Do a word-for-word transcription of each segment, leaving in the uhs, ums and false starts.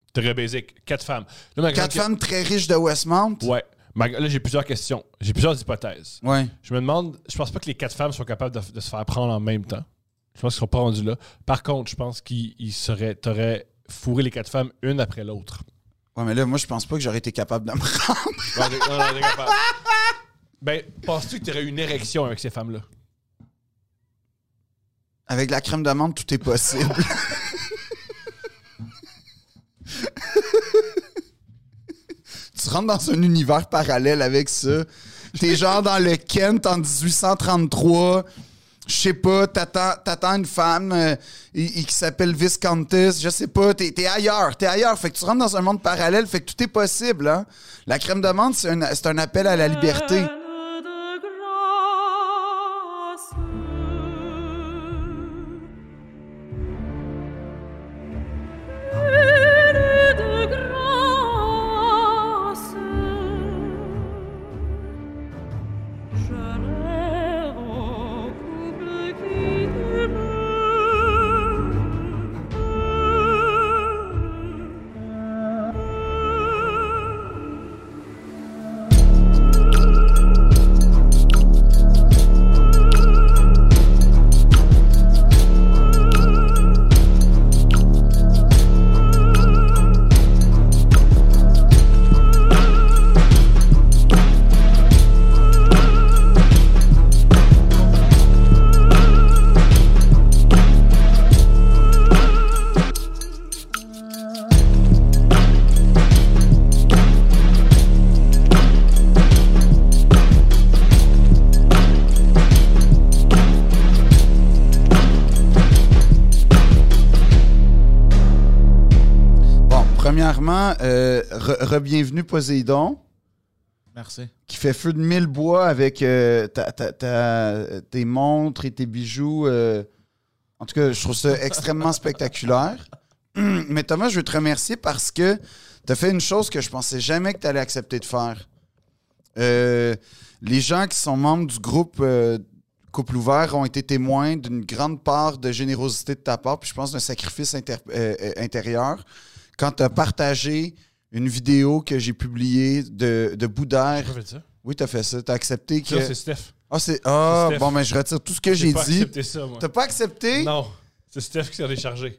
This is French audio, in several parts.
Très basic. Quatre femmes. Là, ma Quatre grande... femmes très riches de Westmount? Ouais. Ma... Là, j'ai plusieurs questions. J'ai plusieurs hypothèses. Ouais. Je me demande, je pense pas que les quatre femmes sont capables de, de se faire prendre en même temps. Je pense qu'ils sont pas rendus là. Par contre, je pense qu'ils seraient, t'aurais fourré les quatre femmes une après l'autre. Ouais, mais là, moi, je pense pas que j'aurais été capable de me rendre. Ouais, non, non, t'es capable. Ben, penses-tu que tu aurais une érection avec ces femmes-là? Avec la crème d'amande, tout est possible. Tu rentres dans un univers parallèle avec ça. T'es genre dans le Kent en dix-huit cent trente-trois. Je sais pas, t'attends, t'attends une femme euh, et, et qui s'appelle Viscountess. Je sais pas, t'es, t'es ailleurs. T'es ailleurs. Fait que tu rentres dans un monde parallèle. Fait que tout est possible. Hein? La crème d'amande, c'est un, c'est un appel à la liberté. Premièrement, euh, re-bienvenue Poséidon. Merci. Qui fait feu de mille bois avec euh, ta, ta, ta, tes montres et tes bijoux. Euh... En tout cas, je trouve ça extrêmement spectaculaire. Mais Thomas, je veux te remercier parce que tu as fait une chose que je pensais jamais que tu allais accepter de faire. Euh, les gens qui sont membres du groupe euh, Couple Ouvert ont été témoins d'une grande part de générosité de ta part, puis je pense d'un sacrifice inter- euh, euh, intérieur. Quand tu as partagé une vidéo que j'ai publiée de, de Boudère. J'ai pas fait ça. Oui, tu as fait ça. Tu as accepté que. Ça, c'est Steph. Ah, c'est. Ah, c'est bon, mais je retire tout ce que j'ai, j'ai pas dit. accepté ça, moi. T'as pas accepté? Non. C'est Steph qui s'est déchargé.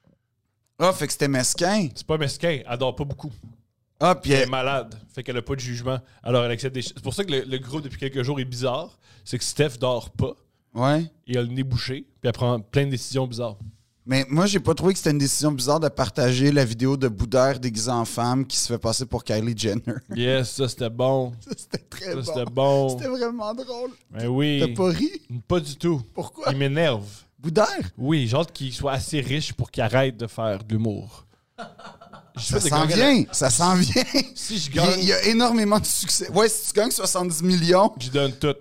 Ah, fait que c'était mesquin. C'est pas mesquin. Elle dort pas beaucoup. Ah, puis Elle est elle... malade. Fait qu'elle a pas de jugement. Alors, elle accepte des. C'est pour ça que le, le groupe, depuis quelques jours, est bizarre. C'est que Steph dort pas. Ouais. Et a le nez bouché. Puis elle prend plein de décisions bizarres. Mais moi, j'ai pas trouvé que c'était une décision bizarre de partager la vidéo de Boudère déguisé en femme qui se fait passer pour Kylie Jenner. Yes, ça, c'était bon. Ça, c'était très Ça, bon. c'était bon. C'était vraiment drôle. Ben oui. T'as pas ri? Pas du tout. Pourquoi? Il m'énerve. Boudère? Oui, j'ai hâte qu'il soit assez riche pour qu'il arrête de faire de l'humour. Ça s'en vient. Ça s'en vient. Si je Il y, a, gagne, il y a énormément de succès. Ouais, si tu gagnes soixante-dix millions, je donne tout.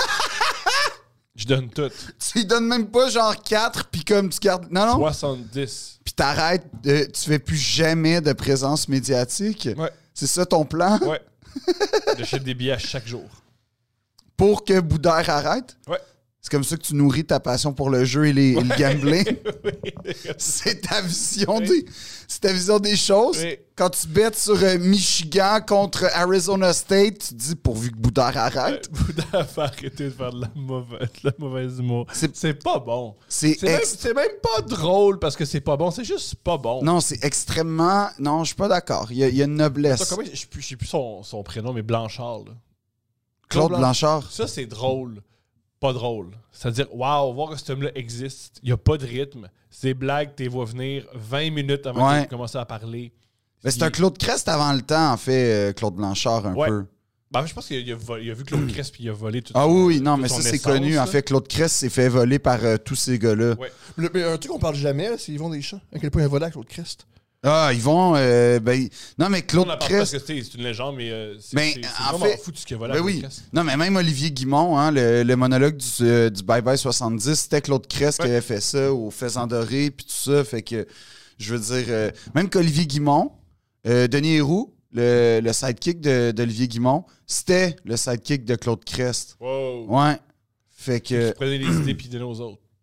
Je donne tout. tu lui donnes même pas genre quatre, puis comme tu gardes... Non, non. soixante-dix. Puis t'arrêtes, de... tu fais plus jamais de présence médiatique. Ouais. C'est ça ton plan? Ouais. J'achète des billets à chaque jour. Pour que Boudère arrête? Ouais. C'est comme ça que tu nourris ta passion pour le jeu et, les, ouais. et le gambling. Oui. C'est ta vision Oui. des, c'est ta vision des choses. Oui. Quand tu bêtes sur euh, Michigan contre Arizona State, tu te dis pourvu que Boudère arrête. Euh, Bouddha va arrêter de faire de la mauvaise, de la mauvaise humour. C'est- C'est pas bon. C'est C'est même, ex- c'est même pas drôle parce que c'est pas bon. C'est juste pas bon. Non, c'est extrêmement... Non, je suis pas d'accord. Il y a, il y a une noblesse. Attends, comment- Je sais plus, je sais plus son, son prénom, mais Blanchard. Là. Claude Blanc- Blanchard. Ça, c'est drôle. Pas drôle. C'est-à-dire, waouh, voir que cet homme-là existe. Il n'y a pas de rythme. Ces blagues, tu les vois venir vingt minutes avant Ouais. qu'il commence à parler. Mais c'est Il- un Claude Crest avant le temps, en fait, euh, Claude Blanchard, un Ouais. peu. Ben, je pense qu'il a, vol- il a vu Claude Crest puis il a volé tout Ah son- oui, oui, non, toute mais son ça, c'est essence, connu. En là. fait, Claude Crest s'est fait voler par euh, tous ces gars-là. Ouais. Le- mais un truc qu'on parle jamais, là, c'est Yvon Deschamps. À quel point il a volé avec l'autre Christ. Ah, ils vont... euh, ben, non, mais On Claude en parle parce Crest... que c'est c'est une légende, mais euh, c'est Ben, c'est- c'est en vraiment fait- fou tout ce qu'il a volé Ben à Claude oui. Crest. Non, mais même Olivier Guimont, hein, le, le monologue du, euh, du Bye Bye soixante-dix, c'était Claude Crest Ouais. qui avait fait ça au Faisan Doré, puis tout ça. Fait que, je veux dire, euh, même qu'Olivier Guimont, euh, Denis Héroux, le, le sidekick de- d'Olivier Guimont, c'était le sidekick de Claude Crest. Wow. Ouais. Fait que... Tu prenais les idées puis donnais aux autres.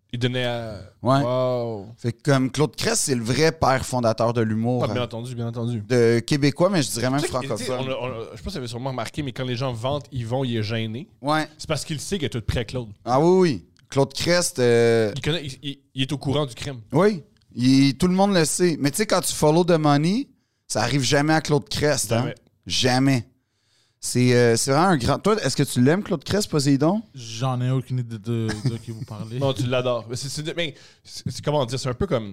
Il donnait à... Ouais. Wow. Fait que comme Claude Crest, c'est le vrai père fondateur de l'humour. Ah, bien euh, entendu, bien entendu. de québécois, mais je dirais même Tu sais que, tu sais, francophone. on a- on a- je sais pas si vous avez sûrement remarqué, mais quand les gens vantent, ils vont, il est gêné. Ouais. C'est parce qu'il sait qu'il est tout prêt, Claude. Ah oui, oui. Claude Crest, euh, Il, connaît, il, il- il est au courant du crime. oui. Il- tout le monde le sait. Mais tu sais, quand tu follow the money, ça arrive jamais à Claude Crest. Hein? Jamais. Jamais. C'est euh, c'est vraiment un grand... Toi, est-ce que tu l'aimes, Claude Crest, Poséidon? J'en ai aucune idée de, de qui vous parlez. Non, tu l'adores. Mais c'est, c'est- mais c'est- c'est- comment dire, c'est un peu comme...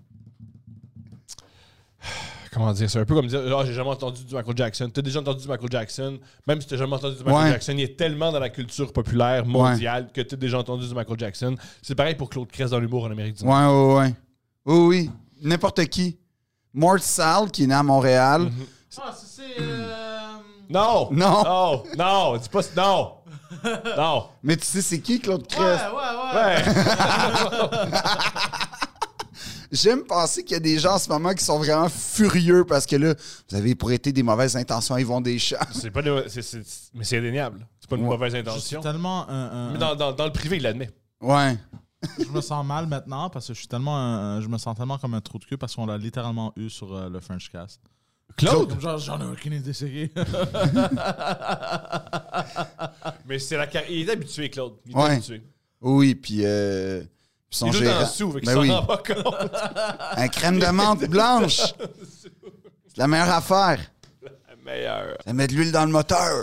Comment dire, c'est un peu comme dire, ah, j'ai jamais entendu du Michael Jackson. T'as déjà entendu du Michael Jackson, même si t'as jamais entendu du Michael Ouais. Jackson, il est tellement dans la culture populaire mondiale que t'as déjà entendu du Michael Jackson. C'est pareil pour Claude Crest dans l'humour en Amérique du Nord. Ouais, ouais, ouais. Oui, oui. N'importe qui. Mort Sal, qui est né à Montréal. Mm-hmm. Ah, c'est... c'est, euh... Non! Non. Non! Non! Dis pas... Non! Non! Mais tu sais, c'est qui, Claude Ouais, Crest? ouais, ouais. Ouais! J'aime penser qu'il y a des gens en ce moment qui sont vraiment furieux parce que là, vous avez prêté des mauvaises intentions à Yvon Deschamps. C'est pas de- c'est- c'est- mais c'est indéniable. C'est pas une Ouais. mauvaise Je suis intention. tellement un... un- Mais dans, dans, dans le privé, il l'admet. Ouais. Je me sens mal maintenant parce que je suis tellement un- je me sens tellement comme un trou de cul parce qu'on l'a littéralement eu sur euh, le French Cast. Claude? Comme genre, j'en ai aucune idée, c'est qui. Mais c'est la carrière. Il est habitué, Claude. Il est Ouais. habitué. Oui, puis euh, puis son Il joue dans gérant- le sous, fait qu'il Ben s'en oui. rend pas compte. Un crème de menthe blanche. C'est la meilleure affaire. La meilleure. Ça met de l'huile dans le moteur.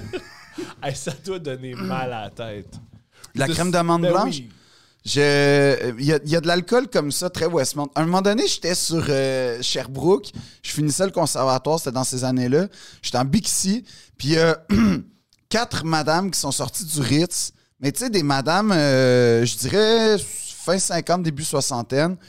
Hey, ça doit donner mal à la tête. La De- crème d'amande Ben blanche. oui. Je, il y a, il y a de l'alcool comme ça, très Westmount. À un moment donné, j'étais sur euh, Sherbrooke. Je finissais le conservatoire, c'était dans ces années-là. J'étais en Bixi. Puis il y a quatre madames qui sont sorties du Ritz. Mais tu sais, des madames, euh, je dirais, fin cinquante, début soixantaine,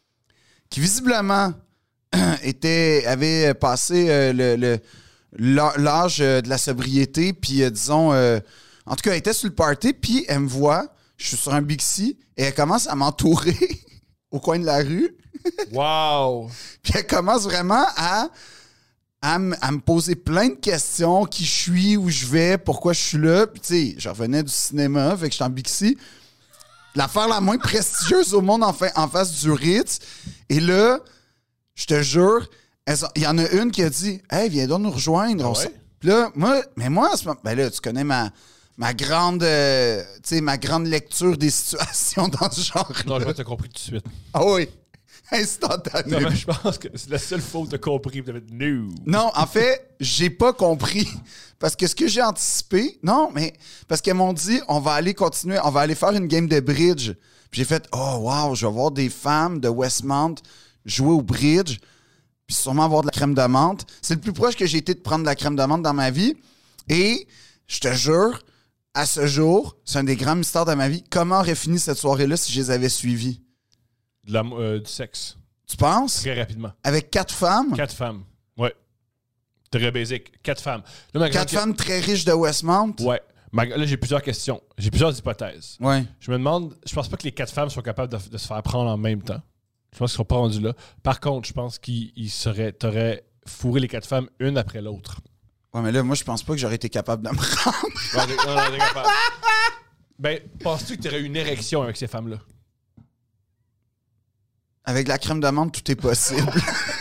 qui visiblement étaient, avaient passé euh, le, le- l'a- l'âge euh, de la sobriété. Puis euh, disons, euh, en tout cas, elle était sur le party. Puis elle me voit. Je suis sur un Bixi et elle commence à m'entourer au coin de la rue. Wow! Puis elle commence vraiment à, à, m- à me poser plein de questions. Qui je suis, où je vais, pourquoi je suis là. Puis tu sais, je revenais du cinéma, fait que j'étais en Bixi. L'affaire la moins prestigieuse au monde en, fa- en face du Ritz. Et là, je te jure, elles ont- il y en a une qui a dit « Hey, viens donc nous rejoindre. Ah On ouais? s- Puis là, moi, mais moi, en ce moment, ben là, tu connais ma... Ma grande, euh, tu sais, ma grande lecture des situations dans ce genre. Non, je crois que t'as compris tout de suite. Ah oui, instantané. Non, mais je pense que c'est la seule faute que t'as compris. T'as fait « No! » Non, en fait, j'ai pas compris. Parce que ce que j'ai anticipé, non, mais parce qu'elles m'ont dit, on va aller continuer, on va aller faire une game de bridge. Puis j'ai fait, oh wow, je vais voir des femmes de Westmount jouer au bridge, puis sûrement avoir de la crème de menthe. C'est le plus proche que j'ai été de prendre de la crème de menthe dans ma vie. Et je te jure, à ce jour, c'est un des grands mystères de ma vie. Comment aurait fini cette soirée-là si je les avais suivis? De la- euh, du sexe. Tu penses? Très rapidement. Avec quatre femmes? Quatre femmes. Ouais. Très basic. Quatre femmes. Là, ma Quatre grande- femmes très riches de Westmount? Ouais. Ma- Là, j'ai plusieurs questions. J'ai plusieurs hypothèses. Ouais. Je me demande, je pense pas que les quatre femmes soient capables de, de se faire prendre en même temps. Je pense qu'ils sont pas rendus là. Par contre, je pense qu'ils ils seraient, t'aurais fourré les quatre femmes une après l'autre. Ouais, mais là, moi, je pense pas que j'aurais été capable de me rendre. Ouais, t'es- non, non, t'es capable. Ben, penses-tu que tu aurais une érection avec ces femmes-là? Avec la crème d'amande, tout est possible.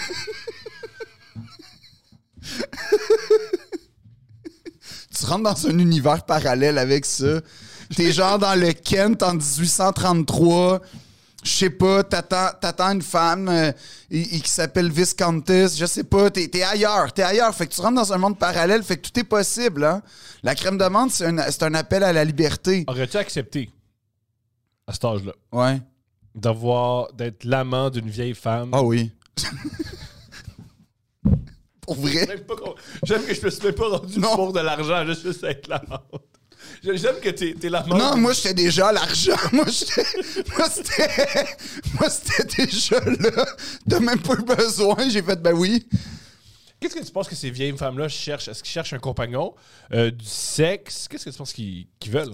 Tu rentres dans un univers parallèle avec ça. T'es genre dans le Kent en dix-huit cent trente-trois. Je sais pas, t'attends, t'attends une femme euh, et- et qui s'appelle Viscountess. Je sais pas, t'es, t'es ailleurs, t'es ailleurs. Fait que tu rentres dans un monde parallèle, fait que tout est possible. Hein? La crème d'amande, c'est un, c'est un appel à la liberté. Aurais-tu accepté, à cet âge-là, Ouais. d'avoir, d'être l'amant d'une vieille femme? Ah oui. Pour vrai? J'aime, pas qu'on- j'aime que je me suis même pas rendu Non. pour de l'argent, juste, juste avec l'amante. J'aime que t'es, t'es l'amante. Non, moi, j'étais déjà à l'argent. Moi, j'étais... Moi, c'était... Moi, c'était déjà là. T'as même pas eu besoin. J'ai fait, ben oui. Qu'est-ce que tu penses que ces vieilles femmes-là cherchent? Est-ce qu'ils cherchent un compagnon? Euh, du sexe? Qu'est-ce que tu penses qu'ils, qu'ils veulent?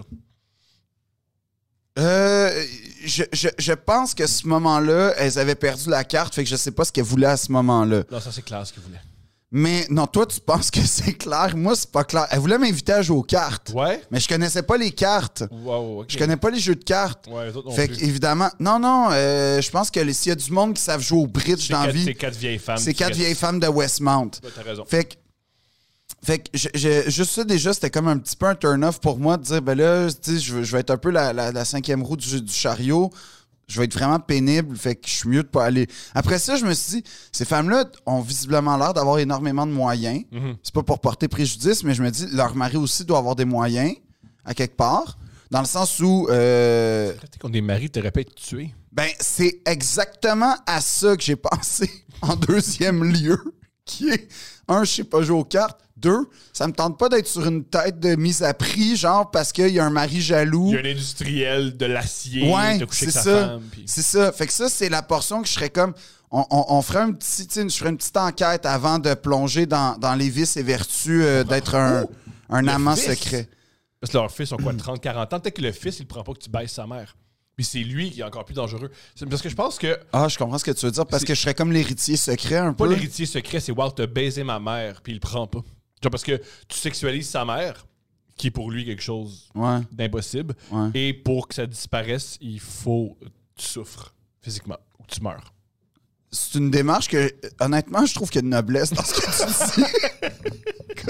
Euh, je, je, je pense que ce moment-là, elles avaient perdu la carte. Fait que je sais pas ce qu'elles voulaient à ce moment-là. Non, ça, c'est clair ce qu'ils voulaient. Mais non, toi, tu penses que c'est clair. Moi, c'est pas clair. Elle voulait m'inviter à jouer aux cartes. Ouais? Mais je connaissais pas les cartes. Wow, ok. Je connais pas les jeux de cartes. Ouais, les autres non Fait plus. qu'évidemment... Non, non, euh, je pense que les- s'il y a du monde qui savent jouer au bridge C'est dans la quatre- vie, C'est quatre vieilles femmes. c'est qui quatre restent- vieilles femmes de Westmount. Ouais, t'as raison. Fait que... Fait que je- je- juste ça, déjà, c'était comme un petit peu un turn-off pour moi de dire, ben là, tu sais, je, veux- je vais être un peu la, la- la cinquième roue du, du chariot. Je vais être vraiment pénible, fait que je suis mieux de pas aller. Après ça, je me suis dit, ces femmes-là ont visiblement l'air d'avoir énormément de moyens. Mhm. C'est pas pour porter préjudice, mais je me dis, leur mari aussi doit avoir des moyens, à quelque part. Dans le sens où, euh, Peut-être qu'on des maris, t'aurais pas été tué. ben, c'est exactement à ça que j'ai pensé en deuxième lieu, qui est, un, je sais pas jouer aux cartes. Deux, ça me tente pas d'être sur une tête de mise à prix, genre parce qu'il y a un mari jaloux. Il y a un industriel de l'acier Ouais, qui a couché c'est avec sa ça. femme. puis- C'est ça. Fait que ça, c'est la portion que je serais comme. On, on, on ferait un petit, tu sais, je ferais une petite enquête avant de plonger dans, dans les vices et vertus euh, d'être un, Oh! un Le amant vice! secret. Parce que leurs fils ont quoi, trente quarante ans? Peut-être que le fils, il prend pas que tu baisses sa mère. Puis c'est lui qui est encore plus dangereux. C'est parce que je pense que Ah, je comprends ce que tu veux dire, parce C'est- que je serais comme l'héritier secret un pas peu. l'héritier secret, c'est Walt a baisé ma mère, puis il le prend pas. Genre parce que tu sexualises sa mère, qui est pour lui quelque chose Ouais, d'impossible, ouais. et pour que ça disparaisse, il faut que tu souffres physiquement ou que tu meurs. C'est une démarche que, honnêtement, je trouve qu'il y a de noblesse dans ce que tu dis.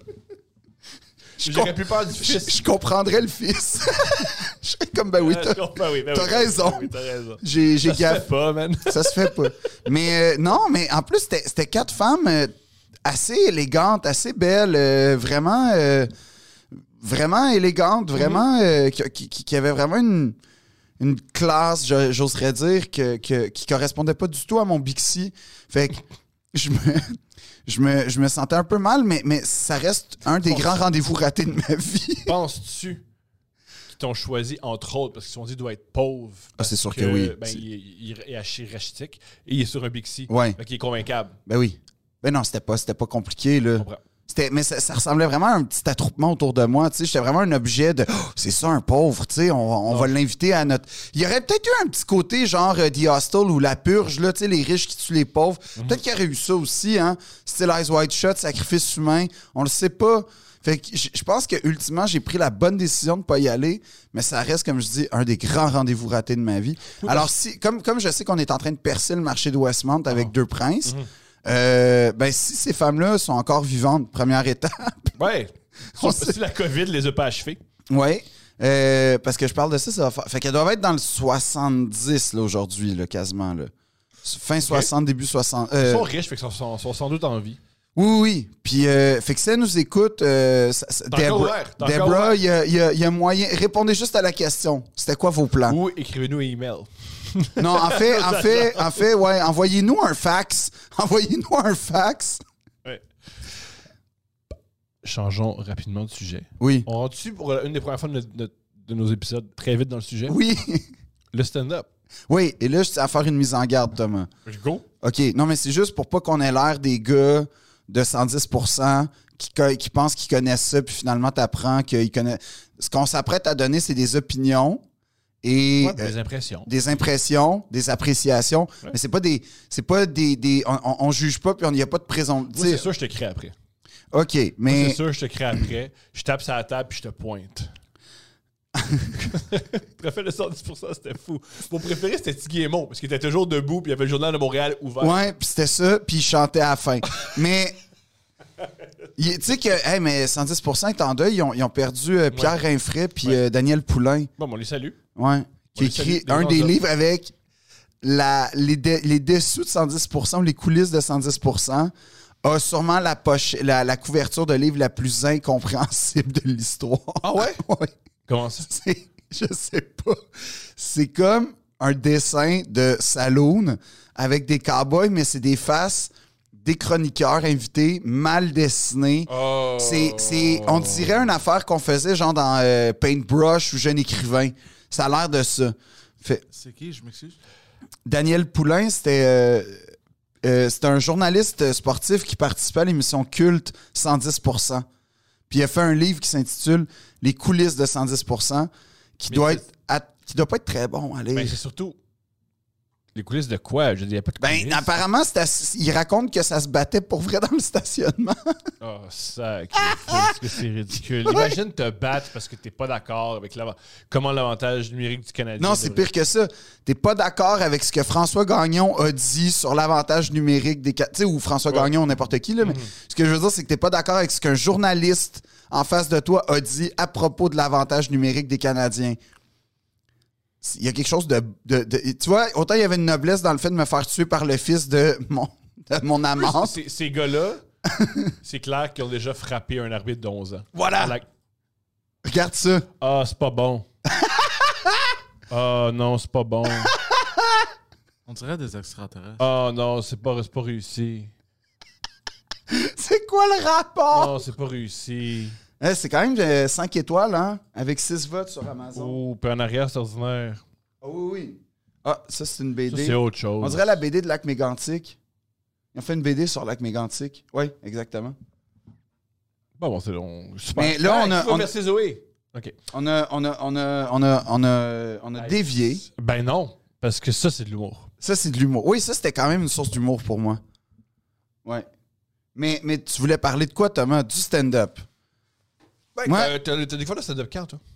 Je, com- J'aurais plus peur du je, fils. je comprendrais le fils. Je serais comme, ben oui, Ah, t'as, je comprends, oui, ben t'as oui, raison. ben oui, t'as raison. j'ai, j'ai Ça se gaffé. fait pas, man. Ça se fait pas. Mais euh, non, mais en plus, c'était, c'était quatre femmes euh, assez élégantes, assez belles, euh, vraiment, euh, vraiment élégantes, vraiment, euh, qui, qui, qui avaient vraiment une, une classe, je- j'oserais dire, que, que, qui correspondait pas du tout à mon Bixi. Fait que je me, je me, je me sentais un peu mal, mais, mais ça reste un des grands rendez-vous ratés de ma vie. Penses-tu qu'ils t'ont choisi, entre autres, parce qu'ils se sont dit qu'il doit être pauvre? Ah, c'est parce sûr que oui. Ben, C'est- il, il- il est assez rachitique et il est sur un Bixi. Ouais. Fait qu'il est convaincable. Ben oui. Ben non, c'était pas, c'était pas compliqué, là. Je comprends. C'était, mais ça, ça ressemblait vraiment à un petit attroupement autour de moi. Tu sais, j'étais vraiment un objet de oh, c'est ça un pauvre. Tu sais, on, on va l'inviter à notre. Il y aurait peut-être eu un petit côté genre euh, The Hostel ou La Purge, là, tu sais, les riches qui tuent les pauvres. Peut-être qu'il y aurait eu ça aussi, hein. Style Eyes Wide Shut, sacrifice humain. On le sait pas. Fait que je je pense que ultimement, j'ai pris la bonne décision de pas y aller, mais ça reste, comme je dis, un des grands rendez-vous ratés de ma vie. Alors, si, comme, comme je sais qu'on est en train de percer le marché de Westmount avec deux princes, euh, ben si ces femmes-là sont encore vivantes, première étape. Ouais. On Sauf si la COVID les a pas achevés. Oui. Euh, parce que je parle de ça, ça va faire. Fait qu'elles doivent être dans le soixante-dix là, aujourd'hui, là, quasiment. Là. Fin soixante, début soixante. Ils euh, sont riches, fait qu'ils sont, sont- sont sans doute en vie. oui, oui, oui. Puis, euh, fait que si elle nous écoute, euh, ça- ça- T'as encore Debra, ouvert, t'as encore Debra, ouvert. il y a, il y a- il y a moyen. Répondez juste à la question. C'était quoi vos plans? Ou écrivez-nous un email. Non, en fait, en fait, en fait, ouais, envoyez-nous un fax. Envoyez-nous un fax. Ouais. Changeons rapidement de sujet. Oui. On rentre-tu pour une des premières fois de, notre- de nos épisodes très vite dans le sujet? Oui. Le stand-up. Oui, et là, je tiens à faire une mise en garde, Thomas. Go. OK, non, mais c'est juste pour pas qu'on ait l'air des gars de cent dix pour cent qui, co- qui pensent qu'ils connaissent ça, puis finalement, t'apprends qu'ils connaissent... Ce qu'on s'apprête à donner, c'est des opinions et Ouais, euh, des impressions. des impressions, des appréciations, Ouais. mais c'est pas des... C'est pas des... des on, on, on juge pas, puis il n'y a pas de présomption. Moi, c'est sûr, je te crée après. OK, Moi, mais... c'est sûr, je te crée après. Je tape sur la table puis je te pointe. Tu refais le cent dix pour cent, c'était fou. Mon préféré, c'était Tiggy Aymon, parce qu'il était toujours debout, puis il y avait le journal de Montréal ouvert. Ouais, puis c'était ça, puis il chantait à la fin. Mais... il- Tu sais que, hey, mais cent dix pour cent est en deuil, ils ont, ils ont perdu euh, Pierre Rinfray puis Ouais. euh, Daniel Poulain. Bon, ben, on les salue. Ouais. Qui On a les salue, écrit des un grands des hommes. livres avec la, les, dé- les dessous de cent dix pour cent ou les coulisses de cent dix pour cent. A sûrement la, poche, la, la couverture de livre la plus incompréhensible de l'histoire. Ah ouais? Ouais. Comment ça? C'est- je sais pas. C'est comme un dessin de saloon avec des cowboys, mais c'est des faces des chroniqueurs invités mal dessinés. Oh. C'est, c'est, on dirait une affaire qu'on faisait genre dans euh, Paintbrush ou Jeune écrivain. Ça a l'air de ça. Fait, C'est qui? Je m'excuse. Daniel Poulain, c'était, euh, euh, c'était un journaliste sportif qui participait à l'émission culte cent dix pour cent. Puis il a fait un livre qui s'intitule Les coulisses de cent dix pour cent, qui Mais doit c'est- être à- qui doit pas être très bon à lire. Ben, c'est surtout Les coulisses de quoi? Je dis, il n'y a pas de Ben, coulisses. apparemment, c'était- il raconte que ça se battait pour vrai dans le stationnement. Oh, ça, est-ce que c'est ridicule. Imagine te battre parce que t'es pas d'accord avec l'avant- comment l'avantage numérique du Canadien. Non, c'est devrait- pire que ça. T'es pas d'accord avec ce que François Gagnon a dit sur l'avantage numérique des... Ca- Tu sais, ou François Ouais. Gagnon ou n'importe qui, là, mais ce que je veux dire, c'est que t'es pas d'accord avec ce qu'un journaliste en face de toi a dit à propos de l'avantage numérique des Canadiens. Il y a quelque chose de, de- de- Tu vois, autant il y avait une noblesse dans le fait de me faire tuer par le fils de mon, de mon amant. Ces, ces gars-là, c'est clair qu'ils ont déjà frappé un arbitre de onze ans. Voilà. À la- Regarde ça. Ah, c'est pas bon. Ah non, c'est pas bon. On dirait des extraterrestres. Ah non, c'est pas, c'est pas réussi. C'est quoi le rapport? Non, c'est pas réussi. Eh, c'est quand même cinq étoiles, hein? Avec six votes sur Amazon. Oh, puis en arrière, c'est ordinaire. Ah oui, oui. Ah, ça, c'est une B Ça, D. c'est autre chose. On dirait la B D de Lac Mégantic. Ils ont fait une B D sur Lac Mégantic. Oui, exactement. Bon, bon, c'est long. Super. Mais là, on a- qui va on- Merci Zoé. OK. On a, on a, on a, on a, on a, on a Hey. dévié. Ben non, parce que ça, c'est de l'humour. Ça, c'est de l'humour. Oui, ça, c'était quand même une source d'humour pour moi. Ouais. Mais, mais tu voulais parler de quoi, Thomas? Du stand-up. Ben, Ouais. euh, t'as, t'as découvert le stand-up quand, toi?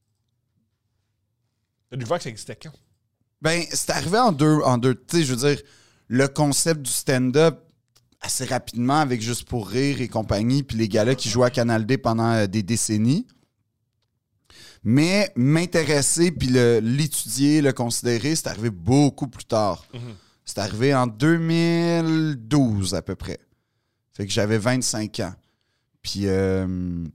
T'as découvert que ça existait quand? Ben, c'est arrivé en deux. En deux. Tu sais, je veux dire, le concept du stand-up assez rapidement avec Juste pour rire et compagnie, puis les gars-là qui jouaient à Canal D pendant euh, des décennies. Mais m'intéresser, puis le- l'étudier, le considérer, c'est arrivé beaucoup plus tard. Mhm. C'est arrivé en deux mille douze à peu près. Fait que j'avais vingt-cinq ans. Puis, euh,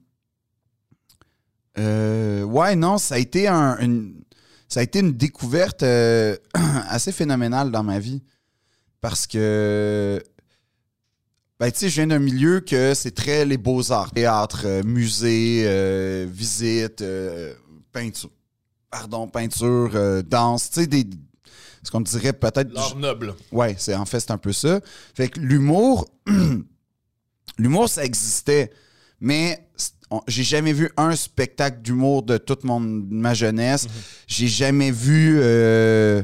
euh, ouais, non, ça a été un, une, ça a été une découverte euh, assez phénoménale dans ma vie. Parce que, ben, tu sais, je viens d'un milieu que c'est très les beaux-arts. Théâtre, euh, musée, euh, visite, euh, peinture. Pardon, peinture, euh, danse, tu sais, des. Ce qu'on dirait peut-être. L'art noble. Ouais, c'est en fait c'est un peu ça. Fait que l'humour, l'humour ça existait, mais c'est- on- j'ai jamais vu un spectacle d'humour de toute mon ma jeunesse. J'ai jamais vu euh,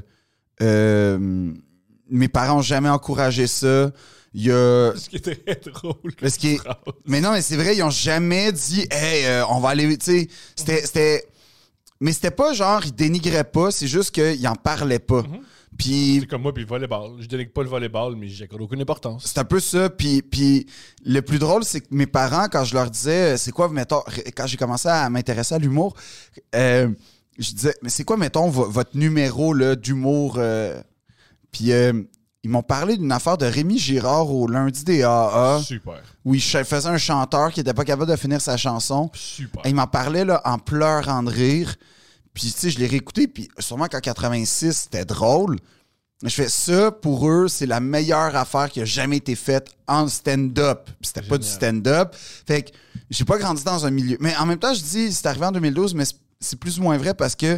euh, mes parents ont jamais encouragé ça. Il y a Ce qui est très drôle. Parce qu'il- comme phrase. mais non, mais c'est vrai, ils ont jamais dit hey, euh, on va aller, tu sais, c'était c'était mais c'était pas genre ils dénigraient pas, c'est juste qu'ils en parlaient pas. Puis C'est comme moi puis le volleyball. Je dénigre pas le volleyball, mais j'accorde aucune importance. c'est un peu ça. Puis, puis le plus drôle, c'est que mes parents, quand je leur disais, c'est quoi, mettons, quand j'ai commencé à m'intéresser à l'humour, euh, je disais, mais c'est quoi, mettons, vo- votre numéro là, d'humour? euh? Puis euh, ils m'ont parlé d'une affaire de Rémi Girard au lundi des A A, Super. où il ch- faisait un chanteur qui était pas capable de finir sa chanson. Super. Et il m'en parlait là, en pleurant de rire. Puis, tu sais, je l'ai réécouté, puis sûrement qu'en quatre-vingt-six, c'était drôle. Mais je fais ça, pour eux, c'est la meilleure affaire qui a jamais été faite en stand-up. Puis c'était pas du Génial. stand-up. Fait que j'ai pas grandi dans un milieu. Mais en même temps, je dis, c'est arrivé en deux mille douze, mais c'est- c'est plus ou moins vrai parce que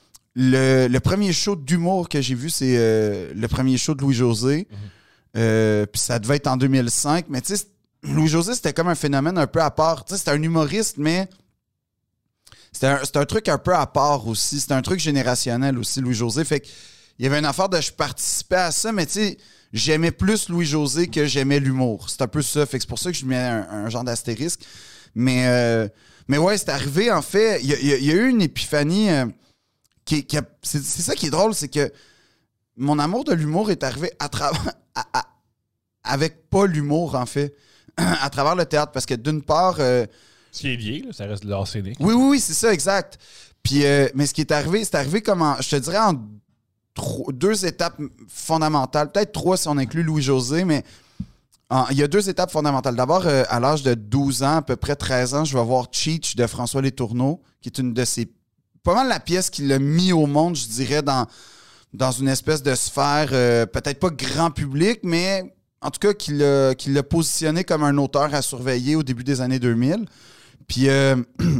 le, le premier show d'humour que j'ai vu, c'est euh, le premier show de Louis-José. Euh, puis ça devait être en deux mille cinq. Mais tu sais, Louis-José, c'était comme un phénomène un peu à part. Tu sais, c'était un humoriste, mais c'était un, c'était un truc un peu à part aussi. C'était un truc générationnel aussi, Louis-José. Fait que il y avait une affaire de je participais à ça, mais tu sais, j'aimais plus Louis-José que j'aimais l'humour. C'est un peu ça. Fait que c'est pour ça que je mets un, un genre d'astérisque. Mais, euh, mais ouais, c'est arrivé, en fait. Il y, a- il y a- il y a eu une épiphanie euh, qui, qui a- c'est, c'est ça qui est drôle, c'est que mon amour de l'humour est arrivé à travers. à- à- avec pas l'humour, en fait. À travers le théâtre. Parce que d'une part. euh, Ce qui est lié, là, ça reste de l'art scénique. oui, oui, oui, c'est ça, exact. Puis, euh, mais ce qui est arrivé, c'est arrivé comme en, je te dirais, en tro- deux étapes fondamentales. Peut-être trois si on inclut Louis-José, mais en- il y a deux étapes fondamentales. D'abord, euh, à l'âge de douze ans, à peu près treize ans, je vais voir Cheech de François Letourneau, qui est une de ses. Pas mal la pièce qui l'a mis au monde, je dirais, dans, dans une espèce de sphère, euh, peut-être pas grand public, mais en tout cas, qui l'a, qui l'a positionné comme un auteur à surveiller au début des années deux mille. Puis, euh,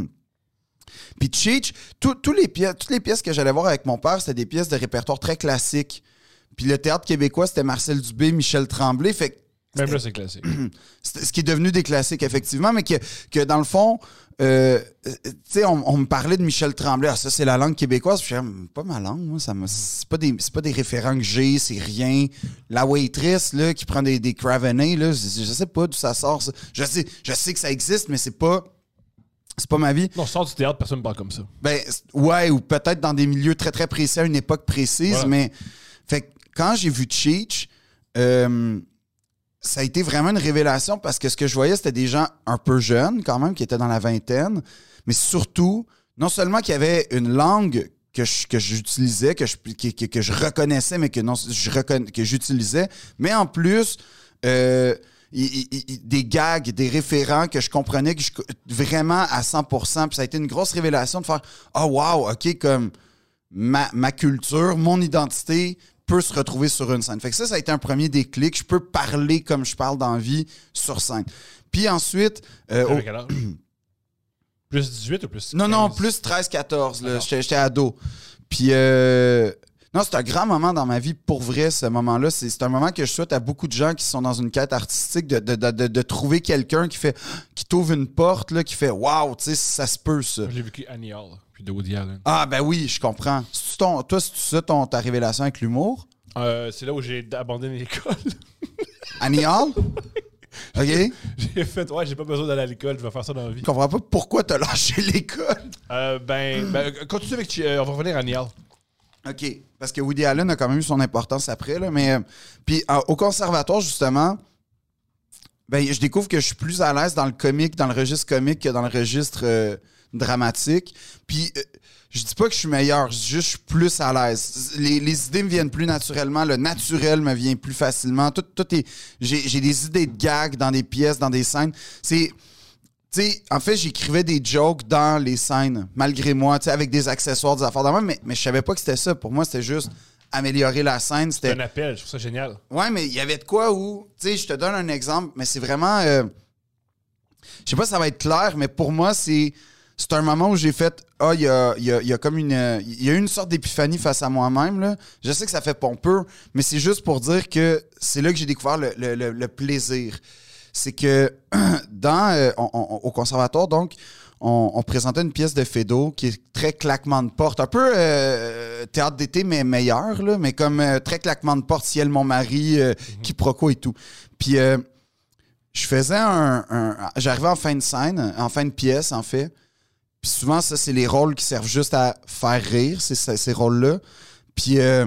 puis Cheech, tout- tous les pièces, toutes les pièces que j'allais voir avec mon père, c'était des pièces de répertoire très classiques. Puis le théâtre québécois, c'était Marcel Dubé, Michel Tremblay. Fait que Même là, c'est classique. C'est- ce qui est devenu des classiques, effectivement, mais que, que dans le fond, euh, tu sais, on, on me parlait de Michel Tremblay. Ah, ça, c'est la langue québécoise. Puis je suis comme, pas ma langue, moi. Ça me- c'est pas des, c'est pas des référents que j'ai, c'est rien. La waitress, là, qui prend des, des Cravenay, là, je, je sais pas d'où ça sort, ça. Je sais, je sais que ça existe, mais c'est pas. C'est pas ma vie. Non, sort du théâtre, personne ne parle comme ça. Ben, c- ouais, ou peut-être dans des milieux très, très précis à une époque précise, Voilà. mais. Fait que quand j'ai vu Cheech, euh, ça a été vraiment une révélation parce que ce que je voyais, c'était des gens un peu jeunes, quand même, qui étaient dans la vingtaine, mais surtout, non seulement qu'il y avait une langue que je- que j'utilisais, que je, que, que- que je reconnaissais, mais que, non, je reconna- que j'utilisais, mais en plus. Euh, il- il- il- des gags, des référents que je comprenais que je, vraiment à cent pour cent. Puis ça a été une grosse révélation de faire « Oh wow, OK, comme ma, ma culture, mon identité peut se retrouver sur une scène. » Fait que ça, ça a été un premier déclic. Je peux parler comme je parle dans la vie sur scène. Puis ensuite... euh, T'avais au- quel âge? Plus dix-huit ou plus non, non, quinze? plus treize quatorze. là. D'accord. J'étais j'étais ado. Puis, euh, non, c'est un grand moment dans ma vie, pour vrai, ce moment-là. C'est c'est un moment que je souhaite à beaucoup de gens qui sont dans une quête artistique de, de, de, de, de trouver quelqu'un qui fait, qui t'ouvre une porte, là, qui fait « Wow, tu sais, ça se peut, ça. » J'ai vécu Annie Hall, puis de Woody Allen. Ah, ben oui, je comprends. C'est-tu ton- toi, c'est ça ton, ta révélation avec l'humour? Euh, c'est là où j'ai abandonné l'école. Annie Hall? OK? J'ai fait, ouais, j'ai pas besoin d'aller à l'école, je vais faire ça dans la vie. Je comprends pas pourquoi t'as lâché l'école. Euh, ben, ben, continue avec. euh, on va revenir à Annie Hall. OK. Parce que Woody Allen a quand même eu son importance après, là. Mais, euh, puis euh, au conservatoire, justement, ben, je découvre que je suis plus à l'aise dans le comique, dans le registre comique que dans le registre euh, dramatique. Puis euh, je dis pas que je suis meilleur, je dis juste que je suis plus à l'aise. Les, les idées me viennent plus naturellement, le naturel me vient plus facilement. Tout, tout est, j'ai, j'ai des idées de gags dans des pièces, dans des scènes. C'est... Tu sais, en fait, j'écrivais des jokes dans les scènes, malgré moi, tu sais, avec des accessoires, des affaires de même, mais, mais je savais pas que c'était ça. Pour moi, c'était juste améliorer la scène. C'est C'était... un appel, je trouve ça génial. Ouais, mais il y avait de quoi où... Tu sais, je te donne un exemple, mais c'est vraiment... euh, je sais pas si ça va être clair, mais pour moi, c'est... C'est un moment où j'ai fait, ah, il y a, il y a- il y a comme une... Il y a eu une sorte d'épiphanie face à moi-même, là. Je sais que ça fait pompeux, mais c'est juste pour dire que c'est là que j'ai découvert le, le- le- le plaisir. C'est que dans, euh, on- on- au conservatoire, donc, on, on présentait une pièce de Fédo qui est très claquement de porte. Un peu euh, théâtre d'été, mais meilleur, là, mais comme euh, très claquement de porte, Ciel, mon mari, euh, quiproquo et tout. Puis euh, je faisais un, un- J'arrivais en fin de scène, en fin de pièce, en fait. Puis souvent, ça, c'est les rôles qui servent juste à faire rire, c'est ces, ces rôles-là. Puis euh,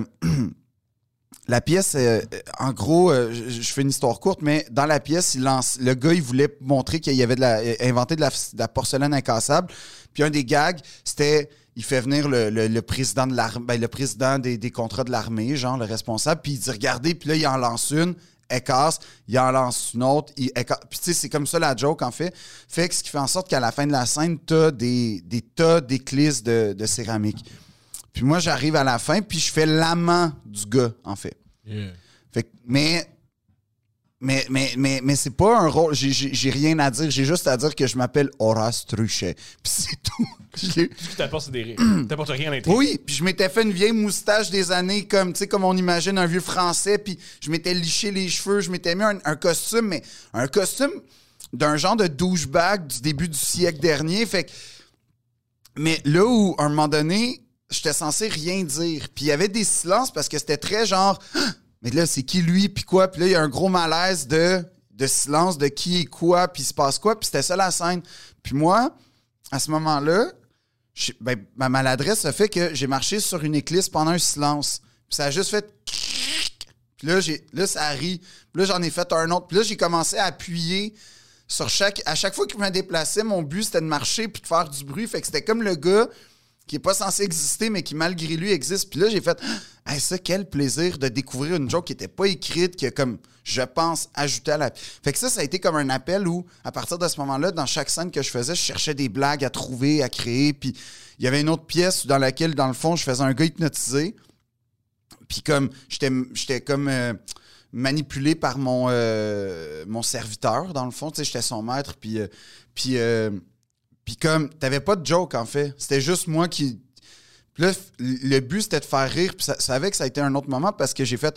la pièce, euh, en gros, euh, je, je fais une histoire courte, mais dans la pièce, il lance, le gars, il voulait montrer qu'il y avait de la, inventé de la, de la porcelaine incassable. Puis un des gags, c'était, il fait venir le, le- le président de l'armée, ben, le président des, des contrats de l'armée, genre le responsable, puis il dit regardez, puis là, il en lance une. Elle casse, il en lance une autre, il, elle casse. Puis tu sais, c'est comme ça la joke, en fait. Fait que ce qui fait en sorte qu'à la fin de la scène, t'as des, des tas d'éclisses de, de céramique. Puis moi, j'arrive à la fin, puis je fais l'amant du gars, en fait. Yeah. Fait que- mais, mais, mais, mais, mais c'est pas un rôle, j'ai, j'ai, j'ai rien à dire, j'ai juste à dire que je m'appelle Horace Truchet. Puis c'est tout. Je l'ai- Tout ce qui t'apporte, c'est des rires. T'apportes rien à l'intérieur. oui, puis je m'étais fait une vieille moustache des années comme, tu sais, comme on imagine un vieux français, puis je m'étais liché les cheveux, je m'étais mis un, un costume, mais un costume d'un genre de douchebag du début du siècle dernier. Fait que, mais là où, à un moment donné, j'étais censé rien dire, puis il y avait des silences parce que c'était très genre, ah, mais là, c'est qui lui, puis quoi, puis là, il y a un gros malaise de, de silence, de qui est quoi, puis il se passe quoi, puis c'était ça la scène. Puis moi, à ce moment-là, je- ben, ma maladresse a fait que j'ai marché sur une éclisse pendant un silence. Puis ça a juste fait... Puis là, j'ai, là, ça rit. Puis là, j'en ai fait un autre. Puis là, j'ai commencé à appuyer sur chaque... À chaque fois que je me déplaçais, mon but, c'était de marcher puis de faire du bruit. Fait que c'était comme le gars qui est pas censé exister, mais qui, malgré lui, existe. Puis là, j'ai fait... Hey, ça, quel plaisir de découvrir une joke qui était pas écrite, que comme, je pense, ajouté à la... Fait que ça, ça a été comme un appel où, à partir de ce moment-là, dans chaque scène que je faisais, je cherchais des blagues à trouver, à créer. Puis il y avait une autre pièce dans laquelle, dans le fond, je faisais un gars hypnotisé. Puis comme, j'étais, j'étais comme euh, manipulé par mon, euh, mon serviteur, dans le fond. Tu sais, j'étais son maître. Puis, euh, puis, euh, puis comme, t'avais pas de joke, en fait. C'était juste moi qui... Puis là, le but, c'était de faire rire. Puis ça, ça avait que ça a été un autre moment parce que j'ai fait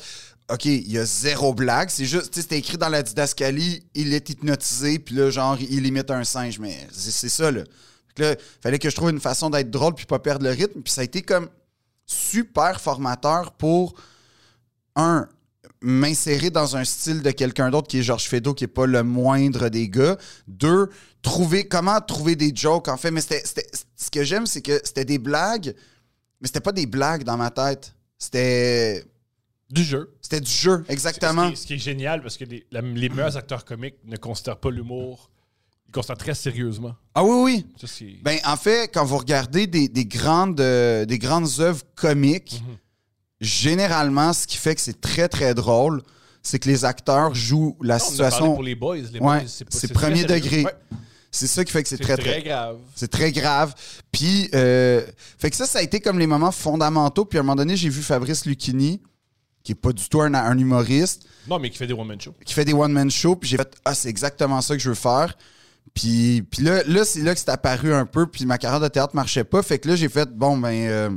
OK, il y a zéro blague. C'est juste, tu sais, c'était écrit dans la didascalie, il est hypnotisé, puis là, genre, il imite un singe. Mais c'est, c'est ça, là. Fait que là, il fallait que je trouve une façon d'être drôle puis pas perdre le rythme. Puis ça a été comme super formateur pour, un, m'insérer dans un style de quelqu'un d'autre qui est Georges Feydeau, qui est pas le moindre des gars. Deux, trouver, comment trouver des jokes, en fait. Mais c'était, c'était ce que j'aime, c'est que c'était des blagues, mais c'était pas des blagues dans ma tête. C'était... Du jeu. C'était du jeu, exactement. Ce qui, est, ce qui est génial, parce que les, la, les meilleurs acteurs comiques ne considèrent pas l'humour. Ils considèrent très sérieusement. Ah oui, oui. Ça, c'est... Ben, en fait, quand vous regardez des, des, grandes, euh, des grandes œuvres comiques, Mhm. généralement, ce qui fait que c'est très, très drôle, c'est que les acteurs jouent la Non, on a situation... parlé pour les boys. Les Ouais, boys, c'est, pas- c'est c'est premier très degré. sérieux. Ouais. C'est ça qui fait que c'est, C'est très, très, très... grave. C'est très grave. Puis, euh, fait que ça, ça a été comme les moments fondamentaux. Puis à un moment donné, j'ai vu Fabrice Lucchini, qui est pas du tout un, un humoriste, Non, mais qui fait des one-man shows. qui fait des one-man shows, puis j'ai fait « Ah, c'est exactement ça que je veux faire ». Puis, puis là, là, c'est là que c'est apparu un peu, puis ma carrière de théâtre marchait pas. Fait que là, j'ai fait « Bon, ben, euh,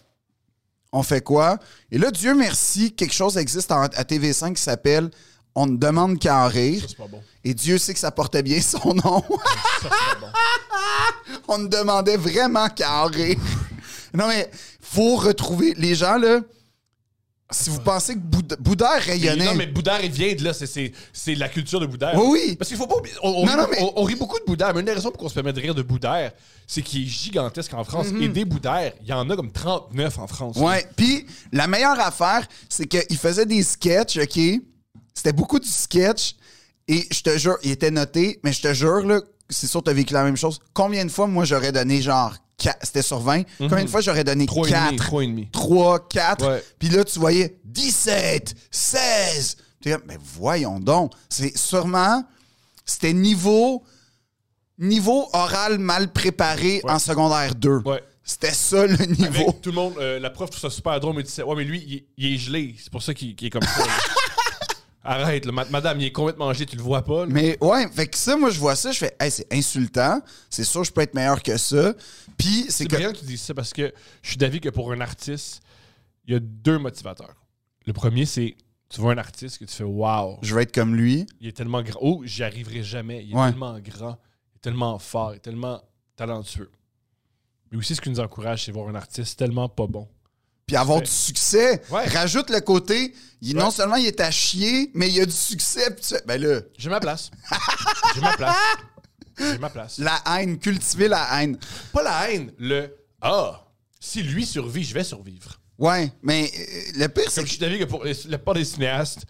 on fait quoi? » Et là, Dieu merci, quelque chose existe en- à T V cinq qui s'appelle « On ne demande qu'à en rire Ça, c'est pas bon. ». Et Dieu sait que ça portait bien son nom. Ça, c'est pas bon. On ne demandait vraiment qu'à en rire. Non, mais faut retrouver... Les gens, là... Si vous pensez que Boud- Boudère rayonnait... Non, mais Boudère, il vient de là. C'est, c'est, c'est la culture de Boudère. Oui, oui. Parce qu'il faut pas oublier- On, on Non, rit, non, mais- on- on rit beaucoup de Boudère, mais une des raisons pour qu'on se permet de rire de Boudère, c'est qu'il est gigantesque en France. Et des Boudères, il y en a comme trente-neuf en France. Ouais. Puis la meilleure affaire, c'est qu'il faisait des sketchs, OK? C'était beaucoup du sketch. Et je te jure, il était noté, mais je te jure, là, c'est sûr que t'as vécu la même chose. Combien de fois, moi, j'aurais donné genre... quatre C'était sur vingt. Combien de fois j'aurais donné Trois et demi, quatre? trois et demi. trois, quatre. Ouais. Puis là, tu voyais dix-sept, seize. T'es comme, mais voyons donc. C'est sûrement... C'était niveau... Niveau oral mal préparé Ouais. en secondaire deux. Ouais. C'était ça, le niveau. Avec tout le monde, euh, la prof trouve ça super drôle, mais disait, ouais, mais lui, il, est- il est gelé. C'est pour ça qu'il, qu'il est comme ça. là. Arrête, là, ma- madame, il est complètement gelé, tu le vois pas. Là. Mais ouais, fait que ça, moi, je vois ça, je fais, hey, c'est insultant. C'est sûr, je peux être meilleur que ça. Puis, c'est C'est que. brillant que tu dises ça parce que je suis d'avis que pour un artiste, il y a deux motivateurs. Le premier, c'est tu vois un artiste que tu fais wow, Je veux être comme lui. il est tellement grand. Oh, j'y arriverai jamais. Il est Ouais. tellement grand, il est tellement fort, il est tellement talentueux. Mais aussi, ce qui nous encourage, c'est voir un artiste tellement pas bon. Puis avoir Ouais. du succès. Ouais. Rajoute le côté, il, Ouais. non seulement il est à chier, mais il y a du succès. Puis tu fais, ben là, J'ai ma place. J'ai ma place. J'ai ma place. la haine, cultiver la haine. Pas la haine, le ah, si lui survit, je vais survivre. Ouais, mais euh, le pire, c'est Comme que. je suis d'avis que pour les- la plupart des cinéastes,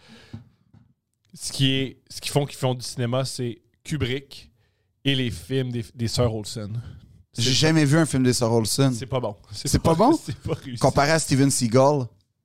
ce qui est, ce qu'ils font, qu'ils font du cinéma, c'est Kubrick et les films des, des sœurs Olsen. J'ai jamais vu un film des Sœurs Olsen. C'est pas bon. C'est pas bon? C'est pas réussi. Comparé à Steven Seagal.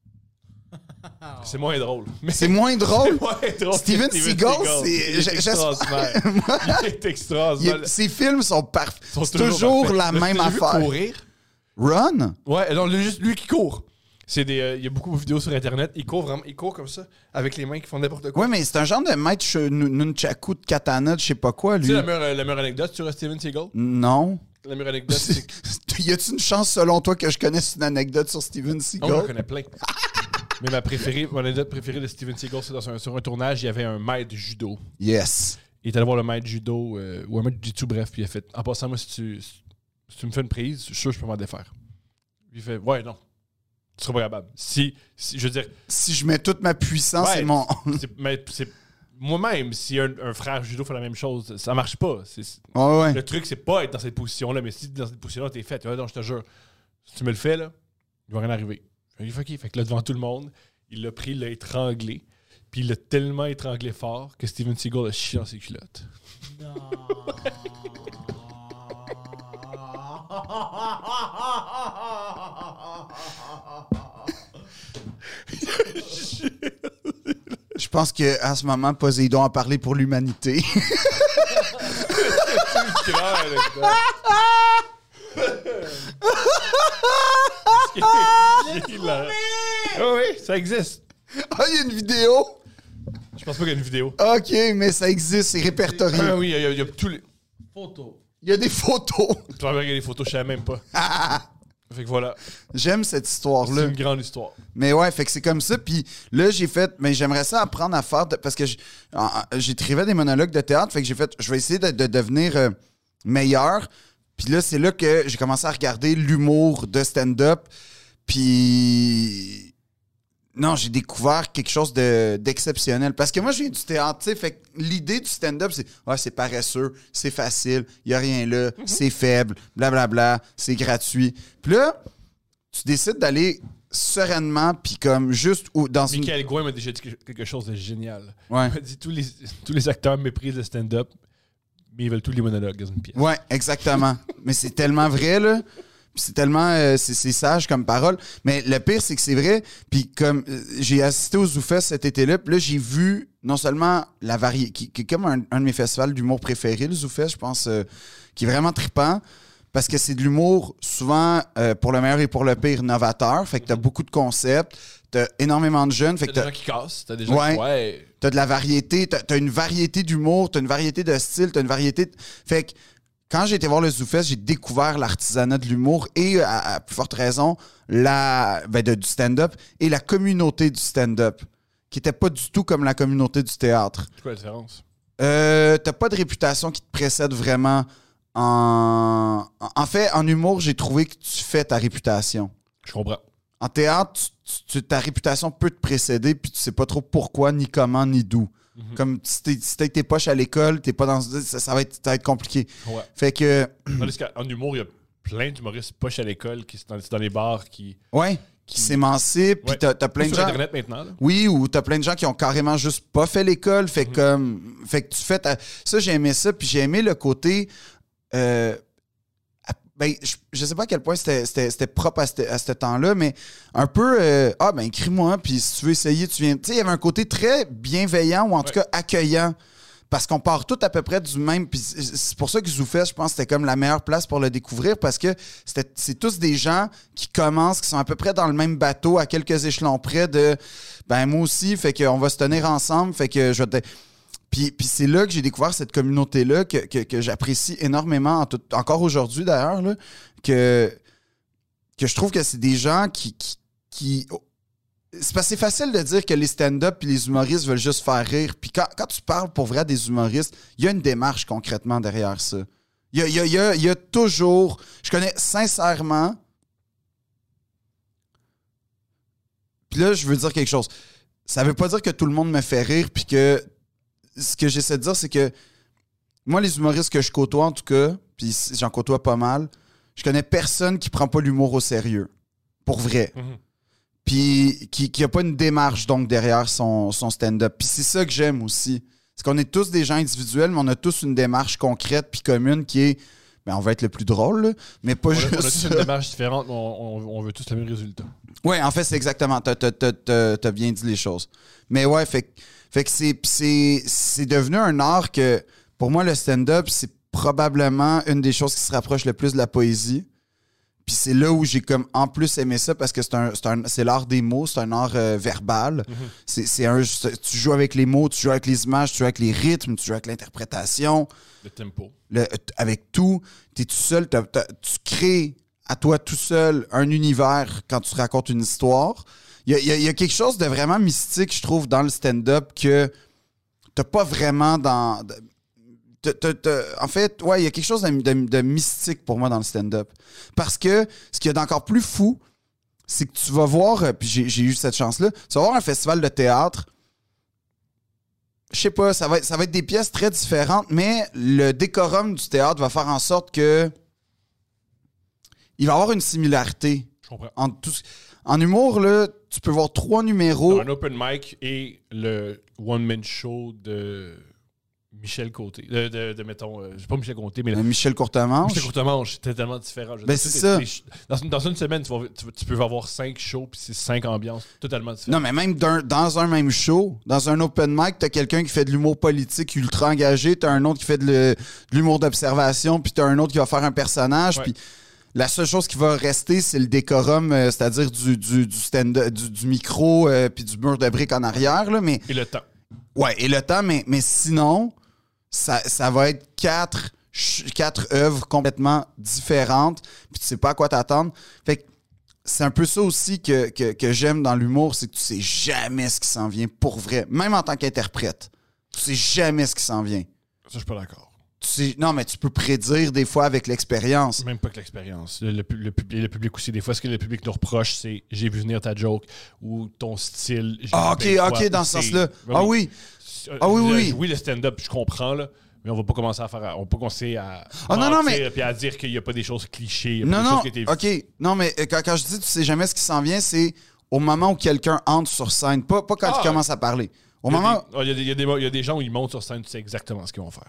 C'est moins drôle. Mais C'est moins drôle. c'est moins drôle. Steven que Seagal, c'est- Il est j'ai- extraordinaire. Il est Il extraordinaire. est- ses films sont parfaits. Ils sont C'est toujours parfaits. la Là, même tu l'as vu affaire. courir? Run? Ouais, non, le- juste lui qui court. C'est des, euh, il y a beaucoup de vidéos sur Internet. Il court vraiment, il court comme ça, avec les mains qui font n'importe quoi. Ouais, mais c'est un genre de maître ch- nun- nunchaku de katana de je sais pas quoi, Tu lui. sais la meilleure, euh, la meilleure anecdote sur Steven Seagal? Non. La meilleure anecdote, c'est que... Y a-tu une chance, selon toi, que je connaisse une anecdote sur Steven Oh, Seagal? j'en connais plein. Mais ma préférée, mon anecdote préférée de Steven Seagal, c'est dans un, sur un tournage, il y avait un maître judo. Yes. Il est allé voir le maître judo, euh, ou un maître jiu-jitsu, bref, puis il a fait, en passant, moi, si tu, si tu me fais une prise, je suis sûr que je peux m'en défaire. Puis il fait, ouais, non. Tu seras pas capable. Si, si je veux dire, Si je mets toute ma puissance, Ouais. c'est mon... c'est- mais c'est moi-même, si un, un frère judo fait la même chose, ça marche pas. C'est- c'est- Ouais, ouais. Le truc, c'est pas être dans cette position-là, mais si dans cette position-là, t'es fait, ouais, non, je te jure, si tu me le fais, là, il va rien arriver. Fait que, OK. Fait que là, devant tout le monde, il l'a pris, il l'a étranglé, puis il l'a tellement étranglé fort que Steven Seagal a chié dans ses culottes. Je pense qu'à ce moment, Poséidon a parlé pour l'humanité. Oui, ça existe. Ah, il y a une vidéo? Je pense pas qu'il y a une vidéo. OK, mais ça existe, c'est répertorié. Ah oui, il y, a- il y a tous les... Photo. Il y a des photos. Tu vas regarder les photos, je savais même pas. Fait que voilà. J'aime cette C'est histoire-là. une grande histoire. Mais ouais, fait que c'est comme ça. Puis là, j'ai fait, mais j'aimerais ça apprendre à faire, de- parce que j'- en- en- j'écrivais des monologues de théâtre, fait que j'ai fait, je vais essayer de, de devenir euh, meilleur. Puis là, c'est là que j'ai commencé à regarder l'humour de stand-up. Puis non, j'ai découvert quelque chose de- d'exceptionnel. Parce que moi, je viens du théâtre, tu sais, fait que l'idée du stand-up, c'est ah, c'est paresseux, c'est facile, il n'y a rien là, c'est faible, blablabla, c'est gratuit. Puis là, tu décides d'aller sereinement, puis comme juste ou dans une. Michael Gouin m'a déjà dit quelque chose de génial. Ouais. Il m'a dit tous les, tous les acteurs méprisent le stand-up, mais ils veulent tous les monologues dans une pièce. Ouais, exactement. Mais c'est tellement vrai, là. Puis c'est tellement euh, c'est, c'est sage comme parole. Mais le pire, c'est que c'est vrai. Puis comme euh, j'ai assisté au ZooFest cet été-là, puis là, j'ai vu non seulement la variété, qui, qui est comme un, un de mes festivals d'humour préférés, le ZooFest, je pense, euh, qui est vraiment trippant. Parce que c'est de l'humour, souvent, euh, pour le meilleur et pour le pire, novateur. Fait que t'as beaucoup de concepts, t'as énormément de jeunes. Fait T'as que des t'as, gens qui cassent, t'as des gens Ouais. qui... Ouais. t'as de la variété, t'as, t'as une variété d'humour, t'as une variété de style, t'as une variété... De... Fait que quand j'ai été voir le ZooFest, j'ai découvert l'artisanat de l'humour et, à, à plus forte raison, la, ben de, du stand-up et la communauté du stand-up, qui était pas du tout comme la communauté du théâtre. C'est quoi la différence? Euh, t'as pas de réputation qui te précède vraiment en... En fait, en humour, j'ai trouvé que tu fais ta réputation. Je comprends. En théâtre, tu- tu- ta réputation peut te précéder, puis tu sais pas trop pourquoi, ni comment, ni d'où. Mhm. Comme si t'es, si t'as tes poches à l'école, t'es pas dans... Ça, ça va être, ça va être compliqué. Ouais. Fait que... Tandis qu'en humour, il y a plein d'humoristes poches à l'école qui sont dans, dans les bars qui... Ouais, qui s'émancipent, puis Ouais. t'as, t'as plein Ou de sur gens... Internet maintenant, là. Oui, ou t'as plein de gens qui ont carrément juste pas fait l'école. Fait que, comme... Fait que tu fais ta... Ça, j'ai aimé ça, puis j'ai aimé le côté... euh, Ben, je, je sais pas à quel point c'était, c'était, c'était propre à, cette- à ce temps-là, mais un peu, euh, ah ben écris-moi, puis si tu veux essayer, tu viens. Tu sais, il y avait un côté très bienveillant ou en tout Ouais. cas accueillant. Parce qu'on part tout à peu près du même. Puis c'est c'est pour ça que ZooFest, je pense, c'était comme la meilleure place pour le découvrir parce que c'était, c'est tous des gens qui commencent, qui sont à peu près dans le même bateau, à quelques échelons près de. Ben, moi aussi, fait qu'on va se tenir ensemble, fait que je vais te. Puis, puis c'est là que j'ai découvert cette communauté-là que, que, que j'apprécie énormément, en tout- encore aujourd'hui d'ailleurs, là, que, que je trouve que c'est des gens qui... qui, qui- c'est parce que c'est facile de dire que les stand-up et les humoristes veulent juste faire rire. Puis quand, quand tu parles pour vrai à des humoristes, il y a une démarche concrètement derrière ça. Il y a, il y a- il y a- il y a toujours... Je connais sincèrement... Puis là, je veux dire quelque chose. Ça veut pas dire que tout le monde me fait rire puis que ce que j'essaie de dire, c'est que moi, les humoristes que je côtoie, en tout cas, puis j'en côtoie pas mal, je connais personne qui prend pas l'humour au sérieux. Pour vrai. Mhm. Puis qui, qui a pas une démarche, donc, derrière son, son stand-up. Puis c'est ça que j'aime aussi. C'est qu'on est tous des gens individuels, mais on a tous une démarche concrète puis commune qui est, ben, on va être le plus drôle, là, mais pas On a, juste on a tous ça. une démarche différente, mais on, on- on veut tous le même résultat. Ouais, en fait, c'est exactement. T'as, t'as- t'as- t'as- t'as bien dit les choses. Mais ouais, fait, que- fait que c'est, c'est, c'est devenu un art que, pour moi, le stand-up, c'est probablement une des choses qui se rapproche le plus de la poésie. Puis c'est là où j'ai comme en plus aimé ça parce que c'est un, c'est, un- c'est l'art des mots, c'est un art euh, verbal. c'est, c'est un, c'est- tu joues avec les mots, tu joues avec les images, tu joues avec les rythmes, tu joues avec l'interprétation. Le tempo. Le- avec tout, t'es tout seul, t'as- t'as- tu crées à toi tout seul un univers quand tu racontes une histoire. Il y a, il y a- il y a quelque chose de vraiment mystique, je trouve, dans le stand-up que t'as pas vraiment dans... t'as- t'as- t'as- en fait, ouais, il y a quelque chose de, de- de mystique pour moi dans le stand-up. Parce que ce qu'il y a d'encore plus fou, c'est que tu vas voir, euh, puis j'ai, j'ai eu cette chance-là, tu vas voir un festival de théâtre. Je sais pas, ça va, être, ça va être des pièces très différentes, mais le décorum du théâtre va faire en sorte que il va y avoir une similarité Je comprends. entre tout. ce- En humour, là, tu peux voir trois numéros. Un open mic et le one-man show de Michel Côté. De, de, de, mettons, euh, c'est pas Michel Côté, mais Euh, Michel Courtemanche. Michel Courtemanche, c'était tellement différent. Je veux Ben, dire, c'est tout est- ça. les ch- Dans, une- dans une semaine, tu, vas- tu, tu peux avoir cinq shows, puis c'est cinq ambiances totalement différentes. Non, mais même d'un- dans un même show, dans un open mic, t'as quelqu'un qui fait de l'humour politique ultra engagé, t'as un autre qui fait de, le- de l'humour d'observation, puis t'as un autre qui va faire un personnage, Ouais. puis la seule chose qui va rester, c'est le décorum, euh, c'est-à-dire du, du, du, stand du, du micro euh, puis du mur de briques en arrière, là, mais... Et le temps. Ouais, et le temps, mais, mais sinon, ça, ça va être quatre, ch- quatre œuvres complètement différentes, puis tu sais pas à quoi t'attendre. Fait que c'est un peu ça aussi que, que, que j'aime dans l'humour, c'est que tu sais jamais ce qui s'en vient pour vrai. Même en tant qu'interprète, tu sais jamais ce qui s'en vient. Ça, je suis pas d'accord. Tu sais, non, mais tu peux prédire des fois avec l'expérience. Même pas que l'expérience. Le, le, le, public, le public aussi, des fois, ce que le public nous reproche, c'est j'ai vu venir ta joke ou ton style. Ah, ok, ok, dans ce sens-là. Ah oui. Ah oui, oui, oui. Oui, le stand-up, je comprends, là. Mais on va pas commencer à faire. On va pas commencer à. Ah non, non, mais. Puis à dire qu'il y a pas des choses clichés. Il y a pas Non, des non. choses qui étaient vues. OK. Non, mais quand, quand je dis tu sais jamais ce qui s'en vient, c'est au moment où quelqu'un entre sur scène. Pas, pas quand Ah, il commence à parler. Au Il y a moment. des- ah, il y a des- il y a des- il y a des gens où ils montent sur scène, tu sais exactement ce qu'ils vont faire.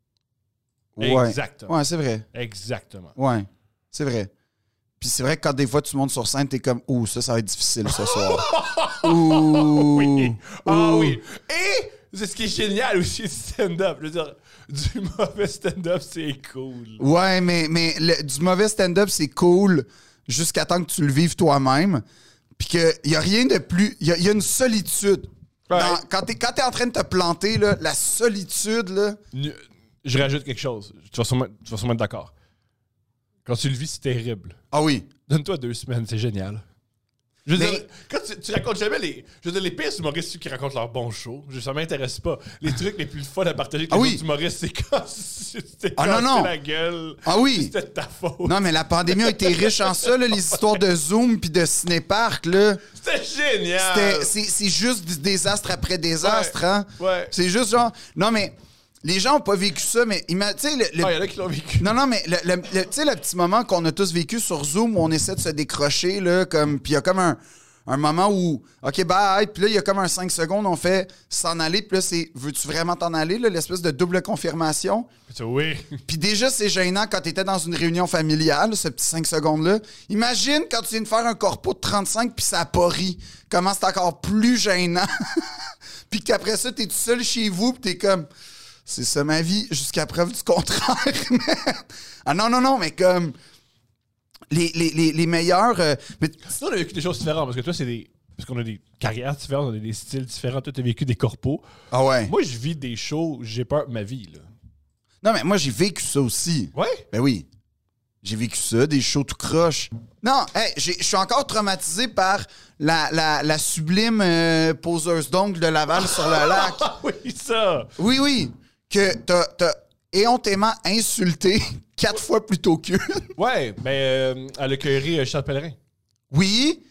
Ouais. Exactement. Ouais, c'est vrai. Exactement. Ouais. C'est vrai. Puis c'est vrai que quand des fois tu montes sur scène, t'es comme ouh, ça, ça va être difficile ce soir. Ouh. Oui. Ah Ouh. oui. Et c'est ce qui est génial aussi du stand-up. Je veux dire, du mauvais stand-up, c'est cool. Ouais, mais, mais le- du mauvais stand-up, c'est cool jusqu'à temps que tu le vives toi-même. Puis qu'il n'y a rien de plus. Il y, a- y a une solitude. Ouais. Dans- quand t'es quand t'es en train de te planter, là, la solitude, là. Nu- Je rajoute quelque chose. Tu vas sûrement, tu vas sûrement être d'accord. Quand tu le vis, c'est terrible. Ah oui. Donne-toi deux semaines, c'est génial. Je veux Mais- dire, quand tu, tu racontes jamais les. Je veux dire, les pires humoristes, ceux qui racontent leur bon show, je, ça m'intéresse pas. Les trucs les plus fun à partager avec Ah les oui. autres humoristes, c'est quand tu t'es Ah non, cassé non. la gueule. Ah oui. C'était de ta faute. Non, mais la pandémie a été riche en ça, là, les histoires de Zoom puis de Cinépark, là. C'était génial. C'était- C'est c'est juste du désastre après désastre, hein. Ouais. C'est juste genre. Non, mais les gens ont pas vécu ça, mais ima- tu sais, le- le- Ah, il y en a qui l'ont vécu. Non, non, mais le, le- le- tu sais, le petit moment qu'on a tous vécu sur Zoom où on essaie de se décrocher, là, comme. Puis il y a comme un, un moment où. OK, bye. Puis là, il y a comme un cinq secondes, on fait s'en aller. Puis là, c'est veux-tu vraiment t'en aller, là, l'espèce de double confirmation. Puis oui. Puis déjà, c'est gênant quand t'étais dans une réunion familiale, ce petit cinq secondes-là. Imagine quand tu viens de faire un corpo de trente-cinq puis ça a pas ri. Comment c'est encore plus gênant. Puis qu'après ça, t'es tout seul chez vous puis t'es comme. C'est ça ma vie, jusqu'à preuve du contraire. Ah non, non, non, mais comme. Les, les, les, les meilleurs. euh, mais, Sinon, on a vécu des choses différentes parce que toi, c'est des. Parce qu'on a des carrières différentes, on a des styles différents. Toi, t'as vécu des corpos. ah ouais. Moi, je vis des shows, j'ai peur de ma vie, là. Non, mais moi, j'ai vécu ça aussi. Ouais? Ben oui. J'ai vécu ça, des shows tout croche. Non, hey, j'ai- je suis encore traumatisé par la, la, la sublime euh, poseuse d'ongles de Laval sur le lac. Ah oui, ça! Oui, oui. Que t'as, t'as éhontément insulté quatre fois plus tôt qu'une. Ouais, mais euh, elle a cueilli euh, Charles Pellerin. Oui.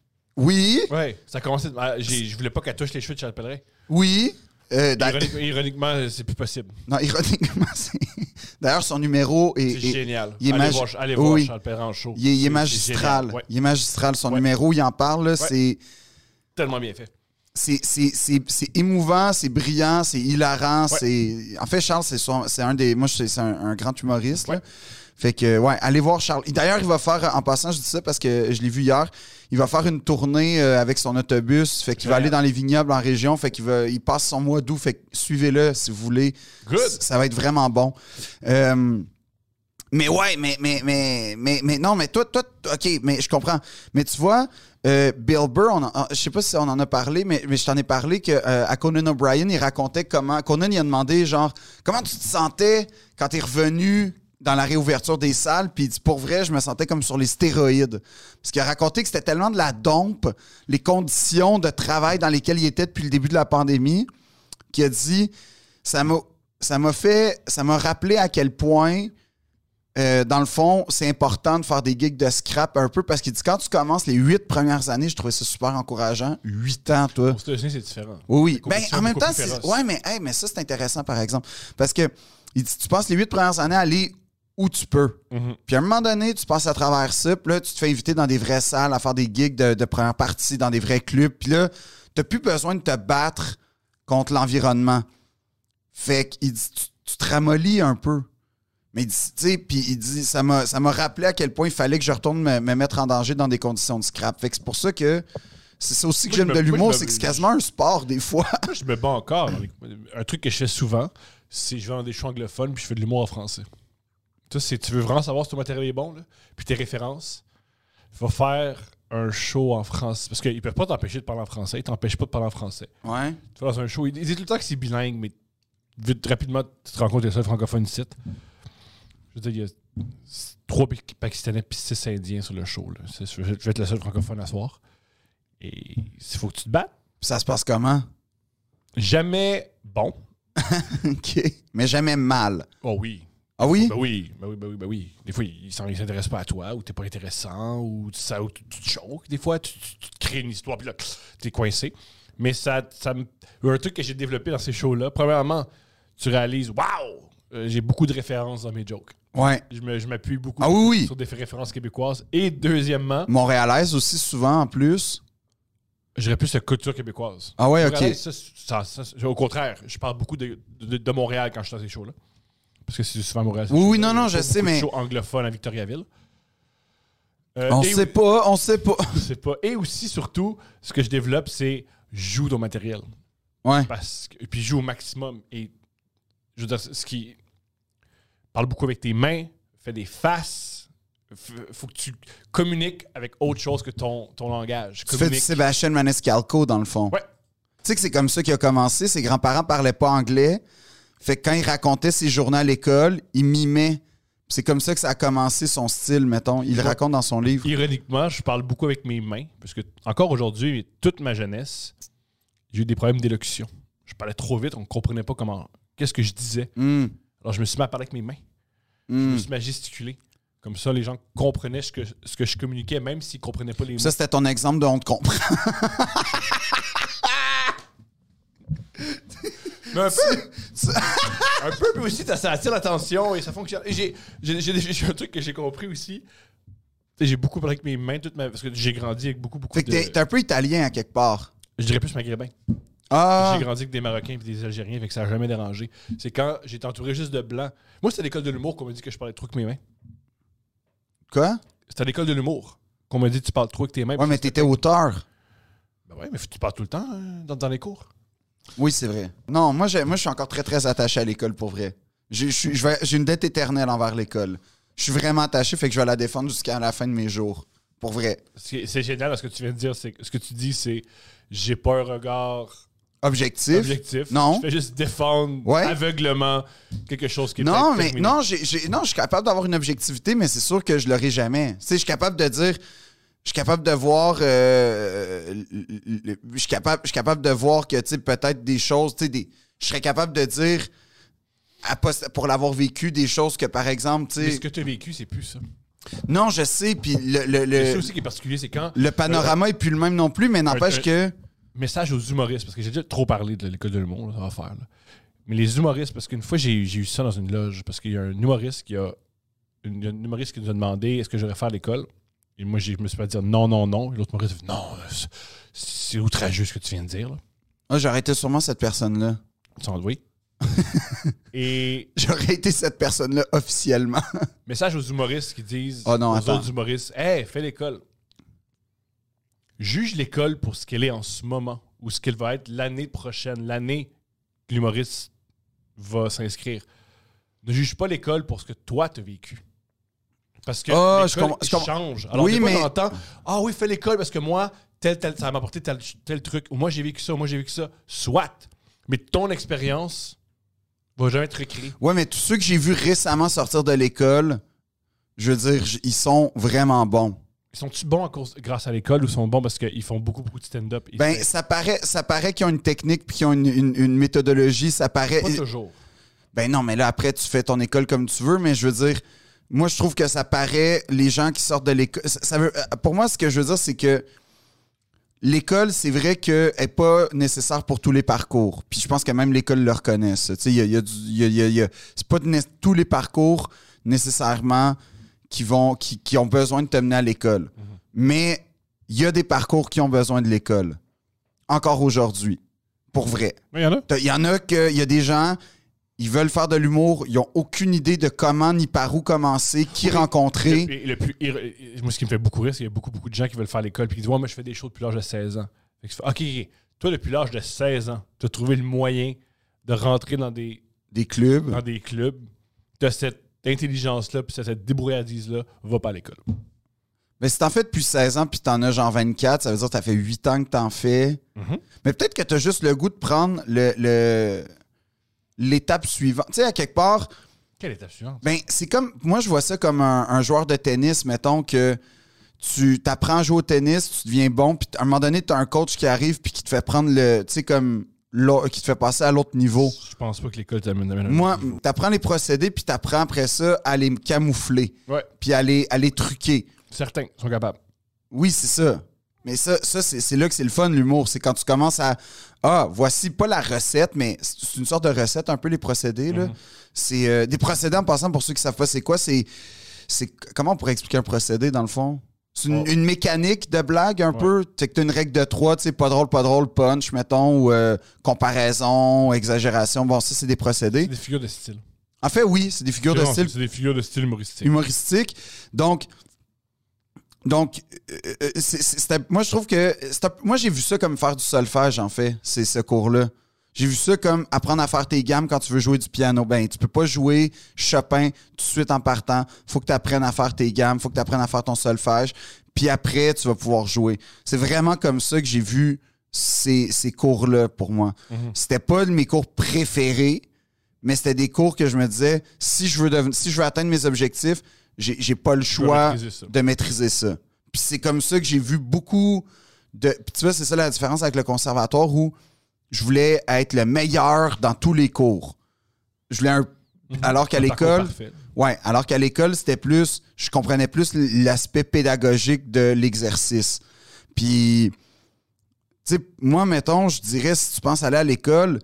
Oui. Ouais, ça a commencé. ah, j'ai- Je voulais pas qu'elle touche les cheveux de Charles Pellerin. Oui. Euh, d'a- Ironique- ironiquement, c'est plus possible. Non, ironiquement, c'est. D'ailleurs, son numéro est. C'est est- génial. il est allez magi- voir, allez voir oui. Charles Pellerin en show. Il est, il est C'est- magistral. c'est génial. Ouais, Il est magistral. Son Ouais. numéro, il en parle. là, C'est. tellement bien fait. c'est, c'est, c'est, c'est émouvant, c'est brillant, c'est hilarant. Ouais. C'est... En fait, Charles, c'est, son, c'est un des. Moi, je- c'est un, un grand humoriste. là. Ouais. Fait que, ouais, allez voir Charles. D'ailleurs, il va faire, en passant, je dis ça parce que je l'ai vu hier, il va faire une tournée euh, avec son autobus. Fait qu'il va Ouais. aller dans les vignobles en région. Fait qu'il va, il passe son mois d'août. Fait que suivez-le si vous voulez. Good. C- Ça va être vraiment bon. Euh, mais ouais, mais, mais, mais, mais, mais non, mais toi, toi, OK, mais je comprends. Mais tu vois, euh, Bill Burr, on en- je sais pas si on en a parlé, mais, mais je t'en ai parlé que euh, à Conan O'Brien, il racontait comment. Conan, il a demandé, genre, comment tu te sentais quand t'es revenu dans la réouverture des salles, puis il dit, pour vrai, je me sentais comme sur les stéroïdes. Parce qu'il a raconté que c'était tellement de la dompe, les conditions de travail dans lesquelles il était depuis le début de la pandémie, qu'il a dit, ça m'a, ça m'a fait, ça m'a rappelé à quel point, euh, dans le fond, c'est important de faire des gigs de scrap un peu, parce qu'il dit, quand tu commences les huit premières années, je trouvais ça super encourageant. Huit ans, toi. Aux États-Unis, c'est différent. Oui, oui. La Ben, compétition en est même beaucoup temps, plus c'est... féroce. Ouais, mais, hey, mais ça, c'est intéressant, par exemple. Parce que il dit, tu passes les huit premières années à aller où tu peux. Mhm. Puis à un moment donné, tu passes à travers ça, puis là, tu te fais inviter dans des vraies salles, à faire des gigs de, de première partie, dans des vrais clubs. Puis là, t'as plus besoin de te battre contre l'environnement. Fait qu'il dit, tu, tu te ramollis un peu. Mais il dit, tu sais, puis il dit, ça m'a, ça m'a rappelé à quel point il fallait que je retourne me, me mettre en danger dans des conditions de scrap. Fait que c'est pour ça que c'est ça aussi que Moi, j'aime je de me- moi, l'humour, je me- c'est que c'est quasiment un sport des fois. Moi, je me bats encore. avec- Un truc que je fais souvent, c'est je vais dans des shows anglophones puis je fais de l'humour en français. Tu sais, tu veux vraiment savoir si ton matériel est bon, là, puis tes références, va faire un show en français. Parce qu'ils peuvent pas t'empêcher de parler en français. Ils t'empêchent pas de parler en français. Ouais. Tu vas dans un show, ils disent tout le temps que c'est bilingue, mais vite, rapidement, tu te rends compte qu'il y a ça, francophone ici. Je veux dire, il y a trois Pakistanais puis six Indiens sur le show. Là. C'est, je vais être le seul francophone à soir. Et il faut que tu te battes. Puis ça se passe comment? Jamais bon. OK. Mais jamais mal. Oh oui. Ah oui? Ben oui, ben oui, ben oui, ben oui. Des fois, ils ne s'intéressent pas à toi, ou t'es pas intéressant, ou tu, ça, ou tu, tu te choques. Des fois, tu, tu, tu te crées une histoire, puis là, t'es coincé. Mais ça, ça me... un truc que j'ai développé dans ces shows-là, premièrement, tu réalises, waouh, euh, j'ai beaucoup de références dans mes jokes. Ouais. Je, me, je m'appuie beaucoup Ah oui, oui. sur des références québécoises. Et deuxièmement... Montréalaise aussi, souvent, en plus. Je dirais plus la culture québécoise. Ah ouais, OK. Ça, ça, ça, ça, au contraire, je parle beaucoup de, de, de Montréal quand je suis dans ces shows-là. Parce que c'est souvent à Montréal. Oui, oui, non, non, je sais, mais... show anglophone à Victoriaville. Euh, on et sait oui, pas, on sait pas. je sais pas. Et aussi, surtout, ce que je développe, c'est joue ton matériel. Ouais. Parce que, puis joue au maximum. Et je veux dire, ce qui parle beaucoup avec tes mains, fais des faces. F- faut que tu communiques avec autre chose que ton, ton langage. Tu fais du Sébastien Maniscalco, dans le fond. Ouais. Tu sais que c'est comme ça qu'il a commencé. Ses grands-parents parlaient pas anglais. Fait que quand il racontait ses journées à l'école, il mimait. C'est comme ça que ça a commencé son style, mettons. Il le raconte dans son livre. Ironiquement, je parle beaucoup avec mes mains. Parce que encore aujourd'hui, toute ma jeunesse, j'ai eu des problèmes d'élocution. Je parlais trop vite, on ne comprenait pas comment. Qu'est-ce que je disais. Mm. Alors, je me suis mis à parler avec mes mains. Je Mm. me suis mis à gesticuler. Comme ça, les gens comprenaient ce que, ce que je communiquais, même s'ils ne comprenaient pas les mots. Ça, c'était ton exemple de on te comprend. Mais un peu. un peu, puis aussi, ça, ça attire l'attention et ça fonctionne. Et j'ai, j'ai, j'ai, j'ai un truc que j'ai compris aussi. T'sais, j'ai beaucoup parlé avec mes mains toute ma... parce que j'ai grandi avec beaucoup, beaucoup Fait que de... t'es, t'es un peu italien à quelque part. Je dirais plus maghrébin. Ah! J'ai grandi avec des Marocains et des Algériens, fait que ça n'a jamais dérangé. C'est quand j'étais entouré juste de blancs. Moi, c'était à l'école de l'humour qu'on m'a dit que je parlais trop avec mes mains. Quoi? C'était à l'école de l'humour qu'on m'a dit que tu parles trop avec tes mains. Ouais, mais t'étais auteur. Ben ouais, mais tu parles tout le temps hein, dans, dans les cours. Oui, c'est vrai. Non, moi, j'ai, moi, je suis encore très, très attaché à l'école, pour vrai. J'ai, je suis- je vais- j'ai une dette éternelle envers l'école. Je suis vraiment attaché, fait que je vais la défendre jusqu'à la fin de mes jours. Pour vrai. C'est, c'est génial, ce que tu viens de dire. C'est, ce que tu dis, c'est j'ai pas un regard Objectif. objectif. Non. Je fais juste défendre Ouais. aveuglement quelque chose qui est Non, peut-être mais terminé. non, j'ai, j'ai- non, je suis capable d'avoir une objectivité, mais c'est sûr que je l'aurai jamais. Tu sais, je suis capable de dire, je suis capable de voir, euh, l- l- l- je suis capable, je suis capable de voir que, tu sais, peut-être des choses, tu sais, des, je serais capable de dire, à post- pour l'avoir vécu, des choses que, par exemple, tu Mais sais, ce que tu as vécu, c'est plus ça. non, je sais, puis le, le, C'est ça le, aussi qui est particulier, c'est quand le panorama est plus le même non plus, mais n'empêche un- que, message aux humoristes, parce que j'ai déjà trop parlé de l'école de l'humour, là, ça va faire. Là. Mais les humoristes, parce qu'une fois, j'ai, j'ai eu ça dans une loge, parce qu'il y a un humoriste qui a. Une, il y a une humoriste qui nous a demandé est-ce que j'aurais faire l'école. Et moi, j'ai- je me suis fait dire non, non, non. Et l'autre humoriste a dit non, c'est, c'est outrageux ce que tu viens de dire. Là. ah, j'aurais été sûrement cette personne-là. Sans doute, oui. Et J'aurais été cette personne-là officiellement. message aux humoristes qui disent Oh non, aux attends. autres humoristes hey, fais l'école. Juge l'école pour ce qu'elle est en ce moment ou ce qu'elle va être l'année prochaine, l'année que l'humoriste va s'inscrire. Ne juge pas l'école pour ce que toi t'as vécu. Parce que Ah, je l'école comprends- je comprends. change. Alors, Oui, des fois, mais- on entend ah oui, fais l'école parce que moi, tel, tel, ça m'a apporté tel, tel truc. Ou moi, j'ai vécu ça, moi, j'ai vécu ça. Soit. Mais ton expérience va jamais être recréée. Ouais, mais tous ceux que j'ai vus récemment sortir de l'école, je veux dire, j- ils sont vraiment bons. Ils sont-tu bons à cause, grâce à l'école ou sont bons parce qu'ils font beaucoup, beaucoup de stand-up? Ils Ben, font- ça paraît, ça paraît qu'ils ont une technique puis qu'ils ont une, une- une méthodologie. Ça paraît. pas toujours. Ben non, mais là, après, tu fais ton école comme tu veux, mais je veux dire, moi, je trouve que ça paraît, les gens qui sortent de l'école. Ça, ça veut, pour moi, ce que je veux dire, c'est que l'école, c'est vrai qu'elle n'est pas nécessaire pour tous les parcours. Puis je pense que même l'école le reconnaît, ça. Tu sais, il y a, il y a du- il y a- il y a- il y a- c'est pas né- tous les parcours nécessairement qui, vont, qui, qui ont besoin de te mener à l'école. Mais il y a des parcours qui ont besoin de l'école. Encore aujourd'hui. Pour vrai. Mais il y en a. T'as- Il y en a que, il y a des gens, ils veulent faire de l'humour, ils n'ont aucune idée de comment ni par où commencer, qui Oui. rencontrer. Le, le plus, ir- moi, ce qui me fait beaucoup rire, c'est qu'il y a beaucoup, beaucoup de gens qui veulent faire l'école puis qui disent ouais, moi, je fais des shows depuis l'âge de seize ans. Fait que tu fais, OK, OK. Toi, depuis l'âge de seize ans, tu as trouvé le moyen de rentrer dans des, Des clubs. dans des clubs. Tu as cette intelligence-là puis cette débrouillardise-là. Va pas à l'école. Mais si t'en fais depuis seize ans puis t'en as genre vingt-quatre, ça veut dire que ça fait huit ans que t'en fais. Mhm. Mais peut-être que t'as juste le goût de prendre le, le- l'étape suivante. Tu sais, à quelque part, Quelle étape suivante? Ben, c'est comme. Moi, je vois ça comme un, un joueur de tennis, mettons que tu t'apprends à jouer au tennis, tu deviens bon, puis à un moment donné, tu as un coach qui arrive puis qui te fait prendre le. Tu sais, comme. qui te fait passer à l'autre niveau. Je pense pas que l'école t'amène à un Moi, autre niveau. t'apprends les procédés, puis t'apprends après ça à les camoufler, Ouais. puis à les, à les truquer. Certains sont capables. Oui, c'est ça. Mais ça, ça c'est, c'est là que c'est le fun, l'humour. C'est quand tu commences à... Ah, voici pas la recette, mais c'est une sorte de recette, un peu les procédés. Là. Mm-hmm. C'est euh, des procédés, en passant, pour ceux qui savent pas c'est quoi, c'est, c'est... Comment on pourrait expliquer un procédé, dans le fond? C'est une, Oh. une mécanique de blague, un Ouais. peu. Tu sais que t'as une règle de trois, tu sais, pas drôle, pas drôle, punch, mettons, ou euh, comparaison, exagération. Bon, ça, c'est des procédés. C'est des figures de style. En fait, oui, c'est des figures de Non, style C'est des figures de style humoristique. humoristique. Donc, donc euh, euh, c'est- c'est- c'était- moi, je trouve que... c'était- Moi, j'ai vu ça comme faire du solfège, en fait, c'est ce cours-là. J'ai vu ça comme apprendre à faire tes gammes quand tu veux jouer du piano. Ben, tu peux pas jouer Chopin tout de suite en partant. Faut que tu apprennes à faire tes gammes, faut que tu apprennes à faire ton solfège. Puis après, tu vas pouvoir jouer. C'est vraiment comme ça que j'ai vu ces, ces cours-là pour moi. Mhm. C'était pas mes cours préférés, mais c'était des cours que je me disais, si je veux, deven- si je veux atteindre mes objectifs, j'ai, j'ai pas le Tu dois choix maîtriser ça. de maîtriser ça. Puis c'est comme ça que j'ai vu beaucoup de... Puis tu vois, c'est ça la différence avec le conservatoire où je voulais être le meilleur dans tous les cours. Je voulais un... Alors qu'à Un parcours l'école... parfait. Ouais, alors qu'à l'école, c'était plus... Je comprenais plus l'aspect pédagogique de l'exercice. Puis... Tu sais, moi, mettons, je dirais, si tu penses aller à l'école...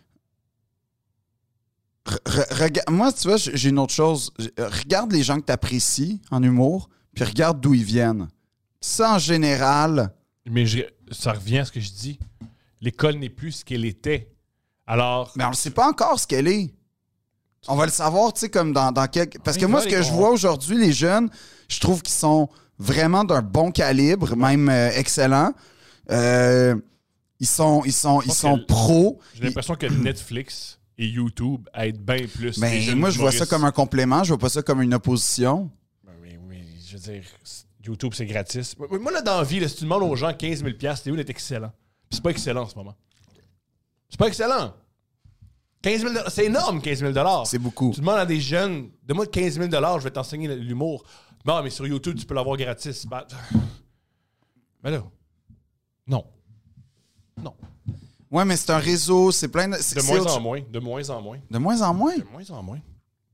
re- re- rega- moi, tu vois, j'ai une autre chose. Regarde les gens que tu apprécies en humour, puis regarde d'où ils viennent. Ça, en général... Mais je- ça revient à ce que je dis. L'école n'est plus ce qu'elle était. Alors, Mais on ne sait pas encore ce qu'elle est. On va le savoir, tu sais, comme dans, dans quelques... Parce que Oui, moi, là, ce que les je cons. vois aujourd'hui, les jeunes, je trouve qu'ils sont vraiment d'un bon calibre, même euh, excellents. Euh, ils sont, ils sont, ils pense sont que- pros. j'ai l'impression que Netflix et YouTube aident bien plus. Mais les jeunes moi, je vois ça humoristes. comme un complément, je vois pas ça comme une opposition. Oui, oui, je veux dire, YouTube, c'est gratis. Moi, là, dans la vie, là, si tu demandes aux gens quinze mille dollars, c'est où d'être excellent? Puis c'est pas excellent en ce moment. C'est pas excellent. quinze mille dollars, c'est énorme, quinze mille dollars. C'est beaucoup. Tu demandes à des jeunes, donne-moi quinze mille dollars, je vais t'enseigner l'humour. Non, mais sur YouTube, tu peux l'avoir gratis. Ben, ben là, non. Non. Ouais, mais c'est un réseau, c'est plein de... c'est- De c'est moins autre- en moins, de moins en moins. De moins en moins? De moins en moins.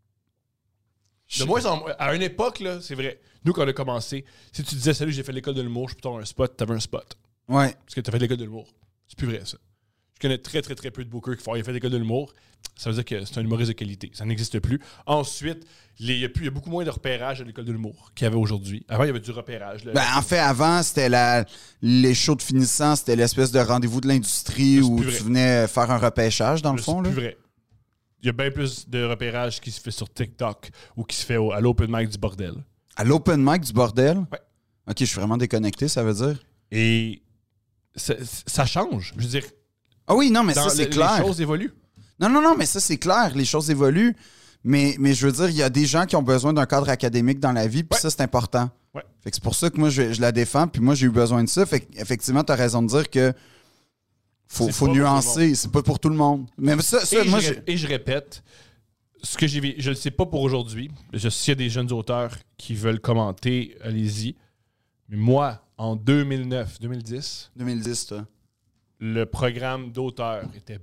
De moins en moins. À une époque, là, c'est vrai. Nous, quand on a commencé, si tu disais, salut, j'ai fait l'école de l'humour, je peux t'avoir un spot, t'avais un spot. Ouais. Parce que t'as fait l'école de l'humour. C'est plus vrai, ça. Je connais très, très, très peu de bookers qui font, il a fait l'école de l'humour. Ça veut dire que c'est un humoriste de qualité. Ça n'existe plus. Ensuite, les- il y, a plus- il y a beaucoup moins de repérage à l'école de l'humour qu'il y avait aujourd'hui. Avant, il y avait du repérage. là. Ben, en fait, avant, c'était la, les shows de finissant, c'était l'espèce de rendez-vous de l'industrie Là, c'est où plus tu vrai. venais faire un repêchage, dans le Là, fond. c'est Là. plus vrai. Il y a bien plus de repérage qui se fait sur TikTok ou qui se fait au- à l'open mic du bordel. À l'open mic du bordel? Ouais. OK, je suis vraiment déconnecté, ça veut dire? Et ça, ça change. Je veux dire, Ah oui, non, mais dans ça, c'est le- clair. les choses évoluent. Non, non, non, mais ça, c'est clair. Les choses évoluent. Mais, mais je veux dire, il y a des gens qui ont besoin d'un cadre académique dans la vie, puis Ouais. ça, c'est important. Ouais. Fait que c'est pour ça que moi, je, je la défends, puis moi, j'ai eu besoin de ça. Fait qu'effectivement, tu as raison de dire que faut, C'est faut pas pour nuancer. C'est pas pour tout le monde. Mais ça, ça Et, moi, je, j'ai- ré- et je répète, ce que j'ai vu, je ne le sais pas pour aujourd'hui. Je sais qu'il y a des jeunes auteurs qui veulent commenter, allez-y. Mais moi, en deux mille neuf deux mille dix, deux mille dix, toi. le programme d'auteur était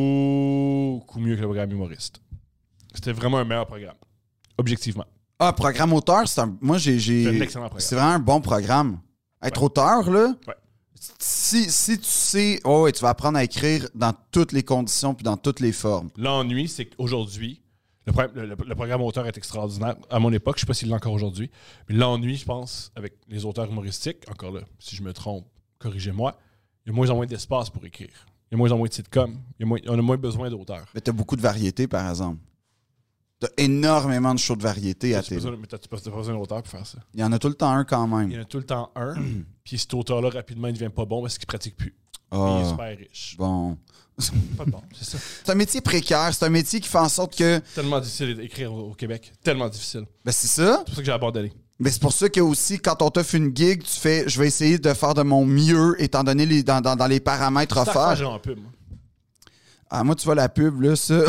beaucoup mieux que le programme humoriste. C'était vraiment un meilleur programme, objectivement. Ah, programme auteur, c'est un. Moi, j'ai. j'ai- C'est un excellent programme. C'est vraiment un bon programme. Être Ouais. auteur, là. Ouais. Si, si tu sais. Oh, ouais, tu vas apprendre à écrire dans toutes les conditions puis dans toutes les formes. L'ennui, c'est qu'aujourd'hui, le, pro- le- le- le programme auteur est extraordinaire. À mon époque, je ne sais pas s'il l'est encore aujourd'hui, mais l'ennui, je pense, avec les auteurs humoristiques, encore là, si je me trompe, corrigez-moi, il y a moins en moins d'espace pour écrire. Il y a moins en moins de sitcoms. Il y a moins- on a moins besoin d'auteurs. Mais t'as beaucoup de variétés, par exemple. T'as énormément de shows de variété à T'as-tu télé. besoin- Mais t'as-tu pas t'as pas besoin d'auteur pour faire ça? Il y en a tout le temps un quand Il y même. en a tout le temps un, puis cet auteur-là, rapidement, il devient pas bon parce qu'il pratique plus. Il est Ah, super riche. bon. Pas bon, c'est ça. C'est un métier précaire. C'est un métier qui fait en sorte que. Tellement difficile d'écrire au au Québec. Tellement difficile. Ben, c'est ça. C'est pour ça que j'ai abandonné. Mais c'est pour ça que aussi, quand on t'offre une gig, tu fais je vais essayer de faire de mon mieux, étant donné les, dans, dans, dans les paramètres C'est à faire offerts. genre en pub, moi. Ah, moi, tu vois, la pub, là, ça.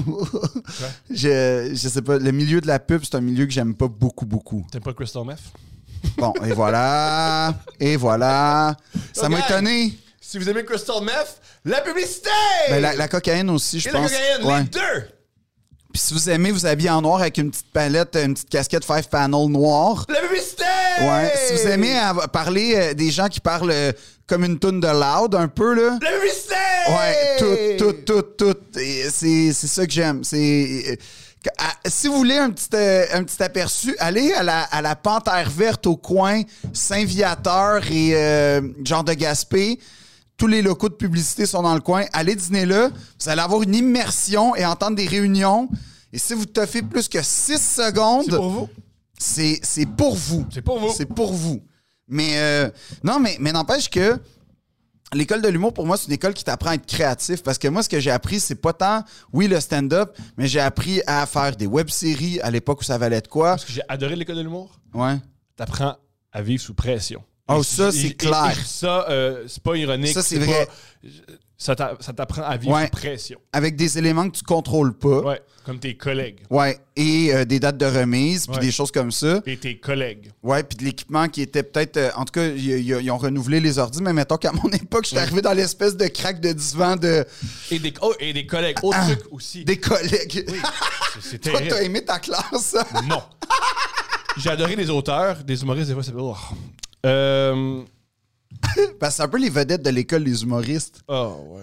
je, je sais pas. Le milieu de la pub, c'est un milieu que j'aime pas beaucoup, beaucoup. T'aimes pas Crystal Meth? Bon, et voilà. Et voilà. Ça m'a Ok. étonné. Si vous aimez Crystal Meth, la publicité! Ben, la, la cocaïne aussi, je Et pense. la cocaïne, Ouais. les deux! Puis si vous aimez vous habiller en noir avec une petite palette, une petite casquette five panel noire. La publicité! Ouais. Si vous aimez av- parler euh, des gens qui parlent euh, comme une toune de loud un peu, là. La publicité! Ouais, tout, tout, tout, tout. Et C'est, c'est ça que j'aime. C'est. euh, que- à- si vous voulez un petit, euh, un petit aperçu, allez à la, à la Panthère Verte au coin Saint-Viateur et euh, genre de Gaspé. Tous les locaux de publicité sont dans le coin. Allez dîner là. Vous allez avoir une immersion et entendre des réunions. Et si vous toffez plus que six secondes, C'est pour vous. c'est, c'est pour vous. C'est pour vous. C'est pour vous. Mais euh, non, mais, mais n'empêche que l'école de l'humour, pour moi, c'est une école qui t'apprend à être créatif. Parce que moi, ce que j'ai appris, c'est pas tant, oui, le stand-up, mais j'ai appris à faire des web-séries à l'époque où ça valait de quoi. Ce que j'ai adoré l'école de l'humour, Ouais. t'apprends à vivre sous pression. Oh, Et- ça, et- c'est et- clair. et ça, euh, c'est pas ironique. Ça, c'est vrai. pas- ça t'a- ça t'apprend à vivre Ouais. sous pression. Avec des éléments que tu contrôles pas. Ouais, comme tes collègues. Ouais. Et euh, des dates de remise, puis Ouais. des choses comme ça. Et tes collègues. Ouais, puis de l'équipement qui était peut-être... euh, en tout cas, ils, ils- ils ont renouvelé les ordi, mais mettons qu'à mon époque, je suis arrivé dans l'espèce de crack de divan de... Et des, oh, et des collègues. Autre truc aussi. des collègues. Oui, c'est- c'est Toi, terrible. t'as aimé ta classe? Non. J'ai adoré les auteurs, des humoristes, des fois, c'est... Oh. Euh... Parce que c'est un peu les vedettes de l'école des humoristes. Oh, ouais.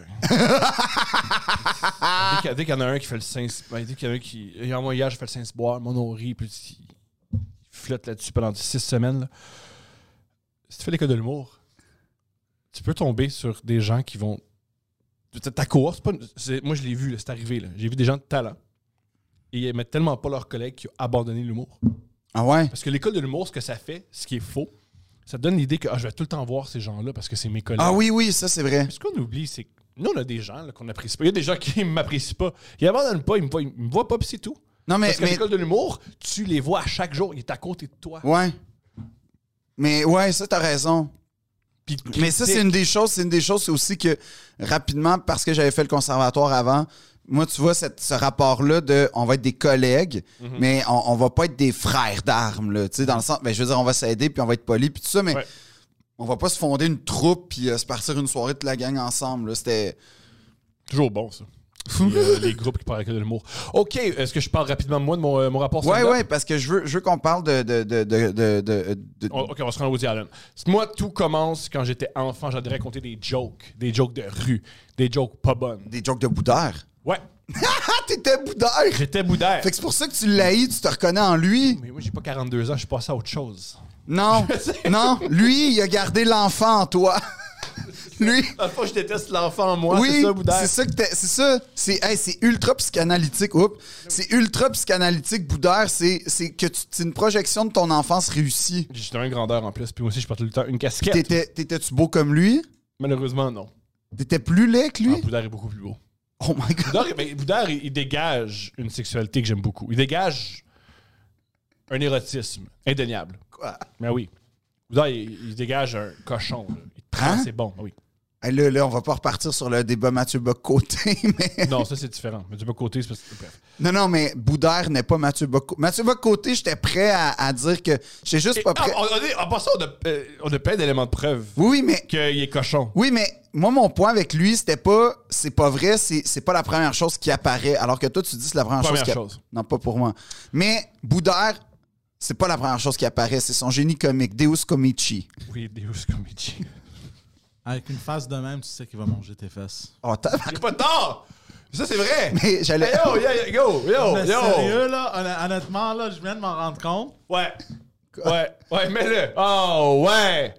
dès qu'il y, a- dès qu'il y en a un qui fait le saint... Ben, dès qu'il y en a un qui... Il y a un mois hier, je fais le Saint-Boire, mon on rit, puis il il flotte là-dessus pendant six semaines. Là. Si tu fais l'école de l'humour, tu peux tomber sur des gens qui vont... Ta ta cohorte, c'est pas une- c'est- moi, je l'ai vu, là, c'est arrivé. là. J'ai vu des gens de talent. Et ils mettent tellement pas leurs collègues qui ont abandonné l'humour. Ah ouais? Parce que l'école de l'humour, ce que ça fait, ce qui est faux, ça te donne l'idée que ah, je vais tout le temps voir ces gens-là parce que c'est mes collègues. Ah oui, oui, ça, c'est vrai. Mais ce qu'on oublie, c'est que nous, on a des gens là, qu'on n'apprécie pas. Il y a des gens qui ne m'apprécient pas. Ils abandonnent pas, ils me voient, ils me voient pas, puis c'est tout. Non, mais... Parce qu'à mais... l'école de l'humour, tu les vois à chaque jour. Il est à côté de toi. Ouais. Mais ouais, ça, t'as raison. Puis Mais ça, c'est une des choses, c'est une des choses, c'est aussi que rapidement, parce que j'avais fait le conservatoire avant, moi, tu vois, cette- ce rapport-là de on va être des collègues, Mhm. mais on, on va pas être des frères d'armes, là. Tu sais, dans le sens, ben, je veux dire, on va s'aider puis on va être polis puis tout ça, mais Ouais. on va pas se fonder une troupe puis euh, se partir une soirée de la gang ensemble, là. C'était. toujours bon, ça. les, euh, les groupes qui parlent avec de l'humour. OK, est-ce que je parle rapidement de moi, de mon, euh, mon rapport Ouais, stand-up? ouais, parce que je veux, je veux qu'on parle de. de, de, de, de, de- de- Oh, OK, on va se rendre à Woody Allen. Moi, tout commence quand j'étais enfant. J'adorais raconter des jokes. Des jokes de rue. Des jokes pas bonnes. des jokes de boudère. Ouais, Ah, t'étais boudère! j'étais boudère. Fait que c'est pour ça que tu l'haïs, tu te reconnais en lui. Mais moi, j'ai pas quarante-deux ans, je suis passé à autre chose. Non, non, lui, il a gardé l'enfant en toi. Lui, Dans le fond, je déteste l'enfant en moi, oui, c'est ça, boudère. c'est ça que t'es- c'est ça, c'est hey, c'est ultra psychanalytique. Oups, c'est ultra psychanalytique boudère, c'est c'est que tu- c'est une projection de ton enfance réussie. J'étais un grandeur en plus, puis moi aussi, je porte tout le temps une casquette. T'étais t'étais-tu beau comme lui? Malheureusement, non. T'étais plus laid que lui? Ah, Boudère est beaucoup plus beau. Oh my god. Boudère, ben, Boudère, il, il dégage une sexualité que j'aime beaucoup. Il dégage un érotisme indéniable. Quoi? Mais oui. Boudère, il, il dégage un cochon. Là. Il te prend, Hein? c'est bon. Ah oui. Hey, là, là, on va pas repartir sur le débat Mathieu Bock-Côté, mais... Non, ça, c'est différent. Mais du bas côté, c'est parce que... Bref. Non, non, mais Boudère n'est pas Mathieu Bock-Côté. Mathieu Bock-Côté, j'étais prêt à, à dire que... J'étais juste Et- pas ah, prêt... on, on est- en passant, on a, euh, on a plein d'éléments de preuve Oui, oui, mais... qu'il est cochon. Oui, mais moi, mon point avec lui, c'était pas... C'est pas vrai, c'est c'est pas la première chose qui apparaît. Alors que toi, tu dis que c'est la première, Première chose qui... chose. Non, pas pour moi. Mais Boudère, c'est pas la première chose qui apparaît. C'est son génie comique, Deus Comici. Oui, Deus Comici. Avec une face de même, tu sais qu'il va manger tes fesses. Oh, t'as... J'ai pas tort! Ça, c'est vrai! Mais j'allais... Hey, yo, yo, yo, yo, Mais yo! sérieux, là, honn- honnêtement, là, je viens de m'en rendre compte. Ouais. Ouais. Ouais, mets-le. Oh, ouais.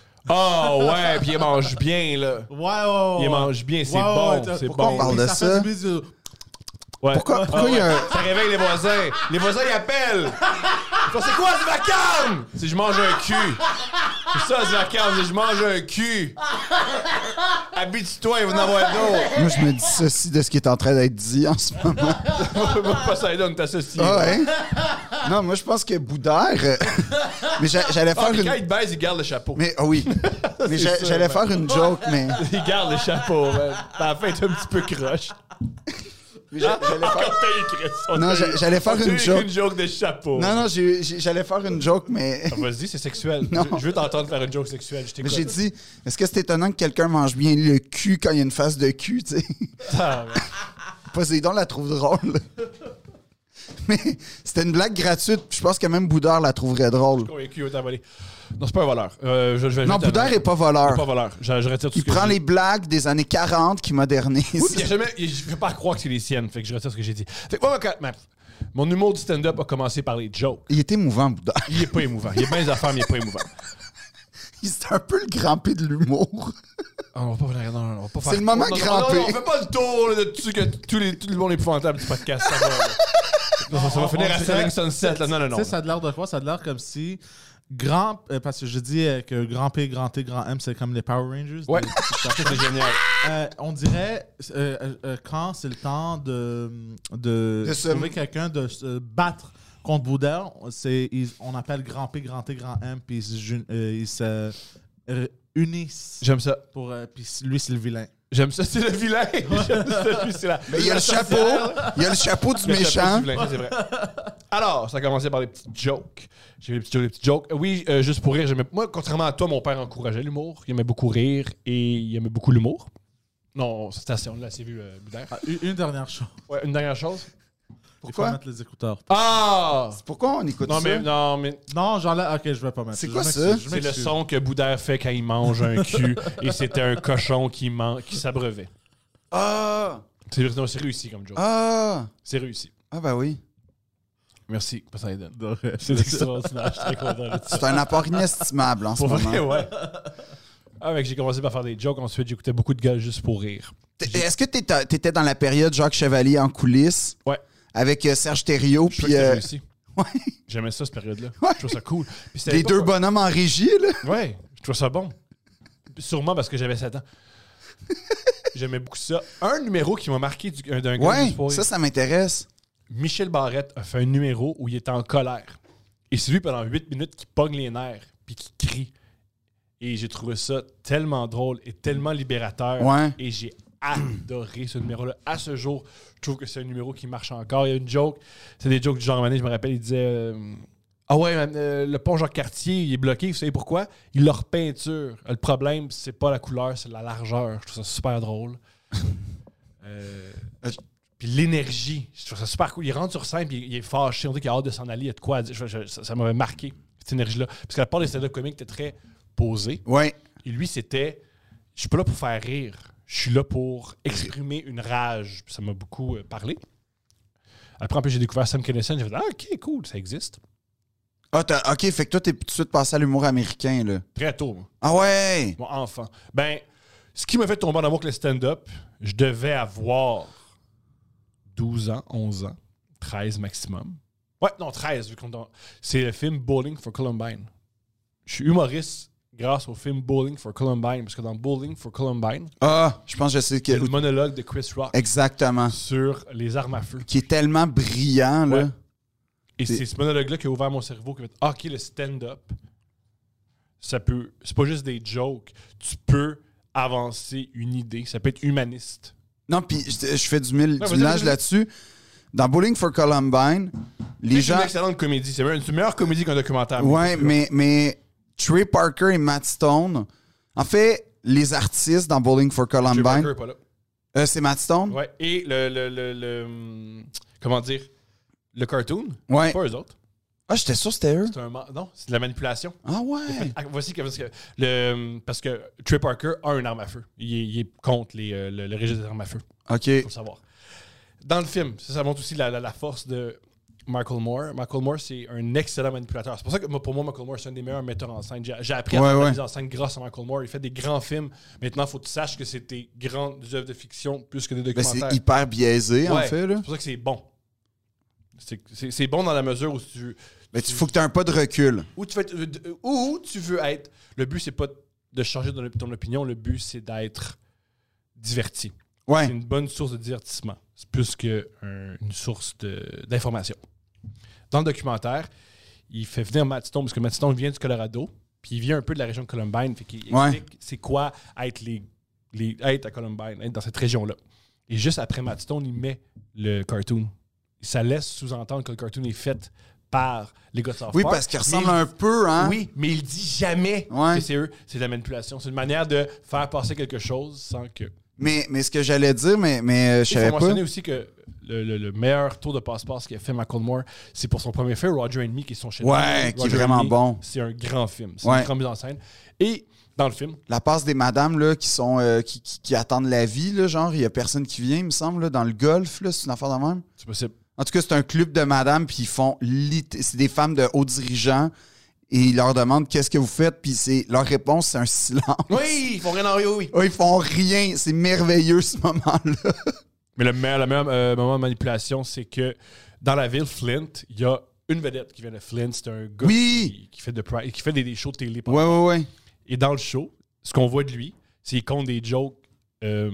Oh, ouais. Puis il mange bien, là. Ouais, ouais, ouais. Il mange bien, c'est Ouais, ouais, bon. ouais, t'as- c'est pourquoi bon. on parle de fait ça? du bisou. Ouais. Pourquoi- pourquoi Ah, il y a ouais. un- Ça réveille les voisins. Les voisins, ils appellent. Ils font, c'est quoi ce vacarme? C'est je mange un cul. C'est ça, ce vacarme, c'est je mange un cul. Habitue-toi, il va en avoir d'autres. Moi, je me dissocie de ce qui est en train d'être dit en ce moment. Moi, pas ça, on t'associe. Ah ouais? Non, moi, je pense que Boudère... euh, mais j'a- j'allais Ah, faire puis une... quand il te baise, il garde le chapeau. Mais ah oui. Mais j'a- sûr, j'allais man. faire une joke, mais... Il garde le chapeau, man. À la fin, t'es un petit peu croche. Mais j'a- j'allais faire... Non, j'a- j'allais faire une joke. une joke de chapeau. Non, non, j'ai- j'ai- j'allais faire une joke, mais... Ah, vas-y, c'est sexuel. Non. Je, je veux t'entendre faire une joke sexuelle. Je mais t'écoute. j'ai dit, est-ce que c'est étonnant que quelqu'un mange bien le cul quand il y a une face de cul, tu sais? Ah, ouais. Poséidon la trouve drôle. Mais c'était une blague gratuite, puis je pense que même Boudard la trouverait drôle. Convaincu, autant voler. Non, c'est pas un voleur. Euh, je, je vais Non, juste Boudard t'avouer. est pas Il est voleur. pas voleur. Je, je retire tout Il ce que prend j'ai les blagues des années quarante qui modernisent. Oui, puis il y a jamais. il- Je ne veux pas croire que c'est les siennes. Fait que je retire ce que j'ai dit. Fait que moi, quand- ma- mon humour du stand-up a commencé par les jokes. Il est émouvant, Boudard. Il est pas émouvant. Il est bien des affaires, mais il est pas émouvant. C'est un peu le grand P de l'humour. Ah, on va pas faire. Non, non, on va pas faire. C'est le moment non, non, grand non, P. non, on fait pas le tour là, de tout, que, tout, les, tout le monde épouvantable du podcast. Ça va, là. Non, ça va On- finir on à dirait- Selling Sunset. Là. Non, non, Tu non. sais, ça a l'air de quoi? Ça a l'air comme si grand... euh, parce que je dis euh, que grand P, grand T, grand M, c'est comme les Power Rangers. Ouais. Des- Ça, c'est génial. Euh, on dirait euh, euh, euh, quand c'est le temps de, de, De se- trouver quelqu'un de se battre contre Boudard, c'est, ils- on appelle grand P, grand T, grand M, puis ils, se ju- euh, ils se euh, unissent. J'aime ça. Pour, euh, puis lui, c'est le vilain. J'aime ça, c'est le vilain. J'aime ça, lui, c'est la. Mais il y a le chapeau. Il y a le chapeau du Le chapeau méchant. du vilain, ça, c'est vrai. Alors, ça a commencé par des petites jokes. J'ai vu des petites jokes, des petites jokes. Oui, euh, juste pour rire. j'aimais- Moi, contrairement à toi, mon père encourageait l'humour. Il aimait beaucoup rire et il aimait beaucoup l'humour. Non, c'était assez, on l'a assez vu, euh, Boudère. Ah, une, une dernière chose. Ouais, une dernière chose. Il faut Pourquoi? mettre les écouteurs. Ah! Pourquoi on écoute Non, ça? mais, non, mais Non, j'enlève. Ok, je vais pas mettre. C'est Je quoi m'excuse, ça? je c'est le m'excuse. son que Boudère fait quand il mange un cul et c'était un cochon qui, man... qui s'abreuvait. Ah! C'est, non, c'est réussi comme joke. Ah! C'est réussi. Ah, ben oui. Merci, Poseidon. De- C'est extraordinaire. Je suis très content de ça. C'est un apport inestimable en ce Pour moment. vrai, ouais. Ah, mec, j'ai commencé par faire des jokes. Ensuite, j'écoutais beaucoup de gars juste pour rire. T- Est-ce que t'étais t'étais dans la période Jacques Chevalier en coulisses? Ouais. Avec euh, Serge Thériault, Je trouve puis que c'est euh, réussi. ouais. J'aimais ça, cette période-là. Ouais. Je trouve ça cool. Puis c'était les pas- deux bonhommes en régie, là. Ouais, je trouve ça bon. Sûrement parce que j'avais sept ans. J'aimais beaucoup ça. Un numéro qui m'a marqué du- d'un gars Ouais, juste pour rire. ça, ça m'intéresse. Michel Barrette a fait un numéro où il était en colère. Et c'est lui pendant huit minutes qui pogne les nerfs puis qui crie. Et j'ai trouvé ça tellement drôle et tellement libérateur. Ouais. Et j'ai adoré ce numéro-là. À ce jour, je trouve que c'est un numéro qui marche encore. Il y a une joke. C'est des jokes du genre, Mané, je me rappelle, il disait euh, ah ouais, man, euh, le pont Jacques-Cartier, il est bloqué. Vous savez pourquoi? Il leur peinture. Le problème, c'est pas la couleur, c'est la largeur. Je trouve ça super drôle. euh, Puis l'énergie, je trouve ça super cool. Il rentre sur scène, puis il est fâché. On dit qu'il a hâte de s'en aller. Il y a de quoi à dire. Je- je- ça ça m'avait marqué, cette énergie-là. Parce que la part des stand-up comiques était très posée. Ouais. Et lui, c'était je suis pas là pour faire rire. Je suis là pour exprimer une rage. Puis ça m'a beaucoup euh, parlé. Après, en plus, j'ai découvert Sam Kinison. J'ai fait ah, ok, cool, ça existe. Ah, t'as- OK, fait que toi, t'es tout de suite passé à l'humour américain, là. Très tôt, moi, Ah ouais! mon enfant. Ben, ce qui m'a fait tomber en amour avec le stand-up, je devais avoir douze ans, onze ans, treize maximum. Ouais, non, treize, vu qu'on doit- c'est le film Bowling for Columbine. Je suis humoriste grâce au film Bowling for Columbine, parce que dans Bowling for Columbine, Ah, je pense que je sais il y a que... le monologue de Chris Rock Exactement. sur les armes à feu. Qui est tellement brillant, là. Ouais. Et C'est- c'est ce monologue-là qui a ouvert mon cerveau, qui m'a dit ah, ok, le stand-up, ça peut. C'est pas juste des jokes. Tu peux avancer une idée. Ça peut être humaniste. Non, puis je, je fais du, mille, Ouais, du vas-y, ménage vas-y. là-dessus. Dans Bowling for Columbine, les C'est gens... une excellente comédie. C'est même une meilleure comédie qu'un documentaire. Ouais, mais, mais Trey Parker et Matt Stone... En fait, les artistes dans Bowling for Trey Columbine... Parker est pas là. Euh, c'est Matt Stone? Ouais. Et le, le, le, le, hum, comment dire, le cartoon, Ouais. c'est pas eux autres. Ah, j'étais sûr que c'était eux. C'est un man- non, c'est de la manipulation. Ah ouais! Ah, voici que, parce que le parce que Trey Parker a une arme à feu. Il est, il est contre les, euh, le, le registre des armes à feu. OK. Il faut le savoir. Dans le film, ça, ça montre aussi la, la, la force de Michael Moore. Michael Moore, c'est un excellent manipulateur. C'est pour ça que moi, pour moi, Michael Moore, c'est un des meilleurs metteurs en scène. J'ai, j'ai appris à Ouais, faire de ouais. la mise en scène grâce à Michael Moore. Il fait des grands films. Maintenant, il faut que tu saches que c'est des grandes œuvres de fiction plus que des Ben, documentaires. c'est hyper biaisé, en Ouais. fait, là. C'est pour ça que c'est bon. C'est, c'est, c'est bon dans la mesure où tu... Mais il faut que tu aies un pas de recul. Où tu, veux être, euh, où tu veux être. Le but, c'est pas de changer ton, ton opinion. Le but, c'est d'être diverti. C'est Ouais. une bonne source de divertissement. C'est plus qu'une source de- d'information. Dans le documentaire, il fait venir Matt Stone, parce que Matt Stone vient du Colorado, puis il vient un peu de la région de Columbine, fait qu'il Ouais. explique c'est quoi être, les, les, être à Columbine, être dans cette région-là. Et juste après Matt Stone, il met le cartoon. Ça laisse sous-entendre que le cartoon est fait par les gars de South Oui, Park. parce qu'il ressemble Mais- un peu, hein? Oui, mais il dit jamais Ouais. que c'est eux. C'est de la manipulation. C'est une manière de faire passer quelque chose sans que... Mais, mais ce que j'allais dire, mais, mais euh, je Il savais faut pas. mentionner aussi que le, le- le meilleur tour de passe-passe qu'a fait Macklemore, c'est pour son premier film, Roger and Me, qui est son chef. Ouais, qui est vraiment bon. C'est un grand film. C'est Ouais. une grande mise en scène. Et dans le film, La passe des madames là, qui sont euh, qui, qui, qui attendent la vie, là, genre, il y a personne qui vient, il me semble, là, dans le golf, là, c'est une affaire de même. c'est possible. En tout cas, c'est un club de madames, puis ils font lit- c'est des femmes de hauts dirigeants, et ils leur demandent qu'est-ce que vous faites, puis c'est leur réponse, c'est un silence. Oui, ils font rien en oui, oui. Oh, ils font rien, c'est merveilleux ce moment-là. Mais le meilleur, le meilleur euh, moment de manipulation, c'est que dans la ville Flint, il y a une vedette qui vient de Flint. C'est un gars Oui. qui, qui fait, de, pri- qui fait des, des shows de télé. Ouais, ouais, ouais. Et dans le show, ce qu'on voit de lui, c'est qu'il compte des jokes euh,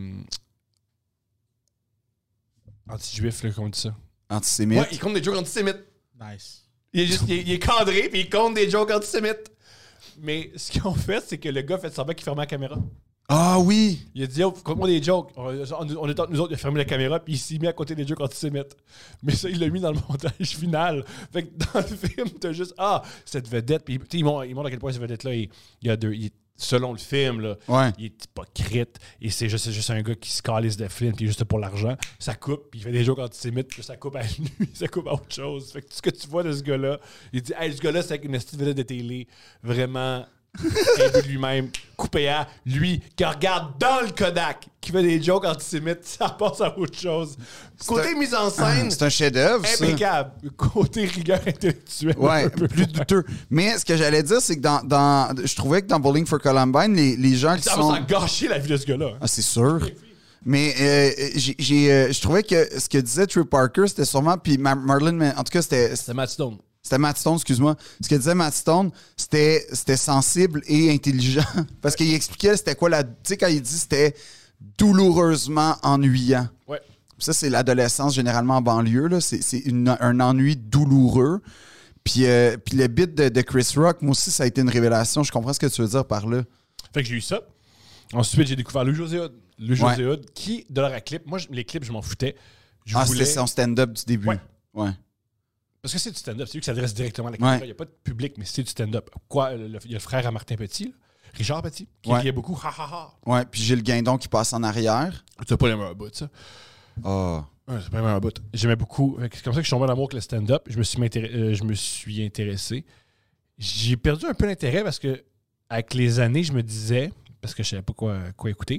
anti-juifs, là, comment on dit ça? Antisémite. Ouais, il compte des jokes antisémites. Nice. Il est, juste, il, est, il est cadré, puis il compte des jokes antisémites. Mais ce qu'ils ont fait, c'est que le gars fait semblant qu'il fermait la caméra. Ah oui! Il a dit, oh, compte-moi des jokes. On, on, on est entre nous autres, il a fermé la caméra, puis il s'est mis à côté des jokes antisémites. Mais ça, il l'a mis dans le montage final. Fait que dans le film, t'as juste, ah, cette vedette. Puis tu sais, ils montrent, ils montrent à quel point cette vedette-là, il, il y a deux. Il est, selon le film, là, Ouais. il est hypocrite. Et c'est juste, c'est juste un gars qui se calisse de Flint, puis juste pour l'argent. Ça coupe, puis il fait des jokes antisémites, puis ça coupe à lui, ça coupe à autre chose. Fait que tout ce que tu vois de ce gars-là, il dit, hey, ce gars-là, c'est une petite vedette de télé, vraiment. imbu de lui-même, coupé à lui, qui regarde dans le Kodak, qui fait des jokes antisémites, ça passe à autre chose. Côté un- mise en scène, C'est un chef-d'œuvre, ça. impeccable. Côté rigueur intellectuelle, Ouais, un peu plus douteux. Mais ce que j'allais dire, c'est que dans, dans. Je trouvais que dans Bowling for Columbine, les, les gens qui ça sont. va gâcher la vie de ce gars-là. Ah, c'est sûr. Mais euh, j'ai, j'ai, euh, je trouvais que ce que disait Trey Parker, c'était sûrement. Puis Mar- Marlon, mais en tout cas, c'était. C'est Matt Stone. C'était Matt Stone, excuse-moi. Ce que disait Matt Stone, c'était, c'était sensible et intelligent. Parce qu'il expliquait c'était quoi la. Tu sais, quand il dit c'était douloureusement ennuyant. Ouais. Ça, c'est l'adolescence généralement en banlieue. Là. C'est, c'est une- un ennui douloureux. Puis, euh, puis le beat de, de Chris Rock, moi aussi, ça a été une révélation. Je comprends ce que tu veux dire par là. Fait que j'ai eu ça. Ensuite, j'ai découvert Louis José Hood. Louis Ouais. José Hood, qui, de leur clip, moi, je- les clips, je m'en foutais. Je Ah, voulais... c'était son stand-up du début. Ouais. Ouais. Parce que c'est du stand-up. C'est lui qui s'adresse directement à la caméra. Il Ouais. n'y a pas de public, mais c'est du stand-up. Quoi, le- le- il y a le frère à Martin Petit, là, Richard Petit, qui Ouais. riait beaucoup. Ha ha ha. Ouais. Puis Gilles Guindon qui passe en arrière. C'est pas les meilleurs bouts, ça. Ah. Ouais, c'est pas les meilleurs bouts. J'aimais beaucoup. Fait que C'est comme ça que je suis tombé en amour avec le stand-up. Je me suis, m'intér- euh, je me suis intéressé. J'ai perdu un peu l'intérêt parce que, avec les années, je me disais, parce que je savais pas quoi, quoi écouter,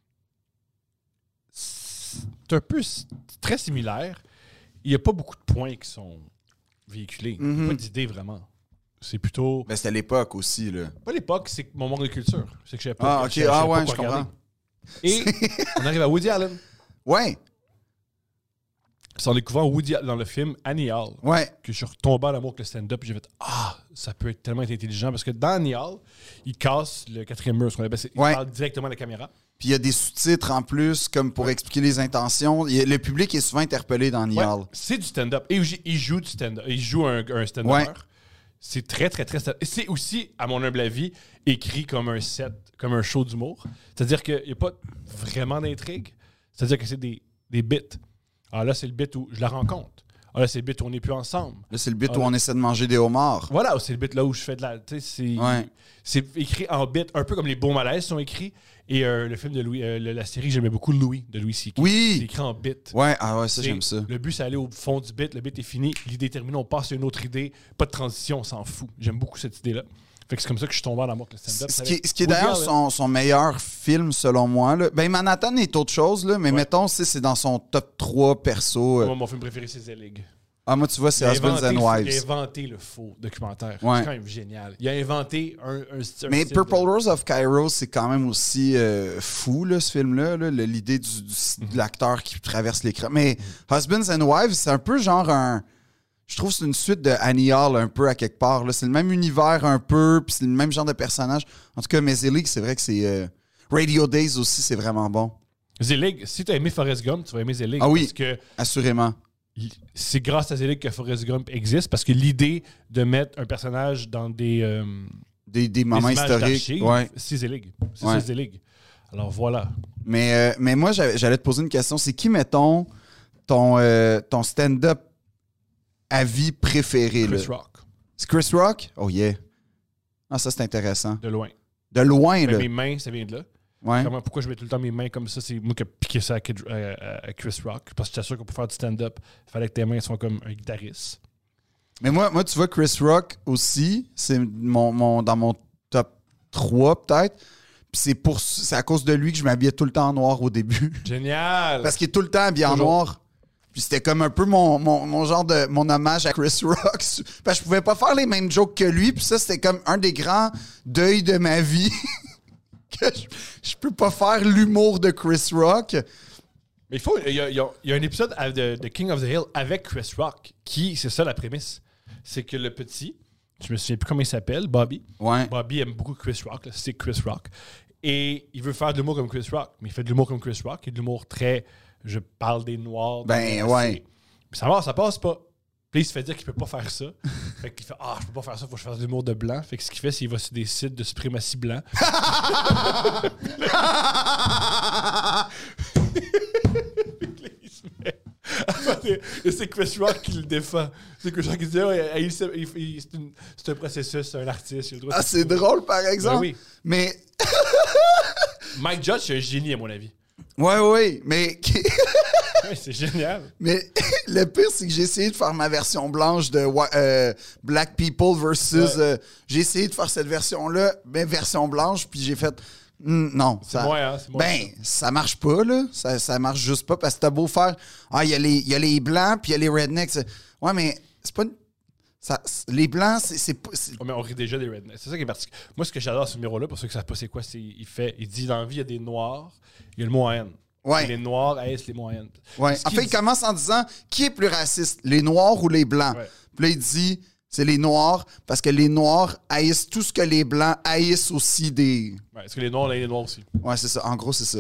c'est un peu c'est très similaire. Il n'y a pas beaucoup de points qui sont véhiculés. Il n'y a Mhm. pas d'idées vraiment. C'est plutôt. Ben, c'était l'époque aussi, là. Pas l'époque, c'est mon manque de culture. C'est que je savais Ah, pas. ok. je savais- je Ah, savais pas ouais, quoi je regarder. comprends. Et on arrive à Woody Allen. Ouais. C'est en découvrant Woody Allen dans le film Annie Hall Ouais. que je suis retombé en amour avec le stand-up. J'ai fait ah, ça peut être tellement intelligent parce que dans Annie Hall, il casse le quatrième mur, ce qu'on appelle. Il Ouais. parle directement à la caméra. Puis il y a des sous-titres en plus, comme pour expliquer les intentions. Il y a- le public est souvent interpellé dans Ouais, Niall. c'est du stand-up. Et il il joue du stand-up. Il joue un, un stand-up. Ouais. C'est très, très, très stand-up. Et c'est aussi, à mon humble avis, écrit comme un set, comme un show d'humour. C'est-à-dire qu'il n'y a pas vraiment d'intrigue. C'est-à-dire que c'est des, des bits. Alors là, c'est le bit où je la rencontre. Alors là, c'est le bit où on n'est plus ensemble. Là, c'est le but Ah, où là. on essaie de manger des homards. Voilà, c'est le bit là où je fais de la. Tu sais, c'est, Ouais. c'est écrit en bit, un peu comme les beaux malaises sont écrits. Et euh, le film de Louis, euh, le- la série, j'aimais beaucoup Louis, de Louis C K. Oui. C'est écrit en bit. Ouais, ah ouais, ça, C'est- j'aime ça. Le but, c'est aller au fond du bit. Le bit est fini. L'idée est terminée. On passe à une autre idée. Pas de transition, on s'en fout. J'aime beaucoup cette idée-là. Fait que c'est comme ça que je suis tombé en amour avec le stand-up. Ce Ça qui, avait- ce qui est Woody d'ailleurs Allen. son, son meilleur film, selon moi. Là. Ben, Manhattan est autre chose, là, mais Ouais. mettons, c'est c'est dans son top trois perso. euh. Moi, mon film préféré, c'est Zelig. Ah, moi, tu vois, c'est Il a Husbands inventé and le faux- Il a Wives. inventé le faux documentaire. Ouais. C'est quand même génial. Il a inventé un, un, st- un Mais style Purple de- Rose of Cairo, c'est quand même aussi euh, fou, là, ce film-là. Là, le- l'idée du, du- Mhm. de l'acteur qui traverse l'écran. Mais Husbands and Wives, c'est un peu genre un. Je trouve que c'est une suite de Annie Hall un peu à quelque part. Là. C'est le même univers un peu, puis c'est le même genre de personnage. En tout cas, mais Zelig, c'est vrai que c'est. euh, Radio Days aussi, c'est vraiment bon. Zelig, si tu as aimé Forrest Gump, tu vas aimer Zelig. Ah oui. Parce que Assurément. l- c'est grâce à Zelig que Forrest Gump existe. Parce que l'idée de mettre un personnage dans des, euh, Des, des des moments images historiques. d'archives, Ouais. c'est Zelig. C'est Ouais. ça, Zelig. Alors voilà. Mais, euh, mais moi, j'allais j'allais te poser une question. C'est qui, mettons, ton, euh, ton stand-up à vie préféré? Chris là? Rock, C'est Chris Rock? Oh yeah. Ah, ça, c'est intéressant. de loin. De loin, Mais là. mes mains, ça vient de là. Ouais. Comment, pourquoi je mets tout le temps mes mains comme ça? C'est moi qui ai piqué ça à, Kid- à- à Chris Rock. Parce que j'étais sûr que pour faire du stand-up, il fallait que tes mains soient comme un guitariste. Mais moi, moi, tu vois, Chris Rock aussi, c'est mon, mon, dans mon top trois, peut-être. Puis c'est, pour, c'est à cause de lui que je m'habillais tout le temps en noir au début. Génial! Parce qu'il est tout le temps habillé en Toujours. noir. Puis c'était comme un peu mon, mon, mon genre de mon hommage à Chris Rock. Parce que je pouvais pas faire les mêmes jokes que lui. Puis ça, c'était comme un des grands deuils de ma vie. que je, je peux pas faire l'humour de Chris Rock. Mais il faut. Il y a, il y a- il y a un épisode à- de, de King of the Hill avec Chris Rock qui, c'est ça la prémisse. C'est que le petit, je me souviens plus comment il s'appelle, Bobby. Ouais. Bobby aime beaucoup Chris Rock, là, c'est Chris Rock. Et il veut faire de l'humour comme Chris Rock, mais il fait de l'humour comme Chris Rock, et de l'humour très. Je parle des Noirs. Ben, des- ouais. Puis ça va, ça passe pas. Puis il se fait dire qu'il peut pas faire ça. Fait qu'il fait Ah, je peux pas faire ça, faut que je fasse de l'humour de blanc. Fait que ce qu'il fait, c'est qu'il va sur des sites de suprématie blanc. Il se met- Et c'est Chris Rock qui le défend. C'est Chris Rock qui dit ouais, il- il- il- c'est, une- c'est un processus, c'est un artiste. Il a le droit de Ah, faire c'est ce qu'il veut. drôle, par exemple. Ben oui. Mais. Mike Judge, c'est un génie, à mon avis. Ouais, ouais. Mais. Ouais, c'est génial. Mais le pire, c'est que j'ai essayé de faire ma version blanche de euh, Black People versus. Ouais. euh, j'ai essayé de faire cette version-là, mais version blanche, puis j'ai fait. Hmm, non, C'est ça. moi, hein, c'est moi. Ben, ça marche pas, là. Ça, ça marche juste pas parce que t'as beau faire. Ah, il y, a les- il y a les blancs, puis il y a les rednecks. Ouais, mais c'est pas. une- Ça, c'est- les blancs, c'est. c'est pas- c'est- Oh, mais on rit déjà des rednecks. C'est ça qui est particulier. Moi, ce que j'adore ce numéro-là, pour ceux qui savent pas c'est quoi, c'est il fait, il dit dans la vie, il y a des noirs, il y a le mot haine. Ouais. Et les noirs haïssent les mots haine. Ouais. Ce En qu'il fait, il dit- commence en disant qui est plus raciste, les noirs ou les blancs? Ouais. Puis là, il dit c'est les noirs parce que les noirs haïssent tout ce que les blancs haïssent aussi des. Ouais, parce que les noirs, là, les noirs aussi. Ouais, c'est ça. En gros, c'est ça.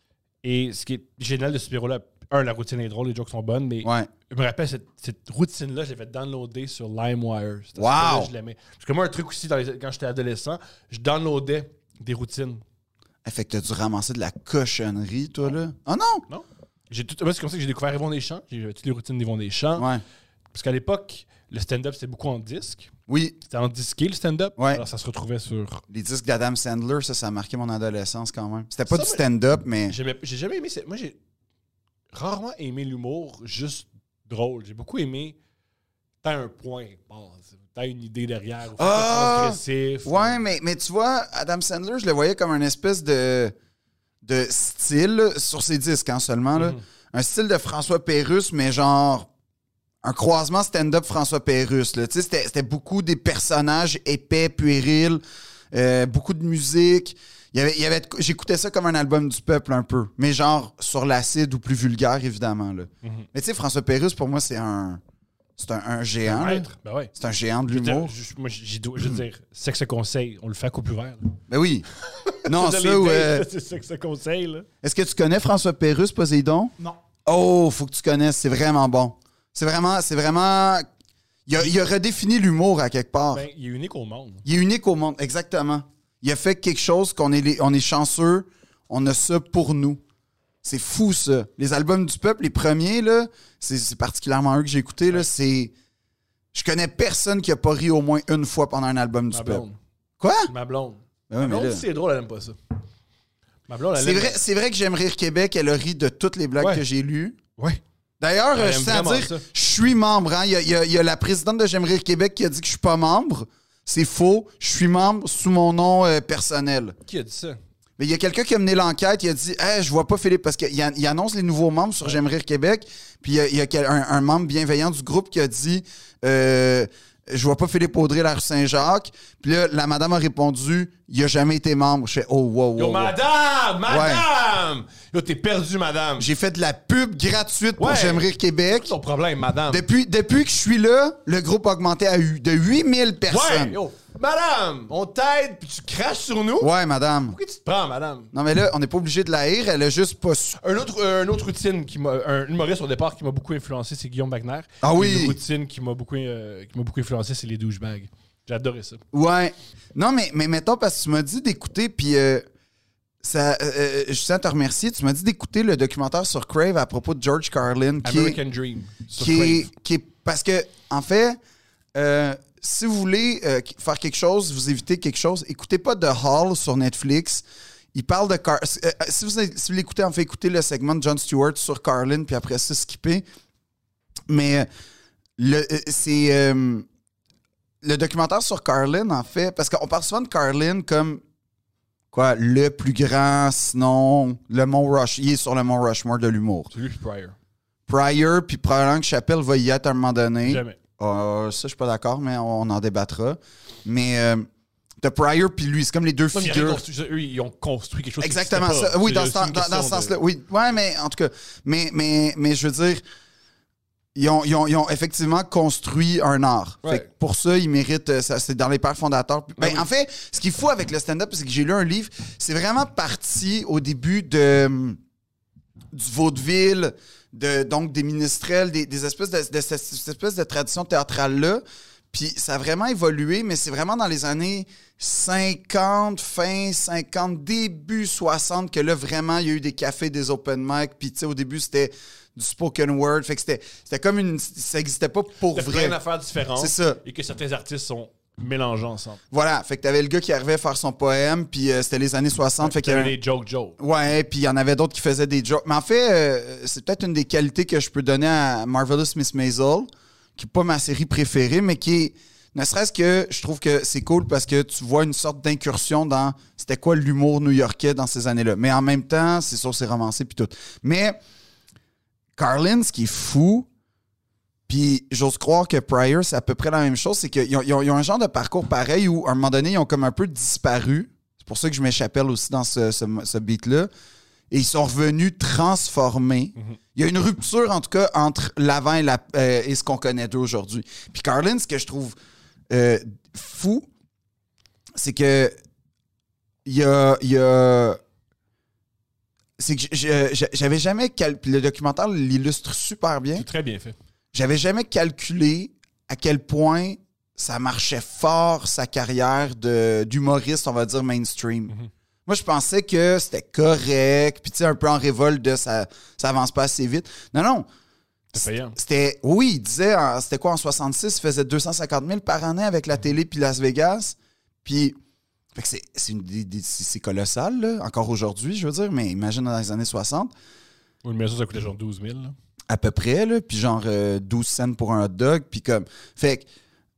Et ce qui est génial de ce numéro-là, un, la routine est drôle, les jokes sont bonnes, mais Ouais. je me rappelle, cette, cette routine-là, je l'ai fait downloader sur LimeWire. C'était Wow! ça que je l'aimais. Parce que moi, un truc aussi, dans les- quand j'étais adolescent, je downloadais des routines. Eh, fait que t'as dû ramasser de la cochonnerie, toi, là. Oh non! Non? J'ai tout, moi, c'est comme ça que j'ai découvert Yvon Deschamps. J'ai toutes les routines d'Yvon Deschamps. Ouais. Parce qu'à l'époque, le stand-up, c'était beaucoup en disque. Oui, C'était en disqué, le stand-up. Ouais. Alors, ça se retrouvait sur... les disques d'Adam Sandler, ça, ça a marqué mon adolescence quand même. C'était pas Ça, du moi, stand-up, mais. J'aimais- J'ai jamais aimé... cette- Moi, j'ai rarement aimé l'humour juste drôle. J'ai beaucoup aimé... T'as un point, bon, t'as une idée derrière. Ou Ah! transgressif. Ouais, mais, mais tu vois, Adam Sandler, je le voyais comme un espèce de, de style là, sur ses disques, hein, seulement. Là. Mhm. Un style de François Pérusse, mais genre un croisement stand-up François Pérusse. Là. Tu sais, C'était, c'était beaucoup des personnages épais, puérils, euh, beaucoup de musique. Il y avait, il y avait, de- j'écoutais ça comme un album du peuple un peu, mais genre sur l'acide ou plus vulgaire, évidemment. Là. Mhm. Mais tu sais, François Pérusse, pour moi, c'est un, c'est un, un géant. là. Maître, ben ouais. C'est un géant de Je veux dire, l'humour. je- moi, j'ai- je veux dire, sexe conseil, on le fait à couple ouvert. là. Ben oui. Non, C'est ça, les ou, dates, euh, là, c'est sexe conseil, là. est-ce que tu connais François Pérusse, Poséidon? Non. Oh, faut que tu connaisses, c'est vraiment bon. C'est vraiment, c'est vraiment... Il a, il a redéfini l'humour à quelque part. Ben, il est unique au monde. Il est unique au monde, exactement. Il a fait quelque chose qu'on est, les- on est chanceux, on a ça pour nous. C'est fou, ça. Les albums du peuple, les premiers, là, c'est, c'est particulièrement eux que j'ai écoutés, là, c'est... Je connais personne qui a pas ri au moins une fois pendant un album du Ma peuple. blonde. Quoi? Ma blonde. Ben oui, Ma mais blonde, là- si c'est drôle, elle aime pas ça. Ma blonde, elle C'est aime- vrai, c'est vrai que J'aime rire Québec, elle a ri de toutes les blagues Ouais. que j'ai lues. Ouais. D'ailleurs, Elle je aime tiens à vraiment dire, ça. je suis membre. Hein. Il, y a, il y a- il y a la présidente de J'aime rire Québec qui a dit que je suis pas membre. C'est faux. Je suis membre sous mon nom euh, personnel. Qui a dit ça? Mais il y a quelqu'un qui a mené l'enquête. Il a dit hey, je vois pas Philippe parce qu'il an- il annonce les nouveaux membres sur J'aime rire Québec. Puis il y a, il y a quel- un, un membre bienveillant du groupe qui a dit euh, je vois pas Philippe Audrey à la rue Saint-Jacques. Puis là, la madame a répondu il a jamais été membre. Je fais oh, wow, wow. Yo, wow. madame! Madame! Yo, t'es perdu, madame. J'ai fait de la pub gratuite pour Ouais. J'aime rire Québec. C'est ton problème, madame. Depuis, depuis que je suis là, le groupe a augmenté à hu- de huit mille personnes. Ouais, yo, madame, on t'aide puis tu craches sur nous. Ouais, madame. Pourquoi tu te prends, madame? Non, mais là, on n'est pas obligé de la haïr. Elle a juste pas su. Un autre, euh, une autre routine qui m'a. Un humoriste au départ qui m'a beaucoup influencé, c'est Guillaume Wagner. Ah oui. Une routine qui m'a beaucoup, euh, qui m'a beaucoup influencé, c'est les douchebags. J'ai adoré ça. Ouais. Non, mais, mais mettons, parce que tu m'as dit d'écouter, puis euh, ça, euh, je tiens à te remercier. Tu m'as dit d'écouter le documentaire sur Crave à propos de George Carlin. Qui American est, Dream. Sur qui est, Crave. qui est- parce que, en fait, euh, si vous voulez euh, faire quelque chose, vous évitez quelque chose, écoutez pas The Hall sur Netflix. Il parle de... Car euh, si, vous, si vous l'écoutez, en fait, écoutez le segment de Jon Stewart sur Carlin, puis après ça, skipper. Mais le, euh, c'est... Euh, le documentaire sur Carlin, en fait, parce qu'on parle souvent de Carlin comme... Quoi, le plus grand, sinon, le Mont Rush. Il est sur le Mont Rushmore de l'humour. C'est lui puis Pryor. Pryor, puis probablement que Chappelle va y être à un moment donné. Jamais. Euh, ça, je suis pas d'accord, mais on en débattra. Mais euh, t'as Pryor puis lui, c'est comme les deux Non, mais ils ont figures. construit- eux, ils ont construit quelque chose. qui Exactement existait ça. pas. Oui, C'est- dans ce, c'est une dans- dans question ce de- sens-là. Oui, ouais, mais en tout cas, mais, mais, mais je veux dire, ils ont, ils ont, ils ont effectivement construit un art. Ouais. Fait que pour ça, ils méritent. euh, Ça, c'est dans les pères fondateurs. Ben, oui. En fait, ce qu'il faut avec le stand-up, c'est que j'ai lu un livre. C'est vraiment parti au début de hum, du vaudeville, de, donc des ministrels, des, des espèces de, de, cette cette espèce de tradition théâtrale-là. Puis ça a vraiment évolué, mais c'est vraiment dans les années cinquante, fin cinquante, début soixante que là, vraiment, il y a eu des cafés, des open mic. Puis tu sais, au début, c'était du spoken word. Fait que c'était, c'était comme une... Ça n'existait pas pour C'était vrai. plein d'affaires différentes. C'est ça. Et que certains artistes sont mélangés ensemble. Voilà. Fait que t'avais le gars qui arrivait à faire son poème, puis euh, c'était les années soixante. Fait qu'il y T'avais avait... les Joke Joe. Ouais, puis il y en avait d'autres qui faisaient des jokes. Mais en fait, euh, c'est peut-être une des qualités que je peux donner à Marvelous Miss Maisel, qui n'est pas ma série préférée, mais qui est... Ne serait-ce que je trouve que c'est cool parce que tu vois une sorte d'incursion dans c'était quoi l'humour new-yorkais dans ces années-là. Mais en même temps, c'est sûr, c'est romancé puis tout. Mais Carlin, ce qui est fou, puis j'ose croire que Pryor, c'est à peu près la même chose, c'est qu'ils ont, ils ont- ils ont un genre de parcours pareil où, à un moment donné, ils ont comme un peu disparu. C'est pour ça que je mets Chappelle aussi dans ce, ce, ce beat-là. Et ils sont revenus transformés. Mhm. Il y a une rupture, en tout cas, entre l'avant et, la, euh, et ce qu'on connaît d'eux aujourd'hui. Puis Carlin, ce que je trouve euh, fou, c'est que il y a... il y a c'est que je- je- j'avais jamais... cal- puis le documentaire l'illustre super bien. C'est très bien fait. J'avais jamais calculé à quel point ça marchait fort, sa carrière de, d'humoriste, on va dire, mainstream. Mhm. Moi, je pensais que c'était correct, puis tu sais, un peu en révolte de ça, ça avance pas assez vite. Non, non. C'est payant. C'était, oui, il disait, en- c'était quoi, en soixante-six, il faisait deux cent cinquante mille par année avec la télé puis Las Vegas. Puis, fait que c'est, c'est, une, des- des- c'est c'est colossal, là, encore aujourd'hui, je veux dire, mais imagine dans les années soixante. Une maison, ça coûtait genre douze mille. là. À peu près, là, puis genre euh, douze cents pour un hot dog, puis comme... Fait que...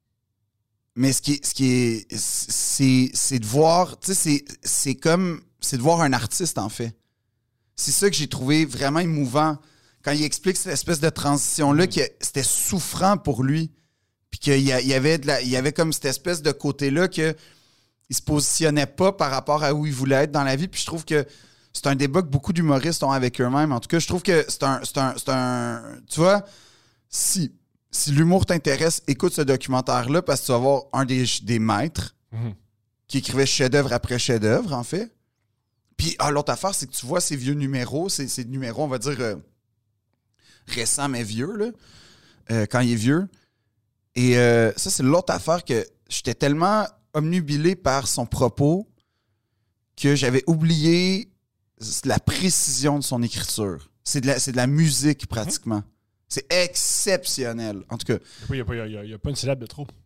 Mais ce qui est... Ce qui est c'est, c'est de voir... Tu sais, c'est, c'est comme... C'est de voir un artiste, en fait. C'est ça que j'ai trouvé vraiment émouvant. Quand il explique cette espèce de transition-là, que c'était souffrant pour lui. Puis qu'il y, a- il y avait de la, il y avait comme cette espèce de côté-là que il se positionnait pas par rapport à où il voulait être dans la vie. Puis je trouve que c'est un débat que beaucoup d'humoristes ont avec eux-mêmes. En tout cas, je trouve que c'est un... C'est un, c'est un tu vois, si, si l'humour t'intéresse, écoute ce documentaire-là parce que tu vas voir un des, des maîtres Mhm. qui écrivait chef-d'œuvre après chef-d'œuvre, en fait. Puis ah, l'autre affaire, c'est que tu vois ces vieux numéros, ces, ces numéros, on va dire, euh, récents mais vieux, là, euh, quand il est vieux. Et euh, ça, c'est l'autre affaire que j'étais tellement omnubilé par son propos que j'avais oublié la précision de son écriture. C'est de la, c'est de la musique, pratiquement. C'est exceptionnel. En tout cas, Il n'y a, pas- il y a- il y a pas une syllabe de trop.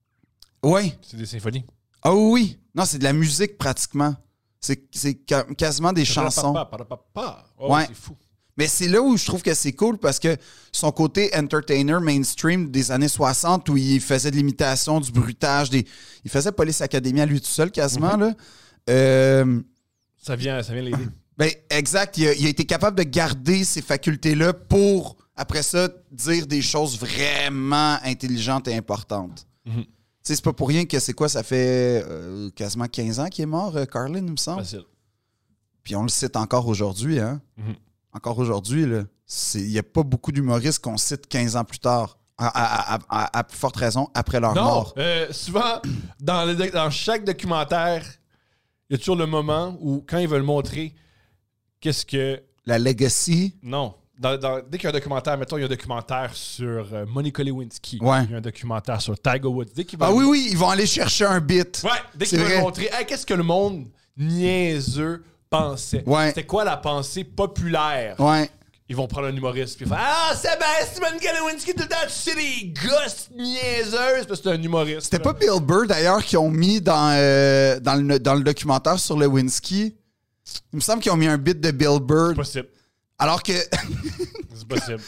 oui. C'est des symphonies. Ah oui, oui. Non, c'est de la musique, pratiquement. C'est, c'est ca- quasiment des chansons. Oh, Ouais. C'est fou. Mais c'est là où je trouve que c'est cool parce que son côté entertainer mainstream des années soixante où il faisait de l'imitation, du bruitage, des... il faisait Police Academy à lui tout seul quasiment. Mhm. Là. Euh, Ça vient, ça vient l'aider. ben, exact. Il a, il a été capable de garder ces facultés-là pour, après ça, dire des choses vraiment intelligentes et importantes. Mhm. Tu sais, c'est pas pour rien que c'est quoi, ça fait euh, quasiment quinze ans qu'il est mort, euh, Carlin, il me semble. Facile. Puis on le cite encore aujourd'hui, hein? Mhm. Encore aujourd'hui, là. Il n'y a pas beaucoup d'humoristes qu'on cite quinze ans plus tard. À, à- à- à- à plus forte raison, après leur Non, mort. euh, souvent, dans, le doc- dans chaque documentaire, il y a toujours le moment où, quand ils veulent montrer qu'est-ce que... La legacy. Non. Dans- dans- dès qu'il y a un documentaire, mettons, il y a un documentaire sur euh, Monica Lewinsky. Ouais. Il y a un documentaire sur Tiger Woods. Dès qu'ils Ah veulent- oui, oui, ils vont aller chercher un bit. Ouais, dès C'est qu'ils veulent vrai. montrer hey, qu'est-ce que le monde niaiseux pensaient. Ouais. C'était quoi la pensée populaire? Ouais. Ils vont prendre un humoriste puis faire ah, Sébastien Monica-Lewinsky, tout le temps, tu sais, des gosses niaiseuses, parce que c'est un humoriste. C'était pas Bill Burr, d'ailleurs, qui ont mis dans, euh, dans, le, dans le documentaire sur Lewinsky. Il me semble qu'ils ont mis un bit de Bill Burr. C'est possible. Alors que C'est possible.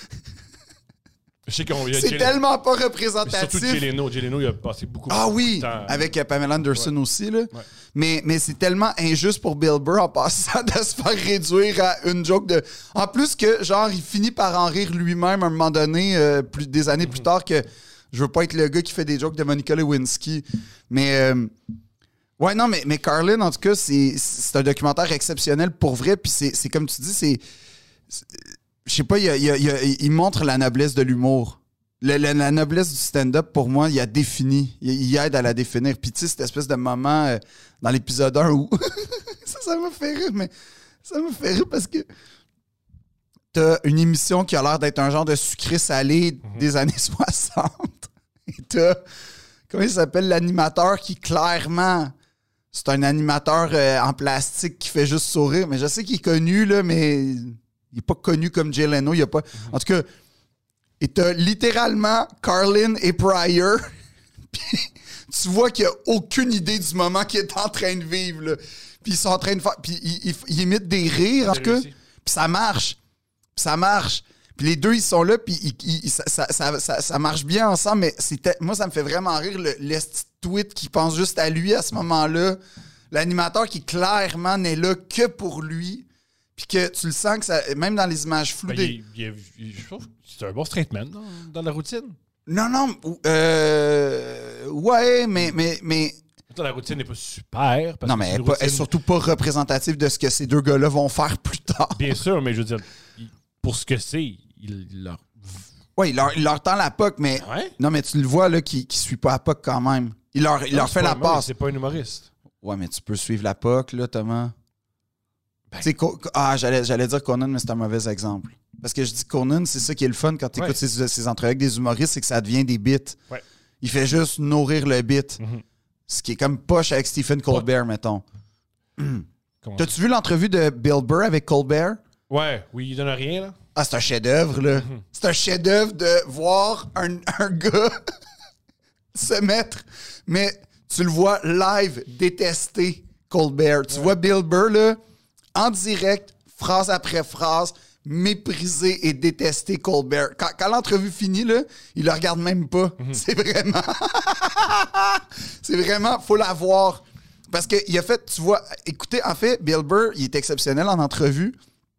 Je sais qu'on c'est tellement pas représentatif. Surtout Jay Leno. Jay Leno, il a passé beaucoup, Ah beaucoup oui, de temps. avec euh, Pamela Anderson Ouais. aussi. Là. Ouais. Mais, mais c'est tellement injuste pour Bill Burr en passant de se faire réduire à une joke de... En plus que, genre, il finit par en rire lui-même à un moment donné, euh, plus, des années Mm-hmm. plus tard, que je veux pas être le gars qui fait des jokes de Monica Lewinsky. Mais... euh, ouais, non, mais, mais Carlin, en tout cas, c'est, c'est un documentaire exceptionnel pour vrai. Puis c'est, c'est comme tu dis, c'est... c'est- je sais pas, il, y a- il y a- il y a- il montre la noblesse de l'humour. Le- le- la noblesse du stand-up, pour moi, il a défini. Il, il aide à la définir. Puis tu sais, cette espèce de moment euh, dans l'épisode un où... ça, ça m'a fait rire, mais ça m'a fait rire parce que t'as une émission qui a l'air d'être un genre de sucré-salé Mm-hmm. des années soixante. Et t'as... Comment il s'appelle? L'animateur qui, clairement... C'est un animateur euh, en plastique qui fait juste sourire. Mais je sais qu'il est connu, là, mais il n'est pas connu comme Jay Leno. Il a pas... En tout cas... Et t'as littéralement Carlin et Pryor. Puis tu vois qu'il n'y a aucune idée du moment qu'il est en train de vivre. Là. Puis ils sont en train de faire. Puis ils, ils, ils imitent des rires, en tout cas. Puis ça marche. Puis ça marche. Puis les deux, ils sont là. Puis ils, ils- ça, ça, ça, ça, ça marche bien ensemble. Mais c'était, moi, ça me fait vraiment rire le, le petit tweet qui pense juste à lui à ce moment-là. L'animateur qui clairement n'est là que pour lui. Puis que tu le sens que ça. Même dans les images floues. Ben, des- il, il, il, je trouve que c'est un bon straight man dans, dans la routine. Non, non, euh, ouais, mais, mais, mais, Attends, la routine n'est pas super. Parce non, que mais c'est elle une est, pas- elle est routine- surtout pas représentative de ce que ces deux gars-là vont faire plus tard. Bien sûr, mais je veux dire, il- pour ce que c'est, il, il leur... Ouais, il leur, il leur tend la P O C, mais, Ouais? non, mais tu le vois, là, qui, qui suit pas la P O C quand même. Il leur, il Non, leur c'est fait pas la un humoriste, passe. C'est pas un humoriste. Ouais, mais tu peux suivre la P O C, là, Thomas. Ben- Tu sais, Co- ah, j'allais, j'allais dire Conan, mais c'est un mauvais exemple. Parce que je dis Conan, c'est ça qui est le fun quand tu écoutes Ouais. ces, ces entrevues avec des humoristes, c'est que ça devient des bits. Ouais. Il fait juste nourrir le bit. Mhm. Ce qui est comme poche avec Stephen Colbert, mettons. Comment- T'as-tu vu l'entrevue de Bill Burr avec Colbert? Ouais, oui, il donne rien, là. Ah, c'est un chef-d'œuvre, là. Mhm. C'est un chef-d'œuvre de voir un, un gars se mettre, mais tu le vois live détester Colbert. Tu vois Bill Burr, là, en direct, phrase après phrase, mépriser et détester Colbert. Quand, quand l'entrevue finit, là, il le regarde même pas. C'est vraiment... c'est vraiment... Faut la voir. Parce qu'il a fait, tu vois... Écoutez, en fait, Bill Burr, il est exceptionnel en entrevue.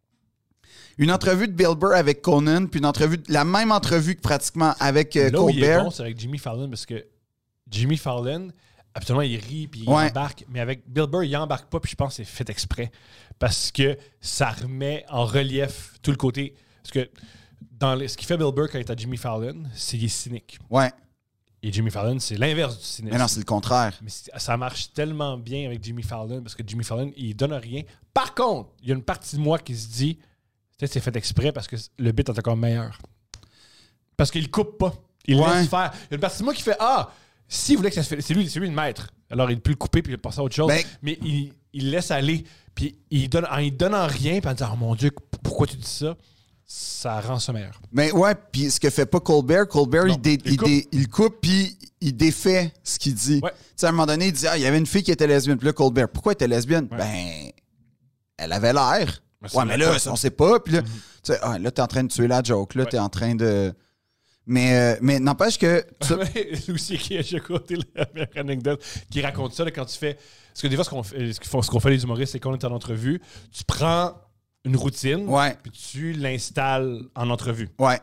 Une entrevue de Bill Burr avec Conan, puis une entrevue... La même entrevue que pratiquement avec euh, Là où il est Colbert. bon, c'est avec Jimmy Fallon, parce que Jimmy Fallon, absolument, il rit puis il Ouais. embarque. Mais avec Bill Burr, il embarque pas, puis je pense que c'est fait exprès. Parce que ça remet en relief tout le côté. Parce que dans les- ce qui fait Bill Burr quand il est à Jimmy Fallon, c'est qu'il est cynique. Ouais. Et Jimmy Fallon, c'est l'inverse du cynisme. Mais non, c'est le contraire. Mais c'est- ça marche tellement bien avec Jimmy Fallon parce que Jimmy Fallon, il donne rien. Par contre, il y a une partie de moi qui se dit peut-être c'est fait exprès parce que le bit est encore meilleur. Parce qu'il coupe pas. Il Ouais. laisse faire. Il y a une partie de moi qui fait ah, s'il voulait que ça se fasse, c'est lui, c'est lui le maître. Alors il peut le couper puis il peut passer à autre chose. Ben- Mais il, il laisse aller. Puis il donne, en il donnant rien, puis en disant oh mon Dieu, pourquoi tu dis ça? Ça rend ça meilleur. Mais ouais, puis ce que fait pas Colbert, Colbert, Non, il, dé- il il, coupe. dé- il coupe, puis il défait ce qu'il dit. Ouais. Tu sais, à un moment donné, il dit ah, il y avait une fille qui était lesbienne. Puis là, Colbert, pourquoi elle était lesbienne? Ouais. Ben, elle avait l'air. Mais c'est Ouais, mais la là, personne. on sait pas. Puis là, tu sais, ah, là, t'es en train de tuer la joke. Là, Ouais. t'es en train de. Mais, euh, mais n'empêche que. tu- Lui aussi qui a raconté la meilleure anecdote qui raconte ça là, quand tu fais parce que des fois ce qu'on fait, ce qu'ils font- ce qu'on fait les humoristes c'est qu'on est en entrevue, tu prends une routine Ouais. puis tu l'installes en entrevue. Ouais.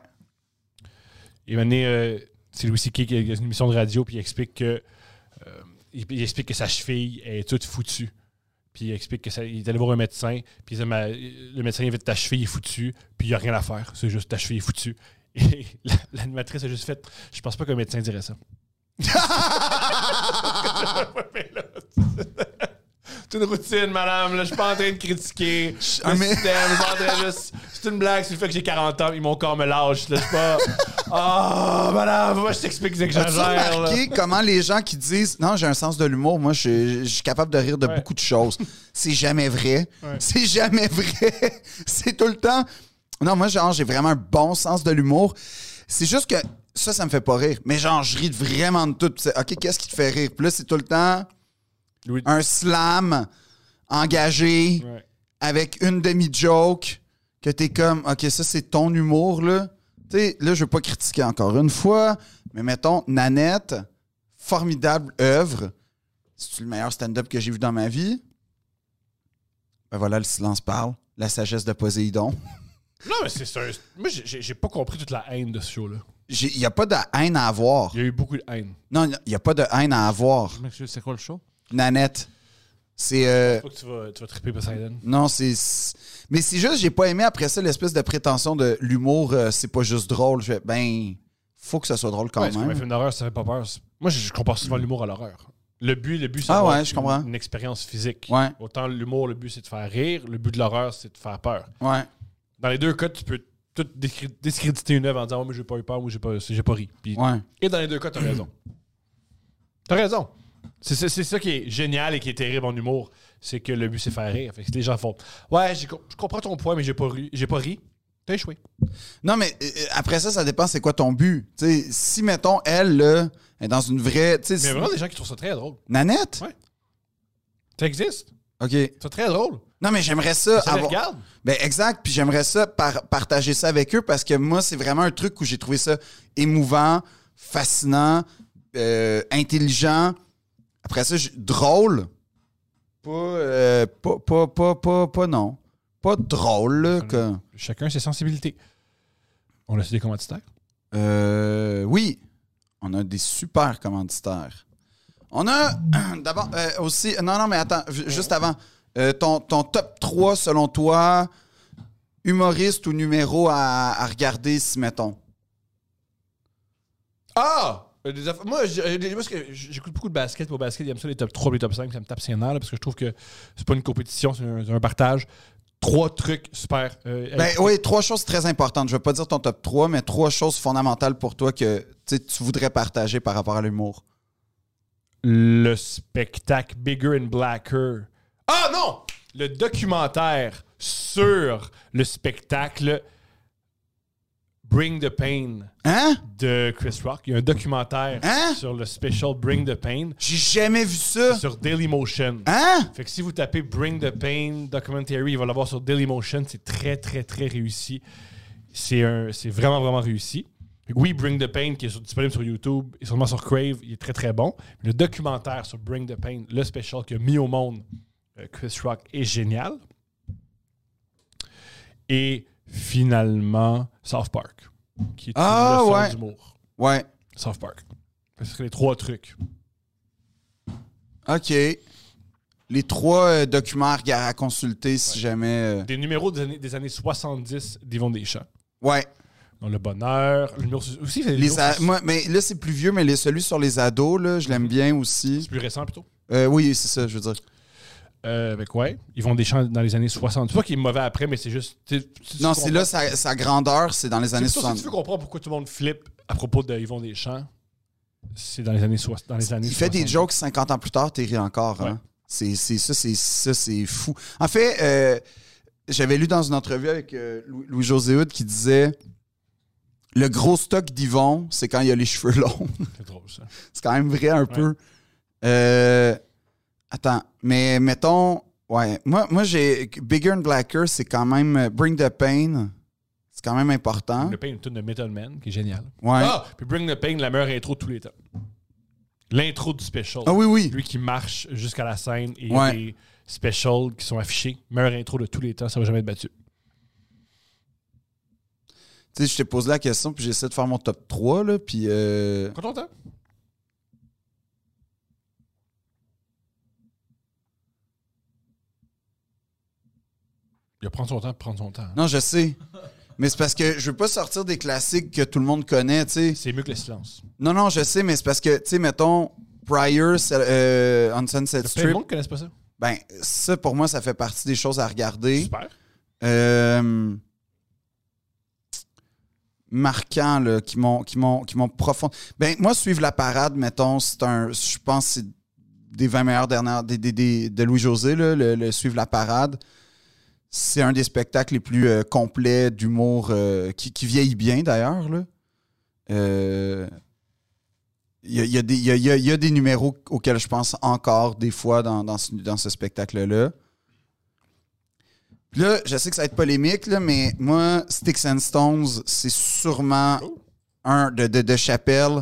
Et maintenant euh, c'est Louis C K qui a une émission de radio puis il explique que euh, il, il explique que sa cheville est toute foutue. Puis il explique que ça, il est allé voir un médecin, puis il dit, Ma- le médecin il dit ta cheville est foutue, puis il n'y a rien à faire, c'est juste ta cheville est foutue. Et la- l'animatrice a juste fait je pense pas qu'un médecin dirait ça. C'est une routine, madame. Là, je suis pas en train de critiquer Un le mé- système. Je suis en train de juste c'est une blague, c'est le fait que j'ai quarante ans, ils mon corps me lâche. Là, je suis pas. Ah, oh, madame, moi, je t'explique que As-tu j'exagère. remarqué là. comment les gens qui disent « Non, j'ai un sens de l'humour, moi, je, je suis capable de rire de Ouais. beaucoup de choses. » C'est jamais vrai. Ouais. C'est jamais vrai. C'est tout le temps... Non, moi, genre, j'ai vraiment un bon sens de l'humour. C'est juste que ça, ça me fait pas rire. Mais genre, je ris vraiment de tout. Puis c'est, OK, qu'est-ce qui te fait rire? Puis là, c'est tout le temps Louis- un slam engagé Ouais. avec une demi-joke que t'es comme, OK, ça, c'est ton humour, là. Tu sais, là, je veux pas critiquer encore une fois, mais mettons, Nanette, formidable œuvre. C'est le meilleur stand-up que j'ai vu dans ma vie. Ben voilà, le silence parle. La sagesse de Poséidon. Non, mais c'est ça. Moi, j'ai, j'ai pas compris toute la haine de ce show-là. Il n'y a pas de haine à avoir. Il y a eu beaucoup de haine. Non, il n'y a pas de haine à avoir. Je m'excuse, c'est quoi le show? Nanette. C'est. euh, Pas que tu vas, tu vas triper Poseidon. non, c'est. c'est- Mais c'est juste, j'ai pas aimé après ça l'espèce de prétention de l'humour, euh, c'est pas juste drôle. Je fais, ben, faut que ça soit drôle quand Ouais, c'est comme un même. film d'horreur, ça fait pas peur. C'est- Moi, je, je compare souvent l'humour à l'horreur. Le but, le but, c'est Ah d'avoir ouais, je comprends. une, une expérience physique. Ouais. Autant l'humour, le but, c'est de faire rire. Le but de l'horreur, c'est de faire peur. Ouais. Dans les deux cas, tu peux tout discré- discréditer une œuvre en disant oh, moi, j'ai pas eu peur ou j'ai pas, j'ai pas ri. Puis- Ouais. Et dans les deux cas, t'as raison. T'as raison. C'est, c'est, c'est ça qui est génial et qui est terrible en humour. C'est que le but, c'est faire rire. Fait que les gens font ouais, j'ai co- je comprends ton point, mais j'ai pas ri. J'ai pas ri. T'as échoué. Non, mais euh, après ça, ça dépend c'est quoi ton but. Tu sais, si, mettons, elle, là, est dans une vraie. Tu sais, Mais il y a si- vraiment des gens qui trouvent ça très drôle. Nanette? Ouais. Ça existe. OK. C'est très drôle. Non, mais j'aimerais ça. Ça les avoir- regarde. Ben exact, puis j'aimerais ça par- partager ça avec eux parce que moi, c'est vraiment un truc où j'ai trouvé ça émouvant, fascinant, euh, intelligent. Après ça, j'ai- drôle. Pas, euh, pas, pas, pas, pas, pas, non. Pas drôle, là. que- Chacun ses sensibilités. On a des commanditaires. Euh, oui, on a des super commanditaires. On a d'abord euh, aussi. Non, non, mais attends, ju- juste avant. Euh, ton, ton top trois, selon toi, humoriste ou numéro à, à regarder, si mettons. Ah! Euh, des affaires- Moi, j'ai- j'ai- parce que j'écoute beaucoup de basket. Au basket, j'aime ça les top trois, les top cinq. Ça me tape ses nerfs là, parce que je trouve que c'est pas une compétition, c'est un, c'est un partage. Trois trucs super. euh, Ben euh, oui, trois choses très importantes. Je vais pas dire ton top trois, mais trois choses fondamentales pour toi que tu sais, tu voudrais partager par rapport à l'humour. Le spectacle Bigger and Blacker. Ah non! Le documentaire sur le spectacle Bring the Pain Hein? de Chris Rock. Il y a un documentaire Hein? sur le special Bring the Pain J'ai jamais vu ça. sur Dailymotion. Hein? Fait que si vous tapez Bring the Pain Documentary, il va l'avoir sur Dailymotion. C'est très, très, très réussi. C'est, un, c'est vraiment, vraiment réussi. Fait que oui, Bring the Pain, qui est sur- disponible sur YouTube et sûrement sur Crave, il est très, très bon. Le documentaire sur Bring the Pain, le special qu'il a mis au monde, euh, Chris Rock, est génial. Et finalement, South Park, qui est Ah, une leçon ouais. d'humour. Ouais. South Park. Ce serait les trois trucs. OK. Les trois euh, documents à rega- à consulter si jamais. euh, Des numéros des années, des années soixante-dix d'Yvon Deschamps. Ouais. Dans Le Bonheur. Le numéro sur- aussi, il fait des Les numéros a- sur- moi, mais là, c'est plus vieux, mais les, celui sur les ados, là, je l'aime bien aussi. c'est plus récent plutôt. Euh, oui, c'est ça, je veux dire. Euh, avec ouais. Yvon Deschamps dans les années soixante. C'est pas qu'il est mauvais après, mais c'est juste. tu- tu- Non, tu c'est comprends- là, sa, sa grandeur, c'est dans les C'est années plutôt, si soixante. tu veux comprendre pourquoi tout le monde flippe à propos de Yvon Deschamps, c'est dans les années, soix- dans les années Il fait des soixante. jokes cinquante ans plus tard, t'es ri encore. Ouais. Hein? C'est, c'est, ça, c'est, ça, c'est fou. En fait, euh, j'avais lu dans une entrevue avec euh, Louis- Louis-José Hood qui disait le gros stock d'Yvon, c'est quand il a les cheveux longs. C'est drôle, ça. C'est quand même vrai un peu. Euh, attends, mais mettons, ouais, moi, moi j'ai Bigger and Blacker, c'est quand même euh, Bring the Pain, c'est quand même important. Le Pain, une tune de Method Man, qui est génial. Ouais. Ah! Puis Bring the Pain, la meilleure intro de tous les temps. L'intro du special. Ah oui, oui. Lui qui marche jusqu'à la scène et il y a Ouais. des specials qui sont affichés. Meilleure intro de tous les temps, ça va jamais être battu. Tu sais, je t'ai posé la question, puis j'essaie de faire mon top trois, là, puis... Euh... Prends ton temps. Il va prendre son temps pour prendre son temps. hein. Non, je sais. Mais c'est parce que je veux pas sortir des classiques que tout le monde connaît, tu sais. C'est mieux que le silence. Non, non, je sais, mais c'est parce que, tu sais, mettons, Prior euh, on Sunset Plein de Strip, monde ne connaisse pas ça. ben, ça, pour moi, ça fait partie des choses à regarder. Super. Euh, marquants là, qui m'ont qui m'ont qui m'ont profond. Ben moi suivre la parade, mettons, c'est un je pense que c'est des vingt meilleurs dernières des, des, des, de Louis-José là, le, le suivre la parade. C'est un des spectacles les plus euh, complets d'humour euh, qui, qui vieillit bien d'ailleurs là. Euh, Il y a, il y, a des, il y, a, il y a des numéros auxquels je pense encore des fois dans, dans ce, dans ce spectacle-là. Puis là, je sais que ça va être polémique, là, mais moi, Sticks and Stones, c'est sûrement un de, de, de Chappelle.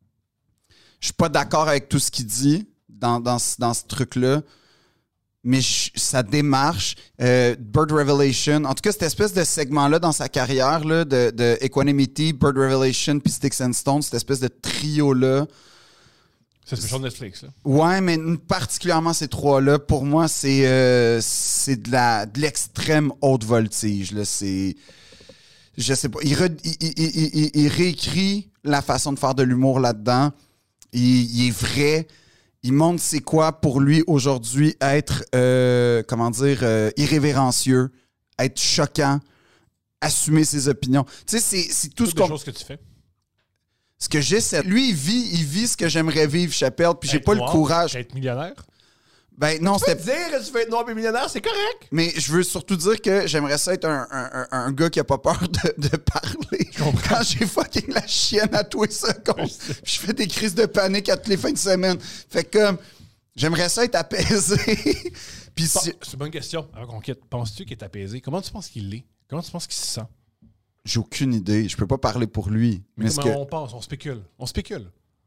Je suis pas d'accord avec tout ce qu'il dit dans, dans, dans ce truc-là, mais je, sa démarche, euh, Bird Revelation, en tout cas, cette espèce de segment-là dans sa carrière, là, de, de Equanimity, Bird Revelation, puis Sticks and Stones, cette espèce de trio-là. C'est le spécial Netflix, là. Ouais, mais particulièrement ces trois-là, pour moi, c'est euh, c'est de la de l'extrême haute voltige. Là. C'est. Je sais pas. Il, re, il, il, il, il, il réécrit la façon de faire de l'humour là-dedans. Il, il est vrai. Il montre c'est quoi pour lui aujourd'hui être, euh, comment dire, euh, irrévérencieux, être choquant, assumer ses opinions. Tu sais, c'est, c'est tout Toutes ce qu'on. choses que tu fais. Ce que j'essaie. Lui, il vit, il vit ce que j'aimerais vivre, Chappelle, puis j'ai Être pas noir, le courage. Être millionnaire. Ben non, Tu peux c'était. te dire que tu veux être noir et millionnaire, c'est correct. Mais je veux surtout dire que j'aimerais ça être un, un, un, un gars qui a pas peur de, de parler. Quand j'ai fucking la chienne à tous les secondes, je fais des crises de panique à toutes les fins de semaine. Fait que comme, j'aimerais ça être apaisé. Puis Bon, si- c'est une bonne question. Avant qu'on quitte, penses-tu qu'il est apaisé? Comment tu penses qu'il l'est? Comment tu penses qu'il se sent? j'ai aucune idée. Je peux pas parler pour lui. Mais Mais, ce comment que- on pense? On spécule. On spécule.